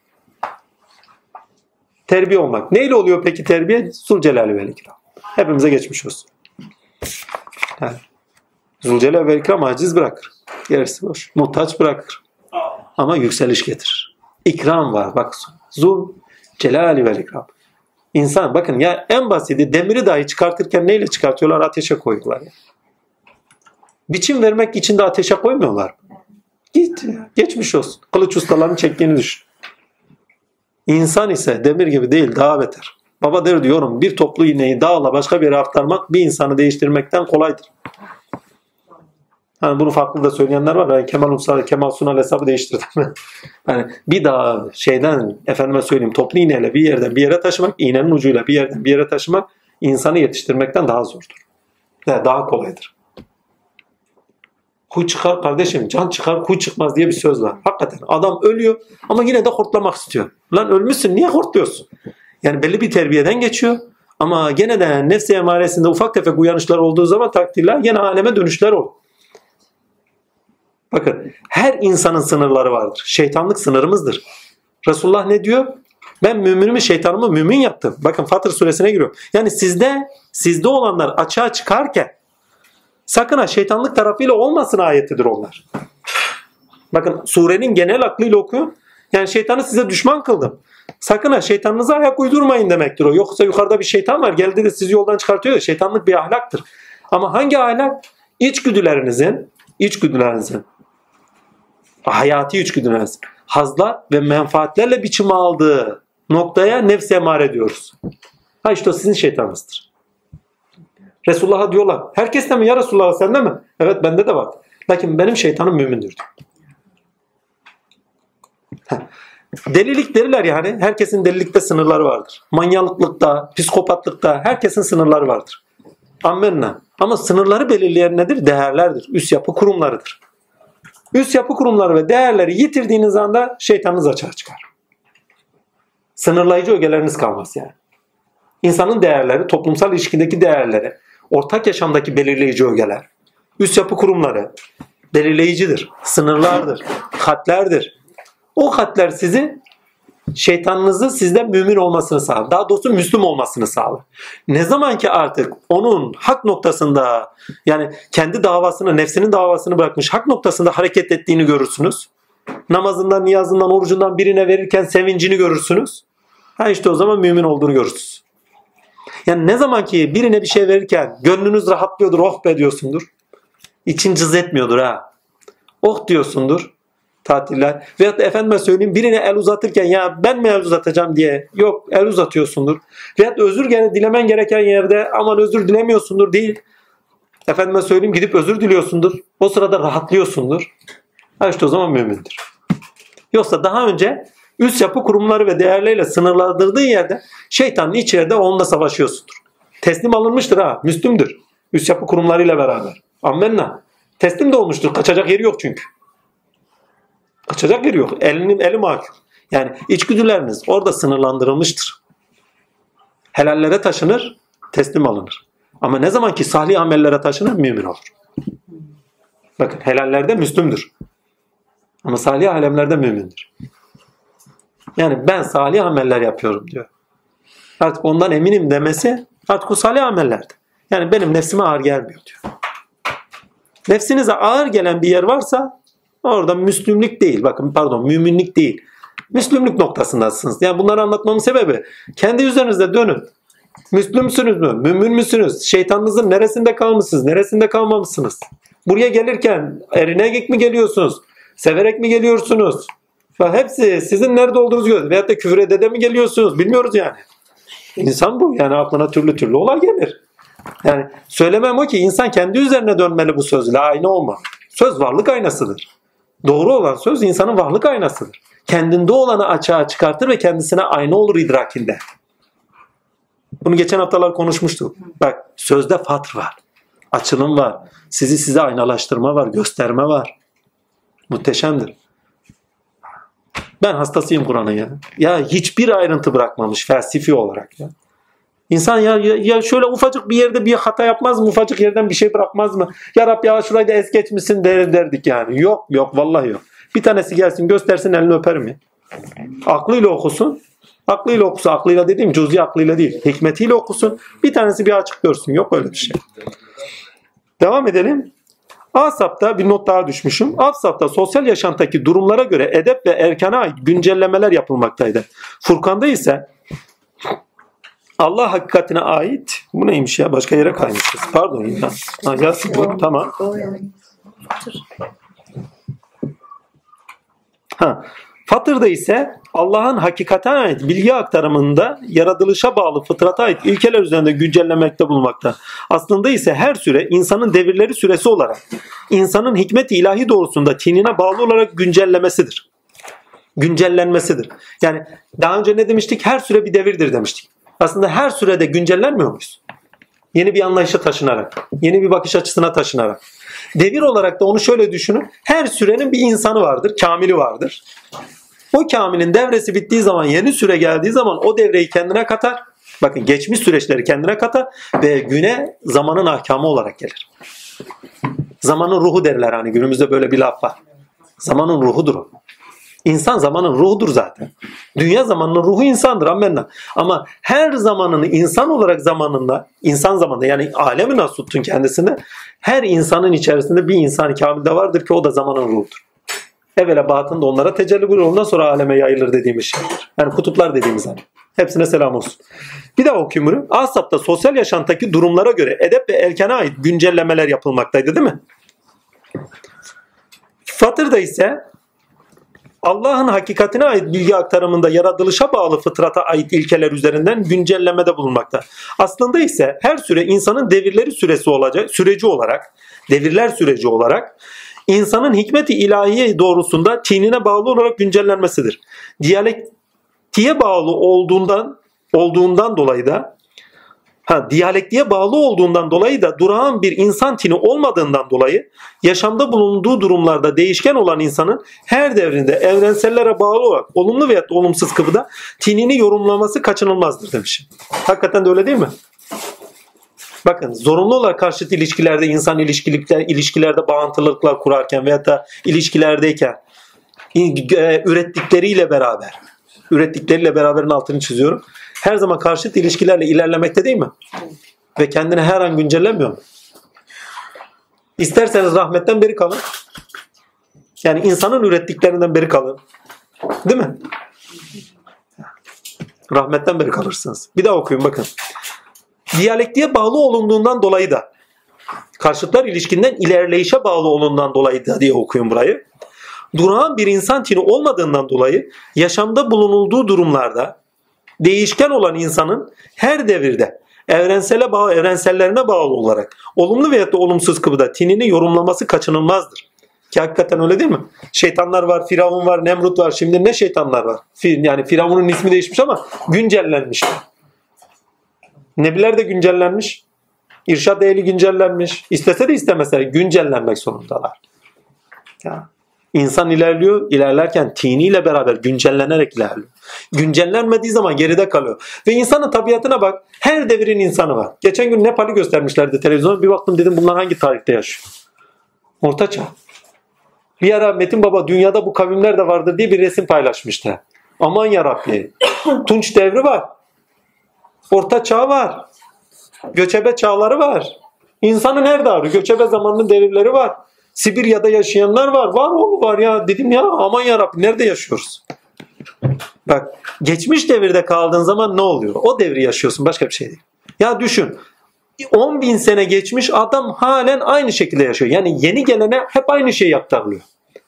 Terbiye olmak. Neyle oluyor peki terbiye? Zülcelal ve İkram. Hepimize geçmiş olsun. Yani, Zülcelal ve İkram aciz bırakır. Gerisi boş. Muhtaç bırakır. Ama yükseliş getirir. İkram var. Bak, Zülcelal ve İkram. İnsan bakın ya, en basiti demiri dahi çıkartırken neyle çıkartıyorlar? Ateşe koyuyorlar. Ya. Biçim vermek için de ateşe koymuyorlar. Git ya. Geçmiş olsun. Kılıç ustalarının çektiğini düşün. İnsan ise demir gibi değil, daha beter. Baba der diyorum, bir toplu iğneyi dağla başka bir yere aktarmak bir insanı değiştirmekten kolaydır. Hani bunu farklı da söyleyenler var. Yani Kemal Sunal hesabı değiştirdim. Yani bir daha efendime söyleyeyim, toplu iğneyle bir yerden bir yere taşımak, iğnenin ucuyla bir yerden bir yere taşımak insanı yetiştirmekten daha zordur. Yani daha kolaydır. Huy çıkar kardeşim, can çıkar, huy çıkmaz diye bir söz var. Hakikaten adam ölüyor ama yine de hortlamak istiyor. Lan ölmüşsün, niye hortluyorsun? Yani belli bir terbiyeden geçiyor ama gene de nefs-i emaresinde ufak tefek uyanışlar olduğu zaman takdirler gene aleme dönüşler olur. Bakın, her insanın sınırları vardır. Şeytanlık sınırımızdır. Resulullah ne diyor? Ben müminimi, şeytanımı mümin yaptım. Bakın Fatır suresine giriyor. Yani sizde olanlar açığa çıkarken sakın ha şeytanlık tarafıyla olmasın ayetidir onlar. Bakın surenin genel aklıyla okuyun. Yani şeytanı size düşman kıldım. Sakın ha şeytanınıza ayak uydurmayın demektir o. Yoksa yukarıda bir şeytan var, geldi de sizi yoldan çıkartıyor. Şeytanlık bir ahlaktır. Ama hangi ahlak? İçgüdülerinizin hayati içgüdülerinizin hazlar ve menfaatlerle biçim aldığı noktaya nefs-i emare diyoruz. Ha işte o sizin şeytanınızdır. Resulullah'a diyorlar. Herkes de mi ya Resulullah, sende mi? Evet, bende de var. Lakin benim şeytanım mümindir diyor. Delilik derler yani. Herkesin delilikte sınırları vardır. Manyaklıkta, psikopatlıkta herkesin sınırları vardır. Ammenna. Ama sınırları belirleyen nedir? Değerlerdir. Üst yapı kurumlarıdır. Üst yapı kurumları ve değerleri yitirdiğiniz anda şeytanınız açığa çıkar. Sınırlayıcı ögeleriniz kalmaz yani. İnsanın değerleri, toplumsal ilişkideki değerleri, ortak yaşamdaki belirleyici ögeler, üst yapı kurumları belirleyicidir, sınırlardır, hatlerdir. O hatler şeytanınızı sizden mümin olmasını sağlar. Daha doğrusu Müslüm olmasını sağlar. Ne zaman ki artık onun hak noktasında, yani kendi davasını, nefsinin davasını bırakmış hak noktasında hareket ettiğini görürsünüz. Namazından, niyazından, orucundan birine verirken sevincini görürsünüz. Ha işte o zaman mümin olduğunu görürsünüz. Yani ne zaman ki birine bir şey verirken gönlünüz rahatlıyordur, oh be diyorsundur. İçin cız etmiyordur ha. Oh diyorsundur. Tatiller. Veyahut da efendime söyleyeyim, birine el uzatırken ya ben mi el uzatacağım diye yok el uzatıyorsundur. Veyahut da özür dilemen gereken yerde aman özür dilemiyorsundur değil. Efendime söyleyeyim, gidip özür diliyorsundur. O sırada rahatlıyorsundur. Ha işte o zaman mümindir. Yoksa daha önce üst yapı kurumları ve değerleriyle sınırlandırdığı yerde şeytanın içeride onunla savaşıyorsundur. Teslim alınmıştır ha. Müslümdür. Üst yapı kurumlarıyla beraber. Ammenna. Teslim de olmuştur. Kaçacak yeri yok çünkü. Kaçacak yeri yok. Eli mahkum. Yani içgüdüleriniz orada sınırlandırılmıştır. Helallere taşınır, teslim alınır. Ama ne zaman ki salih amellere taşınır, mümin olur. Bakın helallerde Müslümdür. Ama salih alemlerde mümindir. Yani ben salih ameller yapıyorum diyor. Artık ondan eminim demesi artık o salih amellerde. Yani benim nefsime ağır gelmiyor diyor. Nefsinize ağır gelen bir yer varsa orada Müslümlük değil. Bakın pardon, müminlik değil. Müslümlük noktasındasınız. Yani bunları anlatmamın sebebi kendi üzerinizde dönün. Müslümsünüz mü? Mümin müsünüz? Şeytanınızın neresinde kalmışsınız? Neresinde kalmamışsınız? Buraya gelirken erinerek mi geliyorsunuz? Severek mi geliyorsunuz? Hepsi sizin nerede olduğunuzu görüyoruz. Veyahut da küfür edede mi geliyorsunuz? Bilmiyoruz yani. İnsan bu. Yani aklına türlü olay gelir. Yani söylemem o ki insan kendi üzerine dönmeli bu sözle. Ayna olma. Söz varlık aynasıdır. Doğru olan söz insanın varlık aynasıdır. Kendinde olanı açığa çıkartır ve kendisine ayna olur idrakinde. Bunu geçen haftalar konuşmuştuk. Bak sözde fatr var. Açılım var. Size aynalaştırma var. Gösterme var. Muhteşemdir. Ben hastasıyım Kur'an'ın ya. Ya hiçbir ayrıntı bırakmamış felsefi olarak ya. İnsan ya şöyle ufacık bir yerde bir hata yapmaz mı? Ufacık yerden bir şey bırakmaz mı? Ya Rabbi ya şurayı da es geçmişsin derdik yani. Yok vallahi yok. Bir tanesi gelsin göstersin elini öperim ya. Aklıyla okusun. Aklıyla okusun. Aklıyla dediğim cüz'i aklıyla değil. Hikmetiyle okusun. Bir tanesi bir açık görsün. Yok öyle bir şey. Devam edelim. Asap'ta bir not daha düşmüşüm. Asap'ta sosyal yaşantaki durumlara göre edep ve erkana ait güncellemeler yapılmaktaydı. Furkan'da ise Allah hakikatine ait, bu neymiş ya? Başka yere kaymışız. Pardon ya. Yazsın bu. Tamam. Fatır'da ise Allah'ın hakikate ait bilgi aktarımında yaratılışa bağlı fıtrata ait ilkeler üzerinde güncellemekte bulunmakta. Aslında ise her süre insanın devirleri süresi olarak insanın hikmet-i ilahi doğrusunda tinine bağlı olarak güncellemesidir. Güncellenmesidir. Yani daha önce ne demiştik? Her süre bir devirdir demiştik. Aslında her sürede güncellenmiyor muyuz? Yeni bir anlayışa taşınarak, yeni bir bakış açısına taşınarak. Devir olarak da onu şöyle düşünün. Her sürenin bir insanı vardır, kamili vardır. O kamilin devresi bittiği zaman, yeni süre geldiği zaman o devreyi kendine katar. Bakın geçmiş süreçleri kendine katar ve güne zamanın ahkamı olarak gelir. Zamanın ruhu derler hani günümüzde böyle bir laf var. Zamanın ruhudur o. İnsan zamanın ruhudur zaten. Dünya zamanının ruhu insandır ammenna. Ama her zamanını insan olarak zamanında, insan zamanında yani alemi nasutun kendisini her insanın içerisinde bir insan kamilde vardır ki o da zamanın ruhudur. Evvela batında onlara tecelli buyurur. Ondan sonra aleme yayılır dediğimiz şeydir. Yani kutuplar dediğimiz hani. Hepsine selam olsun. Bir daha okuyayım bunu. Asap'ta sosyal yaşantaki durumlara göre edep ve erkana ait güncellemeler yapılmaktaydı değil mi? Fatır'da ise Allah'ın hakikatine ait bilgi aktarımında yaratılışa bağlı fıtrata ait ilkeler üzerinden güncellemede bulunmakta. Aslında ise her süre insanın devirleri süreci olarak insanın hikmet-i ilahiye doğrusunda tinine bağlı olarak güncellenmesidir. Diyalektiğe bağlı olduğundan dolayı da durağan bir insan tini olmadığından dolayı yaşamda bulunduğu durumlarda değişken olan insanın her devrinde evrensellere bağlı olarak olumlu veya olumsuz kıvıda tinini yorumlaması kaçınılmazdır demişim. Hakikaten de öyle değil mi? Bakın zorunlu olarak karşıt ilişkilerde insan ilişkilerde bağıntılıklar kurarken veyahut da ilişkilerdeyken ürettikleriyle beraberin altını çiziyorum. Her zaman karşıt ilişkilerle ilerlemekte değil mi? Ve kendini her an güncellemiyor mu? İsterseniz rahmetten beri kalın. Yani insanın ürettiklerinden beri kalın. Değil mi? Rahmetten beri kalırsınız. Bir daha okuyun bakın. Diyalektiğe bağlı olunduğundan dolayı da karşıtlar ilişkinden ilerleyişe bağlı olunduğundan dolayı da diye okuyun burayı. Durağan bir insan tini olmadığından dolayı yaşamda bulunulduğu durumlarda değişken olan insanın her devirde evrensellerine bağlı olarak olumlu veya da olumsuz kıvıda tinini yorumlaması kaçınılmazdır. Ki hakikaten öyle değil mi? Şeytanlar var, Firavun var, Nemrut var. Şimdi ne şeytanlar var? Yani Firavun'un ismi değişmiş ama güncellenmiş. Nebiler de güncellenmiş. İrşad ehli güncellenmiş. İstese de istemese de güncellenmek zorundalar. Ya. İnsan ilerliyor. İlerlerken tiniyle beraber güncellenerek ilerliyor. Güncellenmediği zaman geride kalıyor. Ve insanın tabiatına bak. Her devrin insanı var. Geçen gün Nepal'i göstermişlerdi televizyona. Bir baktım dedim bunlar hangi tarihte yaşıyor? Orta Çağ. Bir ara Metin Baba dünyada bu kavimler de vardır diye bir resim paylaşmıştı. Aman yarabbi. Tunç devri var. Orta Çağ var. Göçebe çağları var. İnsanın her davrı. Göçebe zamanının devirleri var. Sibirya'da yaşayanlar var. Var oğlu var ya. Dedim ya aman yarabbi nerede yaşıyoruz? Bak geçmiş devirde kaldığın zaman ne oluyor? O devri yaşıyorsun başka bir şey değil. Ya düşün. 10.000 sene geçmiş adam halen aynı şekilde yaşıyor. Yani yeni gelene hep aynı şey aktarılıyor.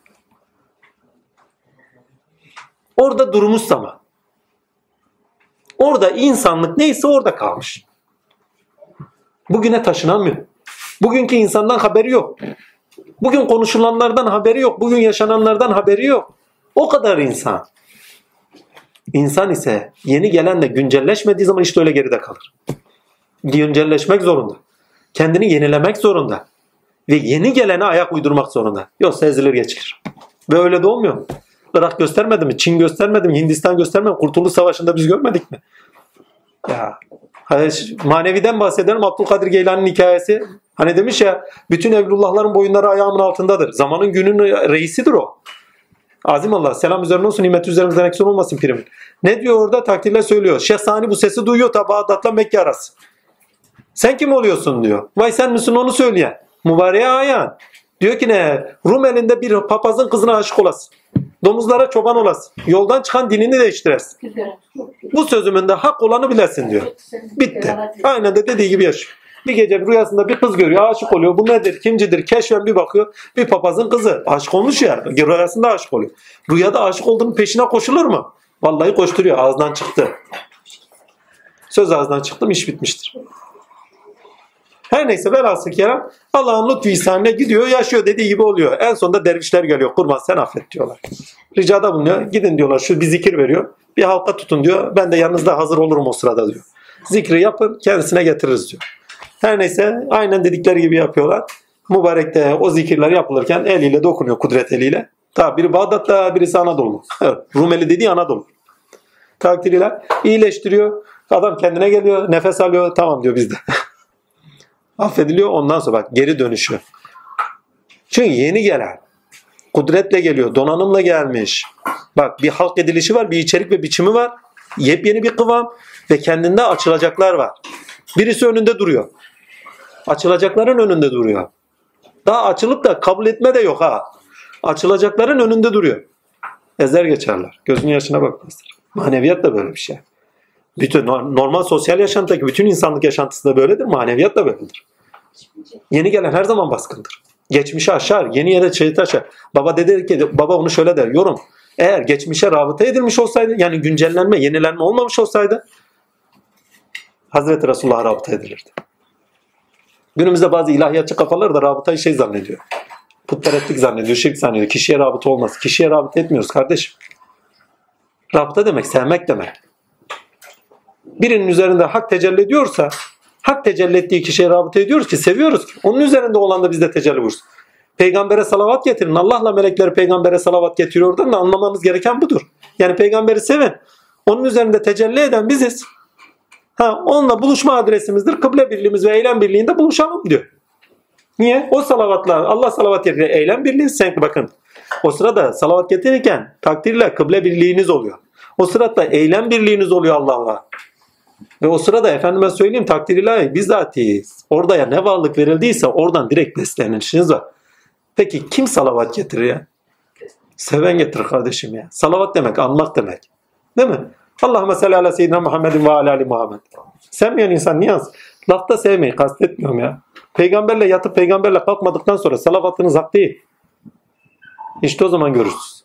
Orada durmuş zaman. Orada insanlık neyse orada kalmış. Bugüne taşınamıyor. Bugünkü insandan haberi yok. Bugün konuşulanlardan haberi yok. Bugün yaşananlardan haberi yok. O kadar insan. İnsan ise yeni gelenle güncelleşmediği zaman işte öyle geride kalır. Güncelleşmek zorunda. Kendini yenilemek zorunda. Ve yeni gelene ayak uydurmak zorunda. Yoksa ezilir geçilir. Ve öyle de olmuyor mu? Irak göstermedi mi? Çin göstermedi mi? Hindistan göstermedi mi? Kurtuluş Savaşı'nda biz görmedik mi? Ya Maneviden bahsedelim. Abdülkadir Geylani'nin hikayesi. Hani demiş ya, bütün evlullahların boyunları ayağımın altındadır. Zamanın günün reisidir o. Azim Allah, selam üzerine olsun, nimet üzerimizden eksik olmasın pirimin. Ne diyor orada? Takdirle söylüyor. Şeyh Sani bu sesi duyuyor ta Bağdat'la Mekke arası. Sen kim oluyorsun diyor. Vay sen misin onu söyleyen? Mübareğe ayan. Diyor ki ne? Rum elinde bir papazın kızına aşık olasın. Domuzlara çoban olasın. Yoldan çıkan dinini değiştiresin. Bu sözümün de hak olanı bilesin diyor. Bitti. Aynen de dediği gibi yaşıyor. Bir gece rüyasında bir kız görüyor, aşık oluyor. Bu nedir, kimcidir? Keşfen bir bakıyor. Bir papazın kızı. Aşık olmuş ya. Rüyasında aşık oluyor. Rüyada aşık olduğunun peşine koşulur mu? Vallahi koşturuyor. Ağzından çıktı. Söz ağzından çıktı mı iş bitmiştir. Her neyse velhasıl kelam Allah'ın lütfu ihsanına gidiyor, yaşıyor, dediği gibi oluyor. En sonunda dervişler geliyor. Kurban sen affet diyorlar. Ricada bulunuyor. Gidin diyorlar, şu bir zikir veriyor. Bir halka tutun diyor. Ben de yanınızda hazır olurum o sırada diyor. Zikri yapın, kendisine getiririz diyor. Her neyse aynen dedikleri gibi yapıyorlar. Mübarek de o zikirler yapılırken eliyle dokunuyor, kudret eliyle. Tabi biri Bağdat'ta, birisi Anadolu. Evet, Rumeli dediği Anadolu. Takdiriyle iyileştiriyor. Adam kendine geliyor, nefes alıyor. Tamam diyor bizde. Affediliyor. Ondan sonra bak geri dönüşü. Çünkü yeni gelen. Kudretle geliyor. Donanımla gelmiş. Bak bir halk edilişi var. Bir içerik ve biçimi var. Yepyeni bir kıvam. Ve kendinde açılacaklar var. Birisi önünde duruyor. Açılacakların önünde duruyor. Daha açılıp da kabul etme de yok ha. Açılacakların önünde duruyor. Ezer geçerler. Gözünün yaşına bakmazlar. Maneviyat da böyle bir şey. Bütün normal sosyal yaşantıdaki bütün insanlık yaşantısı da böyledir. Maneviyat da böyledir. Yeni gelen her zaman baskındır. Geçmişi aşar, yeni yere çeğit aşar. Baba onu şöyle der, yorum. Eğer geçmişe rabıta edilmiş olsaydı, yani güncellenme, yenilenme olmamış olsaydı, Hazreti Resulullah'a rabıta edilirdi. Günümüzde bazı ilahiyatçı kafalar da rabıtayı şey zannediyor. Putperestlik zannediyor, şirk zannediyor. Kişiye rabıta olmaz. Kişiye rabıta etmiyoruz kardeşim. Rabıta demek, sevmek demek. Birinin üzerinde hak tecelli ediyorsa, hak tecelli ettiği kişiye rabıta ediyoruz ki, seviyoruz ki. Onun üzerinde olan da bizde tecelli vursun. Peygambere salavat getirin. Allah'la melekleri peygambere salavat getiriyordan da anlamanız gereken budur. Yani peygamberi sevin. Onun üzerinde tecelli eden biziz. Onunla buluşma adresimizdir. Kıble birliğimiz ve eylem birliğinde buluşalım diyor. Niye? O salavatla Allah salavat getirir. Eylem birliği sen bakın. O sırada salavat getirirken takdirle kıble birliğiniz oluyor. O sırada eylem birliğiniz oluyor Allah'la. Ve o sırada efendime söyleyeyim takdir ilahi bizzatiyiz. Orada ya ne varlık verildiyse oradan direkt beslenişiniz var. Peki kim salavat getirir ya? Seven getirir kardeşim ya. Salavat demek anmak demek. Değil mi? Allahümme salli ala seyyidina Muhammedin ve ala ali Muhammed. Sevmeyen insan niye az? Lafta sevmeyi kastetmiyorum ya. Peygamberle yatıp peygamberle kalkmadıktan sonra salavatınız hak değil. İşte o zaman görürsünüz.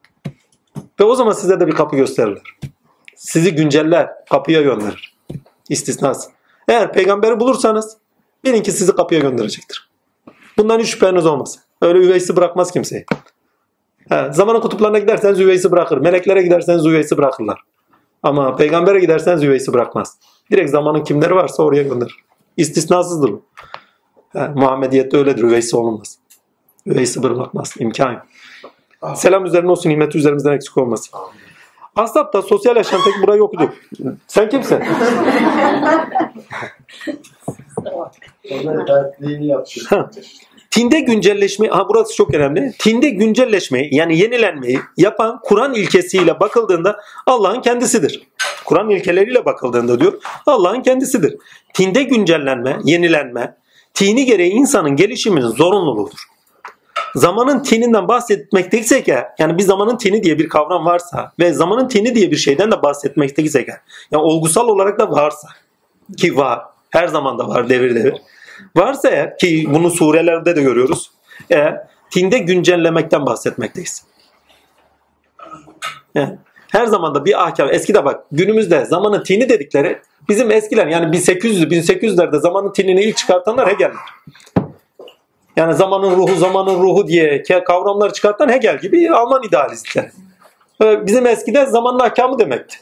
Ve o zaman size de bir kapı gösterirler. Sizi günceller, kapıya gönderir. İstisnası. Eğer peygamberi bulursanız bilin ki sizi kapıya gönderecektir. Bundan hiç şüpheniz olmasın. Öyle üveysi bırakmaz kimseyi. Zamanın kutuplarına giderseniz üveysi bırakır. Meleklere giderseniz üveysi bırakırlar. Ama peygambere giderseniz üveysi bırakmaz. Direkt zamanın kimleri varsa oraya gönderir. İstisnasızdır bu. Muhammediyette öyledir. Üveysi olunmaz. Üveysi bırakmaz. İmkan yok. Selam üzerine olsun. Nimeti üzerimizden eksik olmasın. Ashab da sosyal yaşantıyı burayı okudu. Sen kimsin? Tinde güncelleşme, burası çok önemli. Tinde güncelleşmeyi yani yenilenmeyi yapan Kur'an ilkesiyle bakıldığında Allah'ın kendisidir. Kur'an ilkeleriyle bakıldığında diyor Allah'ın kendisidir. Tinde güncellenme, yenilenme, tini gereği insanın gelişiminin zorunluluğudur. Zamanın tininden bahsetmekteysek yani bir zamanın tini diye bir kavram varsa ve zamanın tini diye bir şeyden de bahsetmekteysek yani olgusal olarak da varsa ki var her zaman da var devir devir varsa eğer ki bunu surelerde de görüyoruz tinde güncellemekten bahsetmekteyiz. Yani her zaman da bir ahkam eskide bak günümüzde zamanın tini dedikleri bizim eskiler yani 1800'lerde zamanın tinini ilk çıkartanlar Hegel'ler. Yani zamanın ruhu diye kavramları çıkartan Hegel gibi Alman idealistler. Bizim eskiden zamanın ahkamı demekti.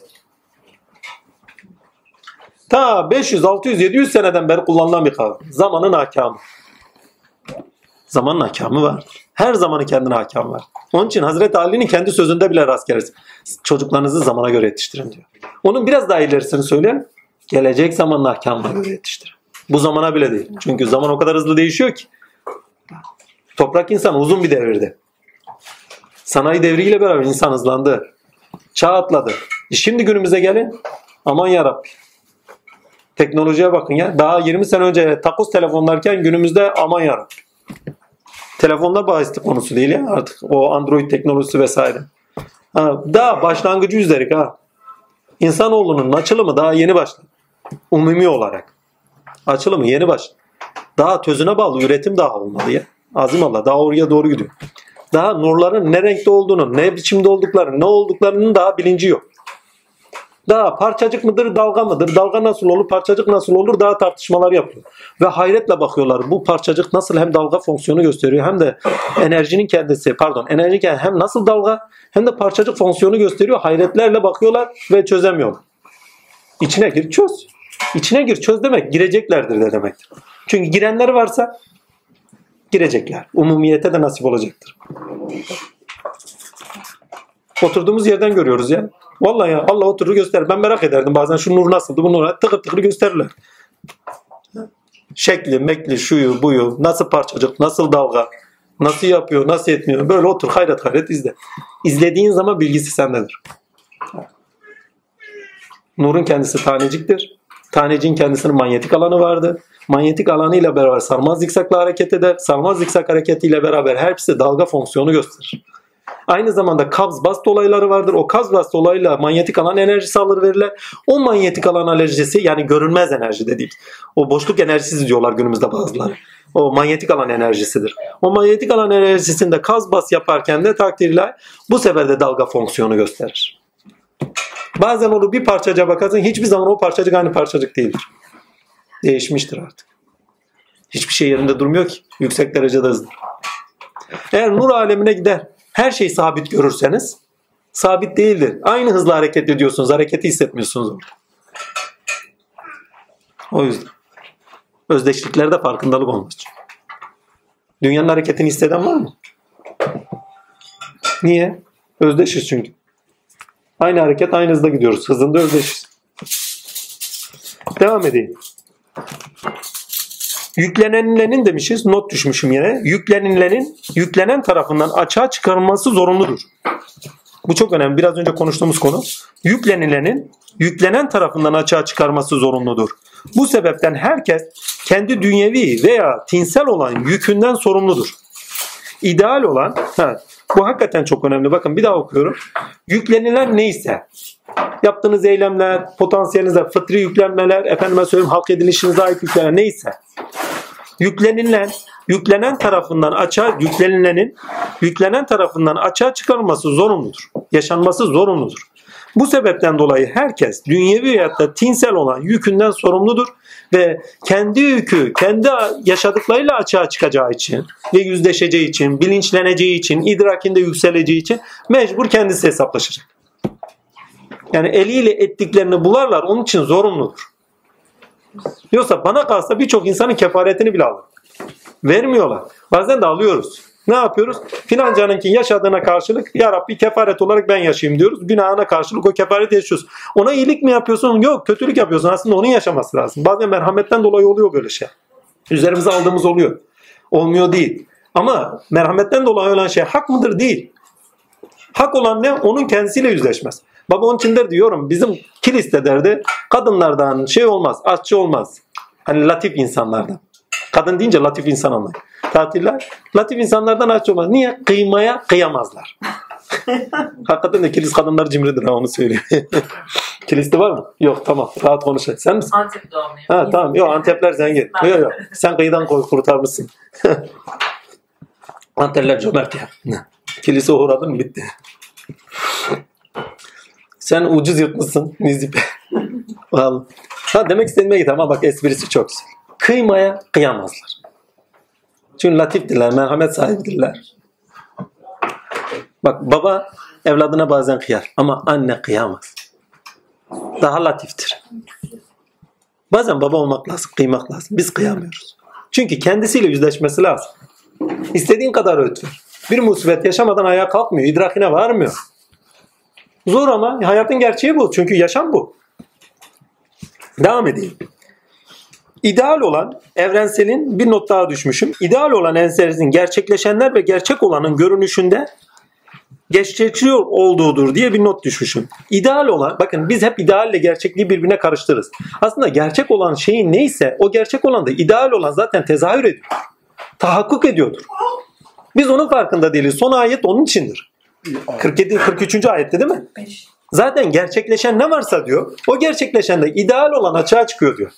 Ta 500, 600, 700 seneden beri kullanılan bir kavram. Zamanın ahkamı. Zamanın ahkamı var. Her zamanın kendine ahkamı var. Onun için Hazreti Ali'nin kendi sözünde bile rast geliriz. Çocuklarınızı zamana göre yetiştirin diyor. Onun biraz daha ilerisini söyleyelim. Gelecek zamanın ahkamına göre yetiştir. Bu zamana bile değil. Çünkü zaman o kadar hızlı değişiyor ki. Toprak insan uzun bir devirdi. Sanayi devriyle beraber insan hızlandı. Çağ atladı. Şimdi günümüze gelin. Aman yarabbim. Teknolojiye bakın ya. Daha 20 sene önce takoz telefonlarken günümüzde aman yarabbim. Telefonlar bahislik konusu değil ya artık. O Android teknolojisi vesaire. Daha başlangıcı üzerik ha. İnsanoğlunun açılımı daha yeni başladı. Umumi olarak. Açılımı yeni başladı. Daha tözüne bağlı üretim daha olmalı ya. Azim Allah daha oraya doğru gidiyor. Daha nurların ne renkte olduğunu, ne biçimde olduklarını, ne olduklarının daha bilinci yok. Daha parçacık mıdır, dalga mıdır? Dalga nasıl olur, parçacık nasıl olur? Daha tartışmalar yapıyor. Ve hayretle bakıyorlar. Bu parçacık nasıl hem dalga fonksiyonu gösteriyor hem de enerjinin kendisi, hem nasıl dalga hem de parçacık fonksiyonu gösteriyor. Hayretlerle bakıyorlar ve çözemiyorlar. İçine gir, çöz. İçine gir, çöz demek gireceklerdir de demektir. Çünkü girenler varsa girecekler. Umumiyete de nasip olacaktır. Oturduğumuz yerden görüyoruz ya. Vallahi ya Allah oturur gösterir. Ben merak ederdim bazen şu nur nasıldı, bu nur tıkır tıkır gösterirler. Şekli, mekli, şuyu, buyu, nasıl parçacık, nasıl dalga, nasıl yapıyor, nasıl etmiyor. Böyle otur hayret hayret izle. İzlediğin zaman bilgisi sendedir. Nurun kendisi taneciktir. Taneciğin kendisinin manyetik alanı vardır. Manyetik alanıyla beraber sarmaz zikzakla hareket eder. Sarmaz zikzak hareketiyle beraber hepsi dalga fonksiyonu gösterir. Aynı zamanda kabz bast olayları vardır. O kabz bast olayıyla manyetik alan enerjisi alır verilir. O manyetik alan enerjisi yani görünmez enerji dediğimiz. O boşluk enerjisi diyorlar günümüzde bazıları. O manyetik alan enerjisidir. O manyetik alan enerjisinde kabz bast yaparken de takdirle bu sefer de dalga fonksiyonu gösterir. Bazen olur bir parçacığa bakarsın hiçbir zaman o parçacık aynı parçacık değildir. Değişmiştir artık. Hiçbir şey yerinde durmuyor ki. Yüksek derecede hızlı. Eğer nur alemine gider her şeyi sabit görürseniz sabit değildir. Aynı hızla hareket ediyorsunuz. Hareketi hissetmiyorsunuz orada. O yüzden. Özdeşliklerde farkındalık olmaz. Dünyanın hareketini hisseden var mı? Niye? Özdeşiz çünkü. Aynı hareket aynı hızda gidiyoruz. Hızında özdeşiz. Devam edeyim. Yüklenilenin demişiz. Not düşmüşüm yine. Yüklenen tarafından açığa çıkarılması zorunludur. Bu çok önemli. Biraz önce konuştuğumuz konu. Yüklenen tarafından açığa çıkarması zorunludur. Bu sebepten herkes kendi dünyevi veya tinsel olan yükünden sorumludur. İdeal olan, bu hakikaten çok önemli. Bakın bir daha okuyorum. Yüklenilen neyse, yaptığınız eylemler, potansiyelinize fıtri yüklenmeler, efendime söyleyeyim hak edilişinize ait yüklenmeler neyse, yüklenen tarafından açığa çıkarılması zorunludur. Yaşanması zorunludur. Bu sebepten dolayı herkes dünyevi veyahut da tinsel olan yükünden sorumludur ve kendi yükü, kendi yaşadıklarıyla açığa çıkacağı için ve yüzleşeceği için, bilinçleneceği için, idrakinde yükseleceği için mecbur kendisi hesaplaşacak. Yani eliyle ettiklerini bularlar, onun için zorunludur. Yoksa bana kalsa birçok insanın kefaretini bile alır. Vermiyorlar. Bazen de alıyoruz. Ne yapıyoruz? Filancanınki yaşadığına karşılık ya Rabbi kefaret olarak ben yaşayayım diyoruz. Günahına karşılık o kefareti yaşıyoruz. Ona iyilik mi yapıyorsun? Yok, kötülük yapıyorsun. Aslında onun yaşaması lazım. Bazen merhametten dolayı oluyor böyle şey. Üzerimize aldığımız oluyor. Olmuyor değil. Ama merhametten dolayı olan şey hak mıdır? Değil. Hak olan ne? Onun kendisiyle yüzleşmez. Baba onun içindir diyorum. Bizim kiliste derdi. Kadınlardan şey olmaz. Aşçı olmaz. Hani latif insanlardan. Kadın deyince latif insan anlayın. Tatiller. Latif insanlardan aşçı olmaz. Niye? Kıymaya kıyamazlar. Hakikaten de kilis kadınlar cimridir ha onu söyleyeyim. Kiliste var mı? Yok tamam. Rahat konuşalım. Sen misin? Antep doğumluyum. Ha tamam. Yok Antepler zengin. Yok. Sen kıyıdan kurtarmışsın. Antepler cömert ya. Kilise uğradın mı bitti. Sen ucuz yırtmışsın Nizipe. Vallahi. Demek istediğime git ama bak esprisi çok güzel. Kıymaya kıyamazlar. Çünkü latiftirler, merhamet sahibidirler. Bak baba evladına bazen kıyar ama anne kıyamaz. Daha latiftir. Bazen baba olmak lazım, kıymak lazım. Biz kıyamıyoruz. Çünkü kendisiyle yüzleşmesi lazım. İstediğin kadar öğüt ver. Bir musibet yaşamadan ayağa kalkmıyor, idrakine varmıyor. Zor ama hayatın gerçeği bu. Çünkü yaşam bu. Devam edeyim. İdeal olan evrenselin bir not daha düşmüşüm. İdeal olan evrenselin gerçekleşenler ve gerçek olanın görünüşünde gerçekleşiyor olduğudur diye bir not düşmüşüm. İdeal olan, bakın biz hep idealle gerçekliği birbirine karıştırırız. Aslında gerçek olan şeyin neyse o gerçek olan da ideal olan zaten tezahür ediyor. Tahakkuk ediyordur. Biz onun farkında değiliz. Son ayet onun içindir. 43. ayette değil mi? 5. Zaten gerçekleşen ne varsa diyor, o gerçekleşen de ideal olan açığa çıkıyor diyor.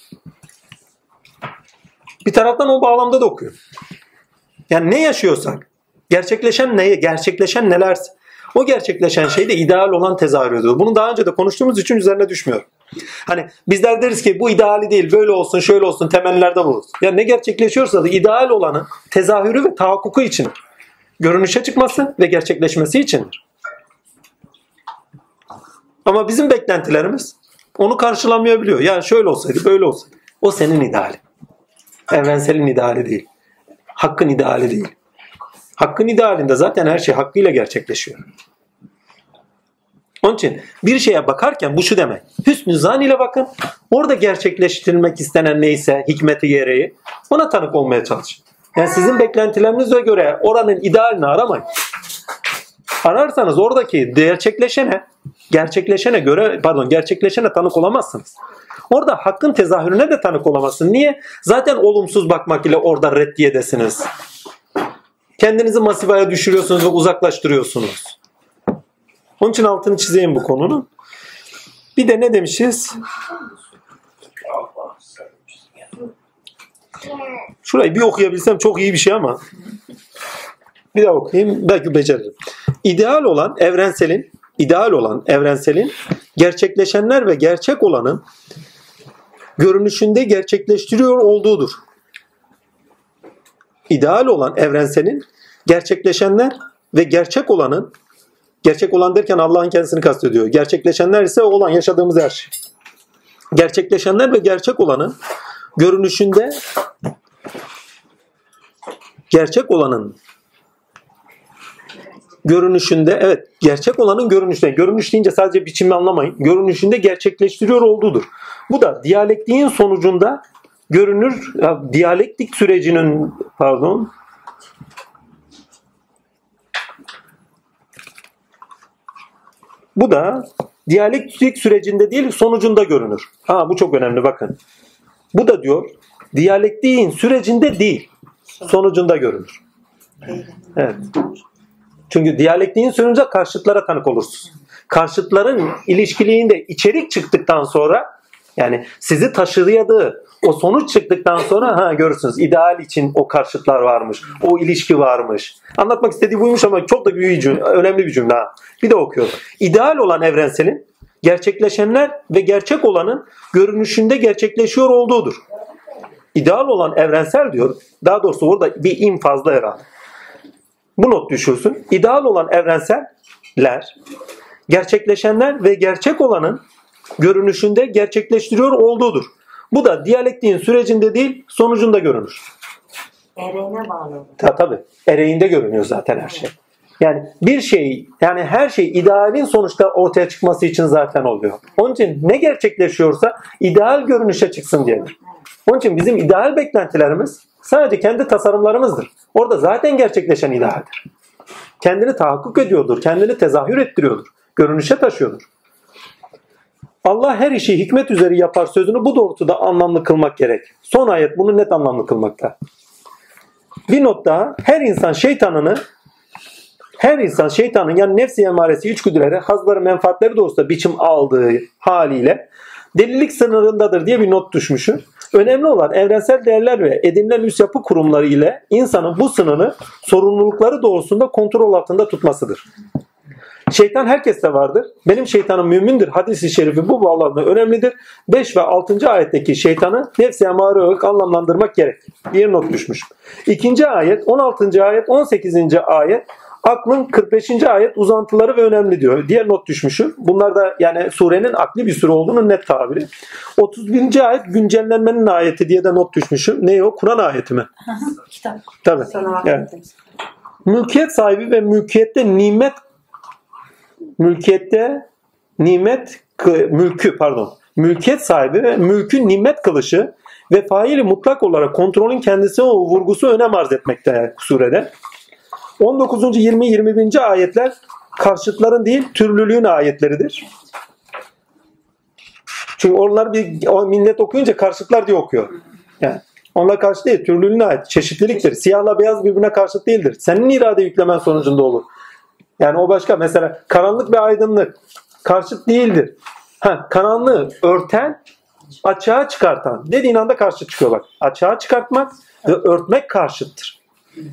Bir taraftan o bağlamda da okuyor. Yani ne yaşıyorsak, gerçekleşen neye, gerçekleşen nelerse, o gerçekleşen şey de ideal olan tezahür ediyor. Bunu daha önce de konuştuğumuz için üzerine düşmüyorum. Hani bizler deriz ki bu ideali değil, böyle olsun, şöyle olsun, temellerde buluruz. Ya ne gerçekleşiyorsa da ideal olanın tezahürü ve tahakkuku içindir. Görünüşe çıkması ve gerçekleşmesi içindir. Ama bizim beklentilerimiz onu karşılamayabiliyor. Yani şöyle olsaydı, böyle olsaydı. O senin ideali. Evrenselin ideali değil. Hakkın ideali değil. Hakkın idealinde zaten her şey hakkıyla gerçekleşiyor. Onun için bir şeye bakarken bu şu demek. Hüsnü zan ile bakın. Orada gerçekleştirilmek istenen neyse hikmeti gereği ona tanık olmaya çalışın. Yani sizin beklentilerinize göre oranın idealini aramayın. Ararsanız oradaki gerçekleşene tanık olamazsınız. Orada hakkın tezahürüne de tanık olamazsın. Niye? Zaten olumsuz bakmak ile orada reddiyedesiniz. Kendinizi masifaya düşürüyorsunuz ve uzaklaştırıyorsunuz. Onun için altını çizeyim bu konunun. Bir de ne demişiz? Şurayı bir okuyabilsem çok iyi bir şey ama bir daha okuyayım, belki beceririm. İdeal olan evrenselin gerçekleşenler ve gerçek olanın görünüşünde gerçekleştiriyor olduğudur. İdeal olan evrenselin gerçekleşenler ve gerçek olanın, gerçek olan derken Allah'ın kendisini kastediyor. Gerçekleşenler ise olan, yaşadığımız her şey. Gerçekleşenler ve gerçek olanın görünüşünde gerçek olanın görünüşünde, evet, gerçek olanın görünüşünde, görünüş deyince sadece biçimi anlamayın, görünüşünde gerçekleştiriyor olduğudur. Bu da diyalektiğin sonucunda görünür, diyalektik sürecinin, bu da diyalektik sürecinde değil, sonucunda görünür. Bu çok önemli, bakın. Bu da diyor, diyalektiğin sürecinde değil, sonucunda görünür. Evet. Çünkü diyalektiğin sonucunda karşıtlara tanık olursunuz. Karşıtların ilişkiliğinde içerik çıktıktan sonra, yani sizi taşıyadığı o sonuç çıktıktan sonra görürsünüz. İdeal için o karşıtlar varmış. O ilişki varmış. Anlatmak istediği buymuş ama çok da büyücü, önemli bir cümle. Bir de okuyorum. İdeal olan evrenselin gerçekleşenler ve gerçek olanın görünüşünde gerçekleşiyor olduğudur. İdeal olan evrensel diyor. Daha doğrusu orada bir im fazla herhalde. Bu not düşürsün. İdeal olan evrenseller, gerçekleşenler ve gerçek olanın görünüşünde gerçekleştiriyor olduğudur. Bu da diyalektiğin sürecinde değil, sonucunda görünür. Ereğine bağlı. Tabii. Ereğinde görünüyor zaten her şey. Yani bir şey, yani her şey idealin sonuçta ortaya çıkması için zaten oluyor. Onun için ne gerçekleşiyorsa ideal görünüşe çıksın diyedir. Onun için bizim ideal beklentilerimiz sadece kendi tasarımlarımızdır. Orada zaten gerçekleşen idealdir. Kendini tahakkuk ediyordur, kendini tezahür ettiriyordur, görünüşe taşıyordur. Allah her işi hikmet üzere yapar sözünü bu doğrultuda anlamlı kılmak gerek. Son ayet bunu net anlamlı kılmakta. Bir not daha, her insan şeytanın yani nefsi emaresi içgüdüleri, hazları, menfaatleri doğrultusunda biçim aldığı haliyle delilik sınırındadır diye bir not düşmüşüm. Önemli olan evrensel değerler ve edinilen üst yapı kurumları ile insanın bu sınırını sorumlulukları doğrusunda kontrol altında tutmasıdır. Şeytan herkeste vardır. Benim şeytanım mümindir. Hadis-i şerifi bu bağlamda önemlidir. 5 ve 6. ayetteki şeytanı nefsi emare olarak anlamlandırmak gerek. Bir not düşmüş. 2. ayet, 16. ayet, 18. ayet aklın 45. ayet uzantıları ve önemli diyor. Diğer not düşmüşüm. Bunlar da yani surenin akli bir sure olduğunun net tabiri. 31. ayet güncellenmenin ayeti diye de not düşmüşüm. Ne o? Kur'an ayeti mi? Kitap. Tabii. Evet. Mülkiyet sahibi ve mülkiyette mülkiyet sahibi ve mülkün nimet kılışı ve faili mutlak olarak kontrolün kendisi o vurgusu önem arz etmekte surede. 19. 20. 21. ayetler karşıtların değil türlülüğün ayetleridir. Çünkü onlar o millet okuyunca karşıtlar diye okuyor. Yani onlar karşı değil, türlülüğüne ait. Çeşitliliktir. Siyahla beyaz birbirine karşıt değildir. Senin irade yüklemen sonucunda olur. Yani o başka. Mesela karanlık ve aydınlık karşıt değildir. Karanlığı örten, açığa çıkartan dediğin anda karşıt çıkıyor bak. Açığa çıkartmak ve örtmek karşıttır.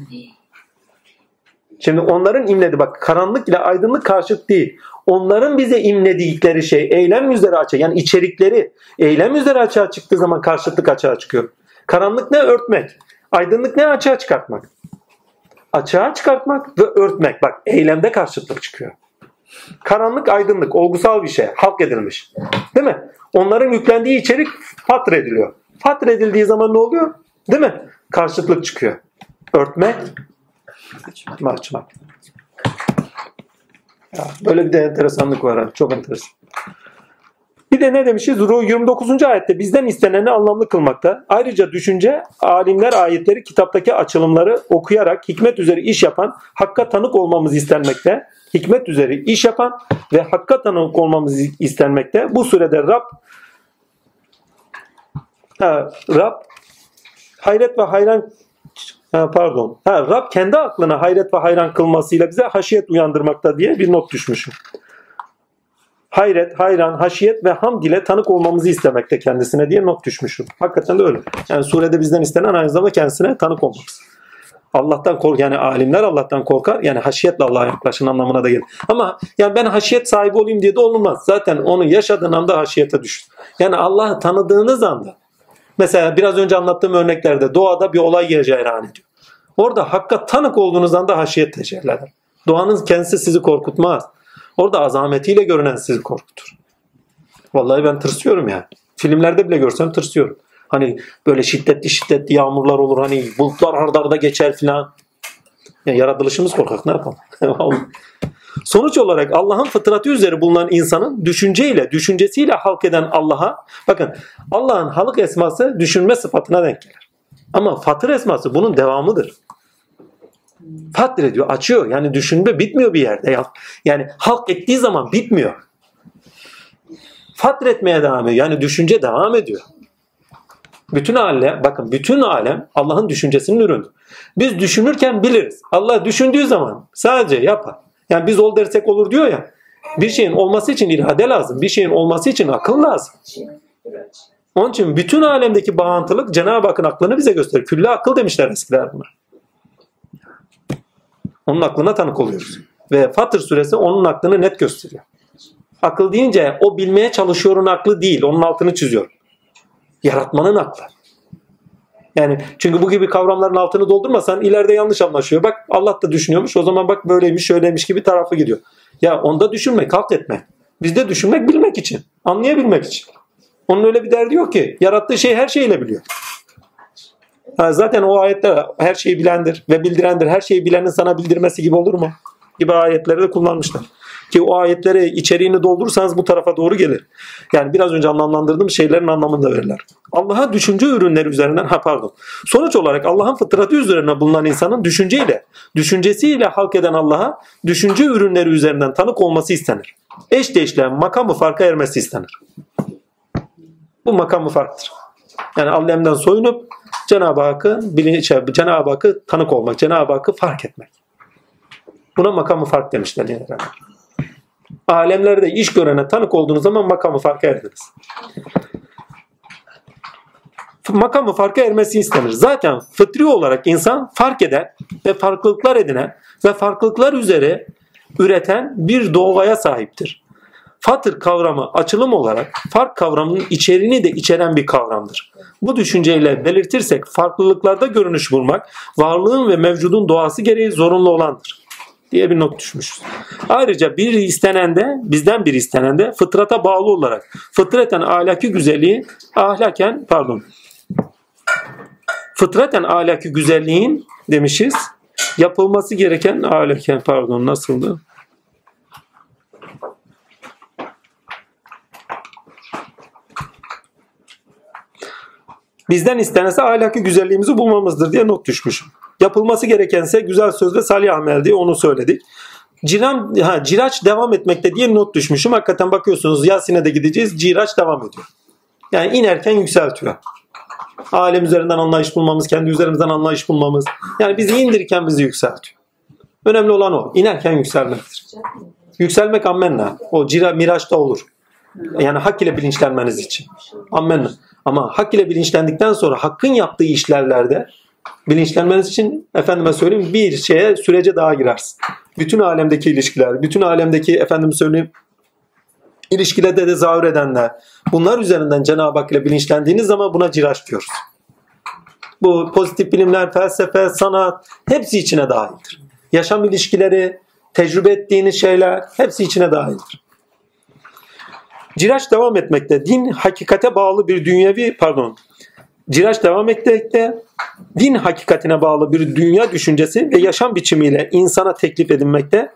Şimdi onların imlediği bak karanlık ile aydınlık karşıt değil. Onların bize imledikleri şey eylem üzere açığa yani içerikleri eylem üzere açığa çıktığı zaman karşıtlık açığa çıkıyor. Karanlık ne? Örtmek. Aydınlık ne? Açığa çıkartmak. Açığa çıkartmak ve örtmek. Bak eylemde karşıtlık çıkıyor. Karanlık, aydınlık, olgusal bir şey. Halk edilmiş. Değil mi? Onların yüklendiği içerik fatrediliyor. Fatredildiği zaman ne oluyor? Değil mi? Karşıtlık çıkıyor. Örtmek, açmak. Ya, böyle bir de enteresanlık var. Ha. Çok enteresan. Bir de ne demişiz? 29. ayette bizden isteneni anlamlı kılmakta. Ayrıca düşünce, alimler ayetleri kitaptaki açılımları okuyarak hikmet üzere iş yapan, hakka tanık olmamız istenmekte. Hikmet üzere iş yapan ve hakka tanık olmamız istenmekte. Bu sürede Rab hayret ve hayran Rab kendi aklına hayret ve hayran kılmasıyla bize haşiyet uyandırmakta diye bir not düşmüşüm. Hayret, hayran, haşiyet ve hamd ile tanık olmamızı istemekte kendisine diye not düşmüşüm. Hakikaten de öyle. Yani surede bizden istenen aynı zamanda kendisine tanık olmamız. Allah'tan kork yani alimler Allah'tan korkar. Yani haşiyetle Allah'a yaklaşın anlamına da gelir. Ama yani ben haşiyet sahibi olayım diye de olmaz. Zaten onu yaşadığın anda haşiyete düşün. Yani Allah'ı tanıdığınız anda mesela biraz önce anlattığım örneklerde doğada bir olay cereyan ediyor. Orada hakka tanık olduğunuz anda haşiyet tecelli eder. Doğanın kendisi sizi korkutmaz. Orada azametiyle görünen sizi korkutur. Vallahi ben tırsıyorum yani. Filmlerde bile görsem tırsıyorum. Hani böyle şiddetli yağmurlar olur. Hani bulutlar arda arda geçer filan. Yani yaratılışımız korkak ne yapalım? Sonuç olarak Allah'ın fıtratı üzere bulunan insanın düşüncesiyle halk eden Allah'a bakın Allah'ın halık esması düşünme sıfatına denk gelir. Ama fatır esması bunun devamıdır. Fatır ediyor, açıyor. Yani düşünme bitmiyor bir yerde. Yani halk ettiği zaman bitmiyor. Fatır etmeye devam ediyor. Yani düşünce devam ediyor. Bütün alem Allah'ın düşüncesinin ürünüdür. Biz düşünürken biliriz. Allah düşündüğü zaman sadece yapar. Yani biz ol dersek olur diyor ya. Bir şeyin olması için irade lazım. Bir şeyin olması için akıl lazım. Onun için bütün alemdeki bağıntılık Cenab-ı Hakk'ın aklını bize gösterir. Külle akıl demişler eskiler buna. Onun aklına tanık oluyoruz. Ve Fatır suresi onun aklını net gösteriyor. Akıl deyince o bilmeye çalışıyorun aklı değil. Onun altını çiziyor. Yaratmanın aklı. Yani çünkü bu gibi kavramların altını doldurmasan ileride yanlış anlaşıyor. Bak Allah da düşünüyormuş. O zaman bak böyleymiş şöyleymiş gibi tarafı gidiyor. Ya onda düşünmek, halk etmek. Bizde düşünmek bilmek için. Anlayabilmek için. Onun öyle bir derdi yok ki. Yarattığı şey her şeyle biliyor. Zaten o ayette her şeyi bilendir ve bildirendir. Her şeyi bilenin sana bildirmesi gibi olur mu? Gibi ayetleri de kullanmışlar. Ki o ayetleri içeriğini doldurursanız bu tarafa doğru gelir. Yani biraz önce anlamlandırdığım şeylerin anlamını da verirler. Allah'a düşünce ürünleri üzerinden Sonuç olarak Allah'ın fıtratı üzerine bulunan insanın düşüncesiyle halk eden Allah'a düşünce ürünleri üzerinden tanık olması istenir. Eşdeğişle makamı farka ermesi istenir. Bu makamı farktır. Yani alemden soyunup Cenab-ı Hakk'ı tanık olmak, Cenab-ı Hakk'ı fark etmek. Buna makamı fark demişler. Yani. Alemlerde iş görene tanık olduğunuz zaman makamı farka erdiniz. Makamı farka ermesi istenir. Zaten fıtri olarak insan fark eden ve farklılıklar edinen ve farklılıklar üzere üreten bir doğaya sahiptir. Fatır kavramı açılım olarak fark kavramının içeriğini de içeren bir kavramdır. Bu düşünceyle belirtirsek farklılıklarda görünüş bulmak varlığın ve mevcudun doğası gereği zorunlu olandır diye bir not düşmüşüz. Ayrıca bizden bir istenen de fıtrata bağlı olarak fıtraten ahlaki güzelliğin demişiz. Yapılması gereken nasıldı? Bizden istenese ahlaki güzelliğimizi bulmamızdır diye not düşmüşüm. Yapılması gerekense güzel söz ve salih amel diye onu söyledik. Ciraç devam etmekte diye not düşmüşüm. Hakikaten bakıyorsunuz Yasin'e de gideceğiz. Ciraç devam ediyor. Yani inerken yükseltiyor. Alem üzerinden anlayış bulmamız, kendi üzerimizden anlayış bulmamız. Yani bizi indirirken bizi yükseltiyor. Önemli olan o. İnerken yükselmektir. Yükselmek ammenna. O miraçta olur. Yani hak ile bilinçlenmeniz için. Ammenna. Ama hak ile bilinçlendikten sonra hakkın yaptığı işlerlerde bilinçlenmeniz için efendime söyleyeyim bir sürece daha girersin. Bütün alemdeki ilişkiler, bütün alemdeki efendime söyleyeyim ilişkilerde de zahir edenler. Bunlar üzerinden Cenab-ı Hak ile bilinçlendiğiniz zaman buna ciraç diyoruz. Bu pozitif bilimler, felsefe, sanat hepsi içine dahildir. Yaşam ilişkileri, tecrübe ettiğiniz şeyler hepsi içine dahildir. Ciraç devam etmekte. Din hakikate bağlı bir Ciraç devam etmekte. Din hakikatine bağlı bir dünya düşüncesi ve yaşam biçimiyle insana teklif edilmekte.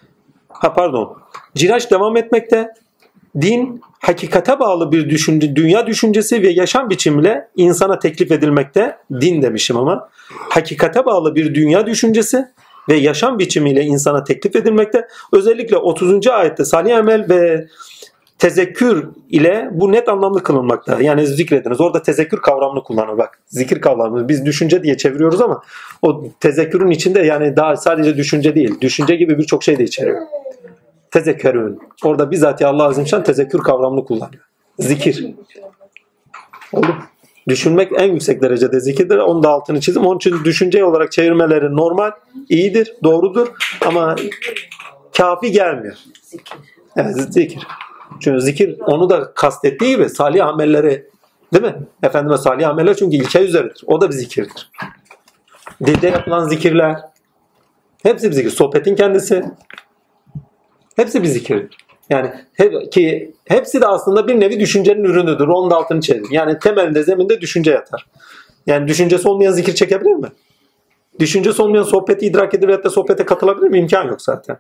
Ciraç devam etmekte. Din hakikate bağlı bir dünya düşüncesi ve yaşam biçimiyle insana teklif edilmekte. Din demişim ama. Hakikate bağlı bir dünya düşüncesi ve yaşam biçimiyle insana teklif edilmekte. Özellikle 30. ayette salih amel ve tezekkür ile bu net anlamlı kılınmakta. Yani zikrediniz. Orada tezekkür kavramını kullanıyor. Bak zikir kavramını biz düşünce diye çeviriyoruz ama o tezekkürün içinde yani daha sadece düşünce değil. Düşünce gibi birçok şey de içeriyor. Tezekkürün. Orada bizzat Allah Azimşan tezekkür kavramını kullanıyor. Zikir. Oldu. Düşünmek en yüksek derecede zikirdir. Onun da altını çizdim. Onun için düşünce olarak çevirmeleri normal, iyidir, doğrudur ama kafi gelmiyor. Evet, zikir. Çünkü zikir onu da kastettiği gibi salih amelleri değil mi? Efendime salih ameller çünkü ilke üzeridir. O da bir zikirdir. Dilde yapılan zikirler hepsi bir zikir. Sohbetin kendisi hepsi bir zikir. Yani hepsi de aslında bir nevi düşüncenin ürünüdür. Onun da altını çizelim. Yani temelinde zeminde düşünce yatar. Yani düşüncesi olmayan zikir çekebilir mi? Düşüncesi olmayan sohbeti idrak edebilir hatta sohbete katılabilir mi? İmkan yok zaten.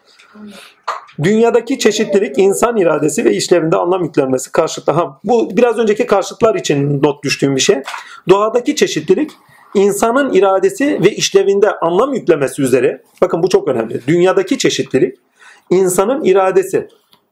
Dünyadaki çeşitlilik, insan iradesi ve işlevinde anlam yüklenmesi karşıtı. Bu biraz önceki karşıtlar için not düştüğüm bir şey. Doğadaki çeşitlilik, insanın iradesi ve işlevinde anlam yüklemesi üzere. Bakın bu çok önemli. Dünyadaki çeşitlilik, insanın iradesi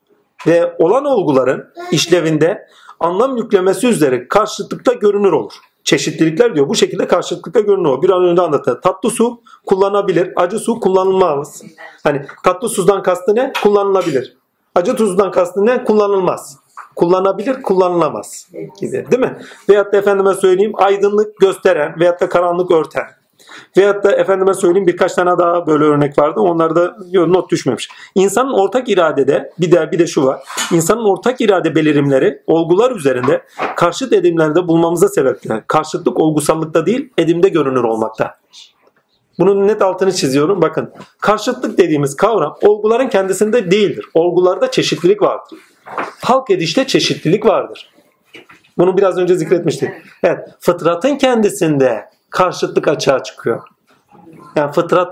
ve olan olguların işlevinde anlam yüklemesi üzere karşıtlıkta görünür olur. Çeşitlilikler diyor bu şekilde karşıtlıkta görünür olur. Bir an önce anlattı. Tatlı su kullanılabilir, acı su kullanılmaz. Hani tatlı sudan kastı ne? Kullanılabilir. Acı tuzdan kastı ne? Kullanılmaz. Kullanabilir, kullanılamaz gibi. Değil mi? Veyahut da efendime söyleyeyim aydınlık gösteren veyahut da karanlık örten. Veyahut da efendime söyleyeyim birkaç tane daha böyle örnek vardı. Onlarda not düşmemiş. İnsanın ortak iradede bir de şu var. İnsanın ortak irade belirimleri olgular üzerinde karşıt edimlerde bulmamıza sebepler. Karşıtlık olgusallıkta değil edimde görünür olmakta. Bunun net altını çiziyorum. Bakın karşıtlık dediğimiz kavram olguların kendisinde değildir. Olgularda çeşitlilik vardır. Halk edişte çeşitlilik vardır. Bunu biraz önce zikretmiştik. Evet, fıtratın kendisinde karşıtlık açığa çıkıyor. Yani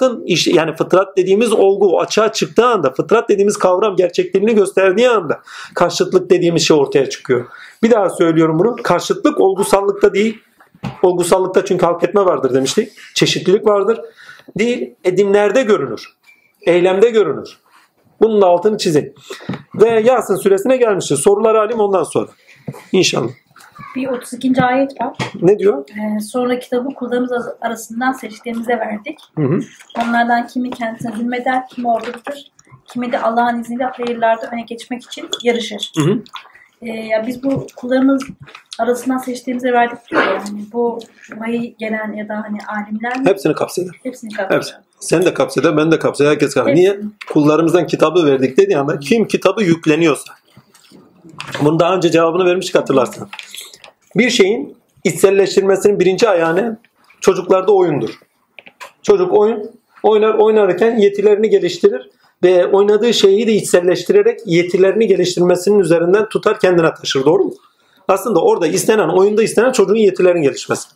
fıtrat dediğimiz olgu açığa çıktığı anda, fıtrat dediğimiz kavram gerçekliğini gösterdiği anda karşıtlık dediğimiz şey ortaya çıkıyor. Bir daha söylüyorum bunu. Karşıtlık olgusallıkta değil. Olgusallıkta çünkü halk etme vardır demiştik. Çeşitlilik vardır. Değil, edimlerde görünür. Eylemde görünür. Bunun da altını çizin. Ve Yasin suresine gelmiştir. Soruları alayım ondan sonra. İnşallah. Bir 32. ayet var. Ne diyor? Sonra kitabı kullarımız arasından seçtiğimize verdik. Hı. Onlardan kimi kendisine zulmeder, kimi oradadır, kimi de Allah'ın izniyle hayırlarda öne geçmek için yarışır. Hı. Ya biz bu kullarımız arasından seçtiğimize verdik diyor ya. Yani bu vahiy gelen ya da hani alimler mi? Hepsini kapseder. Hepsini kapseder. Hepsi. Sen de kapseder, ben de kapseder, herkes kapseder. Hepsini. Niye? Kullarımızdan kitabı verdik dediği anda kim kitabı yükleniyorsa. Bunu daha önce cevabını vermiştik hatırlarsan. Bir şeyin içselleştirilmesinin birinci ayağı çocuklarda oyundur. Çocuk oynarken yetilerini geliştirir ve oynadığı şeyi de içselleştirerek yetilerini geliştirmesinin üzerinden tutar kendine taşır. Doğru mu? Aslında orada oyunda istenen çocuğun yetilerinin gelişmesi.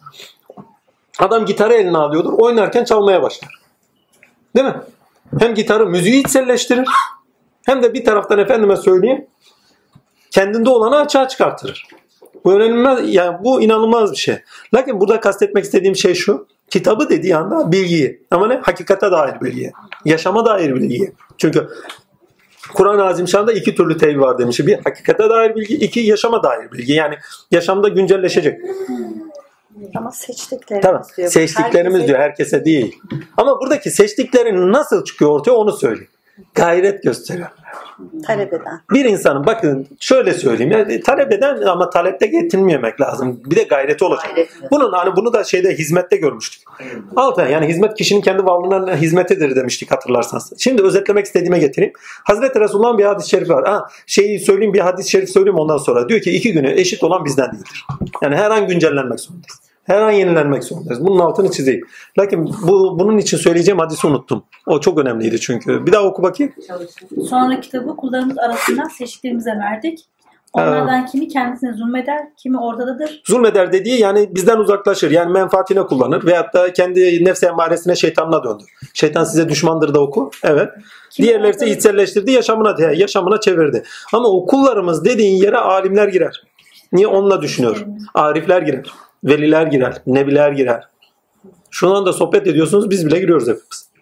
Adam gitarı eline alıyordur, oynarken çalmaya başlar. Değil mi? Hem gitarı, müziği içselleştirir hem de bir taraftan efendime söyleyeyim kendinde olanı açığa çıkartır. Bu önemli, yani bu inanılmaz bir şey. Lakin burada kastetmek istediğim şey şu. Kitabı dediği anda bilgiyi. Ama ne? Hakikate dair bilgiyi. Yaşama dair bilgiyi. Çünkü Kur'an-ı Azimşan'da iki türlü tevhid var demiş. Bir hakikate dair bilgi, iki yaşama dair bilgi. Yani yaşamda güncelleşecek. Ama seçtiklerimiz Tamam. diyor. Seçtiklerimiz Herkese- diyor, herkese değil. Ama buradaki seçtiklerin nasıl çıkıyor ortaya onu söyleyeyim. Gayret gösteriyor. Talep eden. Bir insanın bakın şöyle söyleyeyim. Yani talep eden ama talepte yetinmemek lazım. Bir de gayreti olacak. Bunu da hizmette görmüştük. Altı yani hizmet kişinin kendi varlığına hizmetidir demiştik hatırlarsanız. Şimdi özetlemek istediğime getireyim. Hazreti Resulullah'ın bir hadis-i şerifi var. Bir hadis-i şerif söyleyeyim ondan sonra. Diyor ki 2 günü eşit olan bizden değildir. Yani her an güncellenmek zorundayız. Her an yenilenmek zorundayız. Bunun altını çizeyim. Lakin bunun için söyleyeceğim hadisi unuttum. O çok önemliydi çünkü. Bir daha oku bakayım. Sonra kitabı kullarımız arasından seçtiklerimize verdik. Onlardan kimi kendisine zulmeder, kimi ortadadır. Zulmeder dediği yani bizden uzaklaşır. Yani menfaatine kullanır. Veyahut da kendi nefs emmaresine şeytanına döndür. Şeytan size düşmandır da oku. Evet. Kimi Diğerleri ise ortadadır. içselleştirdi, yaşamına çevirdi. Ama o kullarımız dediğin yere alimler girer. Niye? Onunla düşünüyor. Arifler girer. Veliler girer. Nebiler girer. Şu anda sohbet ediyorsunuz, biz bile giriyoruz hepimiz.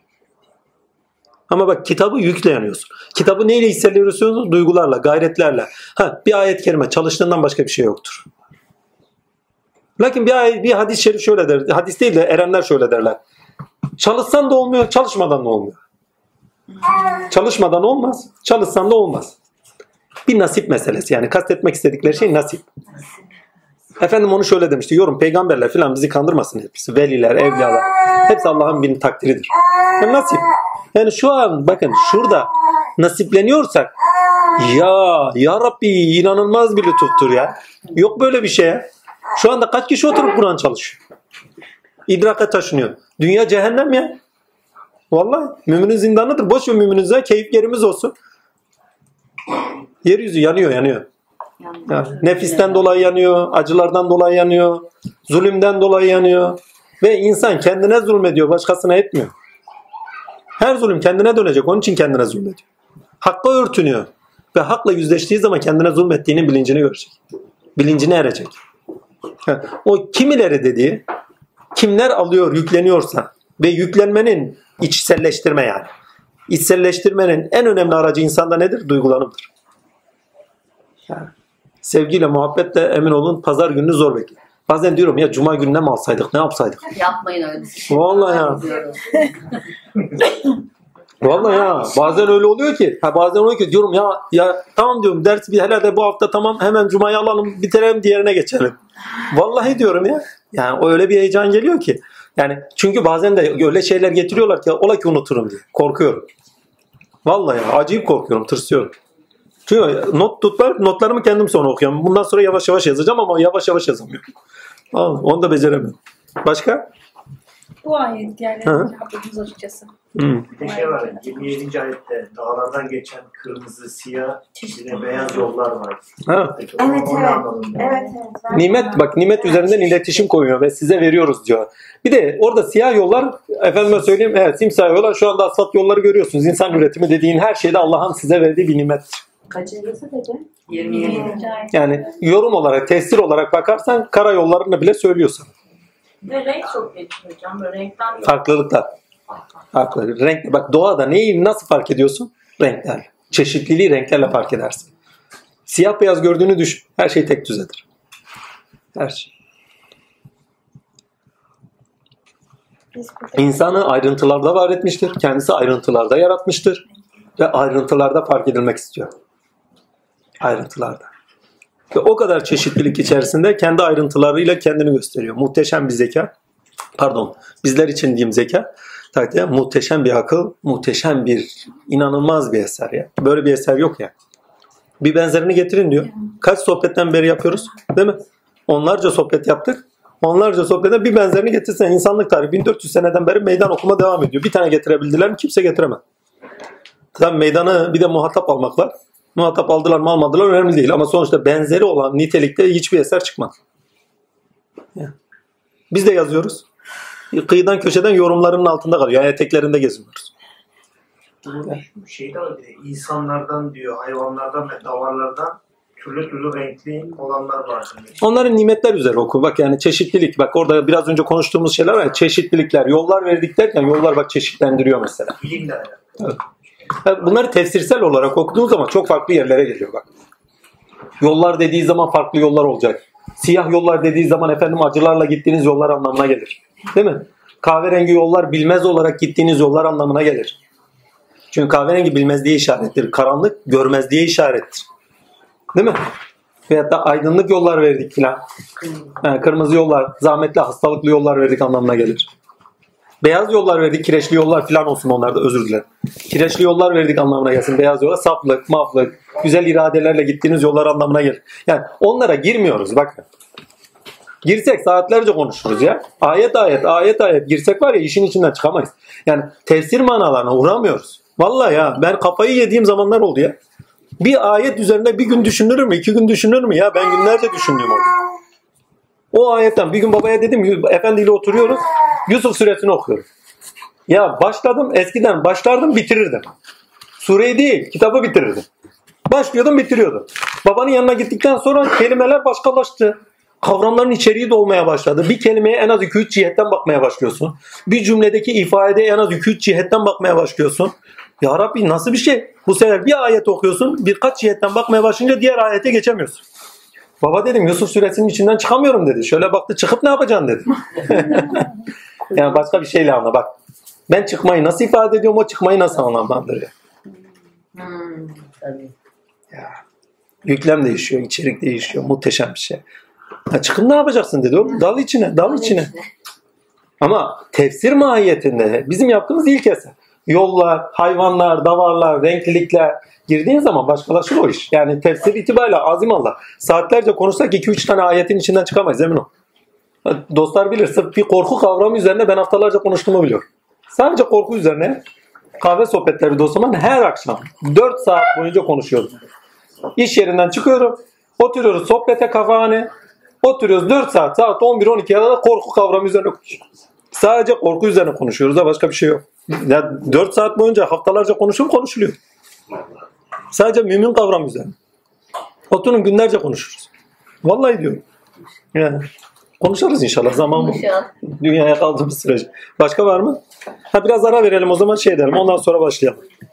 Ama bak kitabı yükleniyorsun. Kitabı neyle hissediyorsunuz? Duygularla, gayretlerle. Bir ayet-i kerime çalıştığından başka bir şey yoktur. Lakin bir hadis-i şerif şöyle der. Hadis değil de erenler şöyle derler. Çalışsan da olmuyor, çalışmadan da olmuyor. Çalışmadan olmaz, çalışsan da olmaz. Bir nasip meselesi. Yani kastetmek istedikleri şey nasip. Efendim onu şöyle demişti. Yorum peygamberler falan bizi kandırmasın hepsi. Veliler, evliyalar. Hepsi Allah'ın bir takdiridir. Yani nasip. Yani şu an bakın şurada nasipleniyorsak ya Rabbi inanılmaz bir lütuftur ya. Yok böyle bir şey ya. Şu anda kaç kişi oturup Kur'an çalışıyor? İdraka taşınıyor. Dünya cehennem ya. Vallahi müminin zindanıdır. Boş ver mümininize keyif yerimiz olsun. Yeryüzü yanıyor. Yani nefisten dolayı yanıyor, acılardan dolayı yanıyor, zulümden dolayı yanıyor. Ve insan kendine zulmediyor, başkasına etmiyor. Her zulüm kendine dönecek, onun için kendine zulmediyor. Hakla örtünüyor. Ve hakla yüzleştiği zaman kendine zulmettiğinin bilincini görecek. Bilincine erecek. O kimileri dediği, kimler alıyor, yükleniyorsa ve yüklenmenin içselleştirme yani. İçselleştirmenin en önemli aracı insanda nedir? Duygulanımdır. Yani sevgiyle, muhabbetle emin olun pazar gününü zor bekleyin. Bazen diyorum ya cuma gününe mi alsaydık, ne yapsaydık? Yapmayın öyle bir şey. Vallahi ya. Vallahi ya. Bazen öyle oluyor ki. Bazen oluyor ki diyorum ya tamam diyorum ders bir herhalde bu hafta tamam hemen cumayı alalım bitirelim diğerine geçelim. Vallahi diyorum ya. Yani öyle bir heyecan geliyor ki. Yani çünkü bazen de öyle şeyler getiriyorlar ki ola ki unuturum diye. Korkuyorum. Vallahi ya acayip korkuyorum, tırsıyorum. Çünkü notlarımı kendim sonra okuyorum. Bundan sonra yavaş yavaş yazacağım ama yavaş yavaş yazamıyorum. Onu da beceremiyorum. Başka? Bu ayet diğerlerini cevapladınız açıkçası. Bir de şey var ya, 27. ayette dağlardan geçen kırmızı, siyah, bir de beyaz yollar var. Evet. Evet. Nimet üzerinden iletişim koyuyor ve size veriyoruz diyor. Bir de orada siyah yollar, efendime söyleyeyim, evet simsiyah yollar, şu anda asfalt yolları görüyorsunuz. İnsan üretimi dediğin her şeyde Allah'ın size verdiği bir nimettir. Kaçıncısı dedi? 27. Yani yorum olarak, tesir olarak bakarsan karayollarını bile söylüyorsun. Ve renk çok geçiyor hocam. Böyle renkten Farklılıklar. Farklı. Renk, bak doğada neyi nasıl fark ediyorsun? Renklerle. Çeşitliliği renklerle fark edersin. Siyah beyaz gördüğünü düşün. Her şey tek düzedir. Her şey. İnsanı ayrıntılarda var etmiştir. Kendisi ayrıntılarda yaratmıştır. Ve ayrıntılarda fark edilmek istiyor. Ayrıntılarda. Ve o kadar çeşitlilik içerisinde kendi ayrıntılarıyla kendini gösteriyor. Muhteşem bir zeka. Pardon, bizler için diyeyim zeka. Takdirde muhteşem bir akıl, muhteşem bir, inanılmaz bir eser ya. Böyle bir eser yok ya. Bir benzerini getirin diyor. Kaç sohbetten beri yapıyoruz, değil mi? Onlarca sohbet yaptık. Onlarca sohbete bir benzerini getirsen insanlık tarihi 1400 seneden beri meydan okuma devam ediyor. Bir tane getirebildiler mi? Kimse getiremez. Tabii meydanı bir de muhatap almak var. Muhatap aldılar mı almadılar önemli değil. Ama sonuçta benzeri olan nitelikte hiçbir eser çıkmaz. Yani. Biz de yazıyoruz. Kıyıdan köşeden yorumlarının altında kalıyor. Yani eteklerinde geziniyoruz. Bu şey de var bir de insanlardan diyor, hayvanlardan ve davarlardan türlü türlü renkli olanlar var. Onların nimetler üzere oku. Bak yani çeşitlilik. Bak orada biraz önce konuştuğumuz şeyler var ya, çeşitlilikler. Yollar verdik derken yollar bak çeşitlendiriyor mesela. Bilimle alakalı. Evet. Bunları tefsirsel olarak okuduğun zaman çok farklı yerlere geliyor bak. Yollar dediği zaman farklı yollar olacak. Siyah yollar dediği zaman efendim acılarla gittiğiniz yollar anlamına gelir. Değil mi? Kahverengi yollar bilmez olarak gittiğiniz yollar anlamına gelir. Çünkü kahverengi bilmezliğe işarettir. Karanlık görmezliğe işarettir. Değil mi? Veyahut da aydınlık yollar verdik filan. Yani kırmızı yollar, zahmetli, hastalıklı yollar verdik anlamına gelir. Beyaz yollar verdik, kireçli yollar filan olsun onlarda, özür dilerim. Kireçli yollar verdik anlamına gelsin. Beyaz yollar, saflık, maflık, güzel iradelerle gittiğiniz yollar anlamına gelir. Yani onlara girmiyoruz bakın. Girsek saatlerce konuşuruz ya. Ayet girsek var ya işin içinden çıkamayız. Yani tefsir manalarına uğramıyoruz. Vallahi ya ben kafayı yediğim zamanlar oldu ya. Bir ayet üzerinde bir gün düşünülür mü? 2 gün düşünülür mü ya? Ben günlerce düşündüğüm oldu. O ayetten bir gün babaya dedim, efendiyle oturuyoruz. Yusuf suresini okuyorum. Ya başladım, eskiden başlardım bitirirdim. Sureyi değil, kitabı bitirirdim. Başlıyordum, bitiriyordum. Babanın yanına gittikten sonra kelimeler başkalaştı. Kavramların içeriği de olmaya başladı. Bir kelimeye en az 2-3 cihetten bakmaya başlıyorsun. Bir cümledeki ifadeye en az 2-3 cihetten bakmaya başlıyorsun. Ya Rabbi nasıl bir şey? Bu sefer bir ayet okuyorsun, birkaç cihetten bakmaya başlayınca diğer ayete geçemiyorsun. Baba dedim Yusuf suresinin içinden çıkamıyorum dedi. Şöyle baktı, çıkıp ne yapacaksın dedi. Yani başka bir şeyle anla bak. Ben çıkmayı nasıl ifade ediyorum, o çıkmayı nasıl anlamlandırıyor. Tabii. Ya, yüklem değişiyor, içerik değişiyor. Muhteşem bir şey. Ha, çıkıp ne yapacaksın dedi oğlum. Dal içine. Ama tefsir mahiyetinde bizim yaptığımız ilk eser. Yollar, hayvanlar, davarlar, renklilikler girdiğin zaman başkalaşır o iş. Yani tefsir itibariyle azimallah. Saatlerce konuşsak 2-3 tane ayetin içinden çıkamayız emin ol. Dostlar bilir sırf bir korku kavramı üzerine ben haftalarca konuştuğumu biliyorum. Sadece korku üzerine kahve sohbetleri dostum her akşam 4 saat boyunca konuşuyoruz. İş yerinden çıkıyorum. Oturuyoruz sohbete kafane. Oturuyoruz 4 saat 11-12'ye kadar korku kavramı üzerine konuşuyoruz. Sadece korku üzerine konuşuyoruz da başka bir şey yok. Ya 4 saat boyunca haftalarca konuşuluyor. Sadece mümin kavramı üzerine. Oturun günlerce konuşuruz. Vallahi diyorum. Yani konuşuruz inşallah zaman bu. Dünyaya kaldığımız sürece. Başka var mı? Biraz ara verelim o zaman şey edelim. Ondan sonra başlayalım.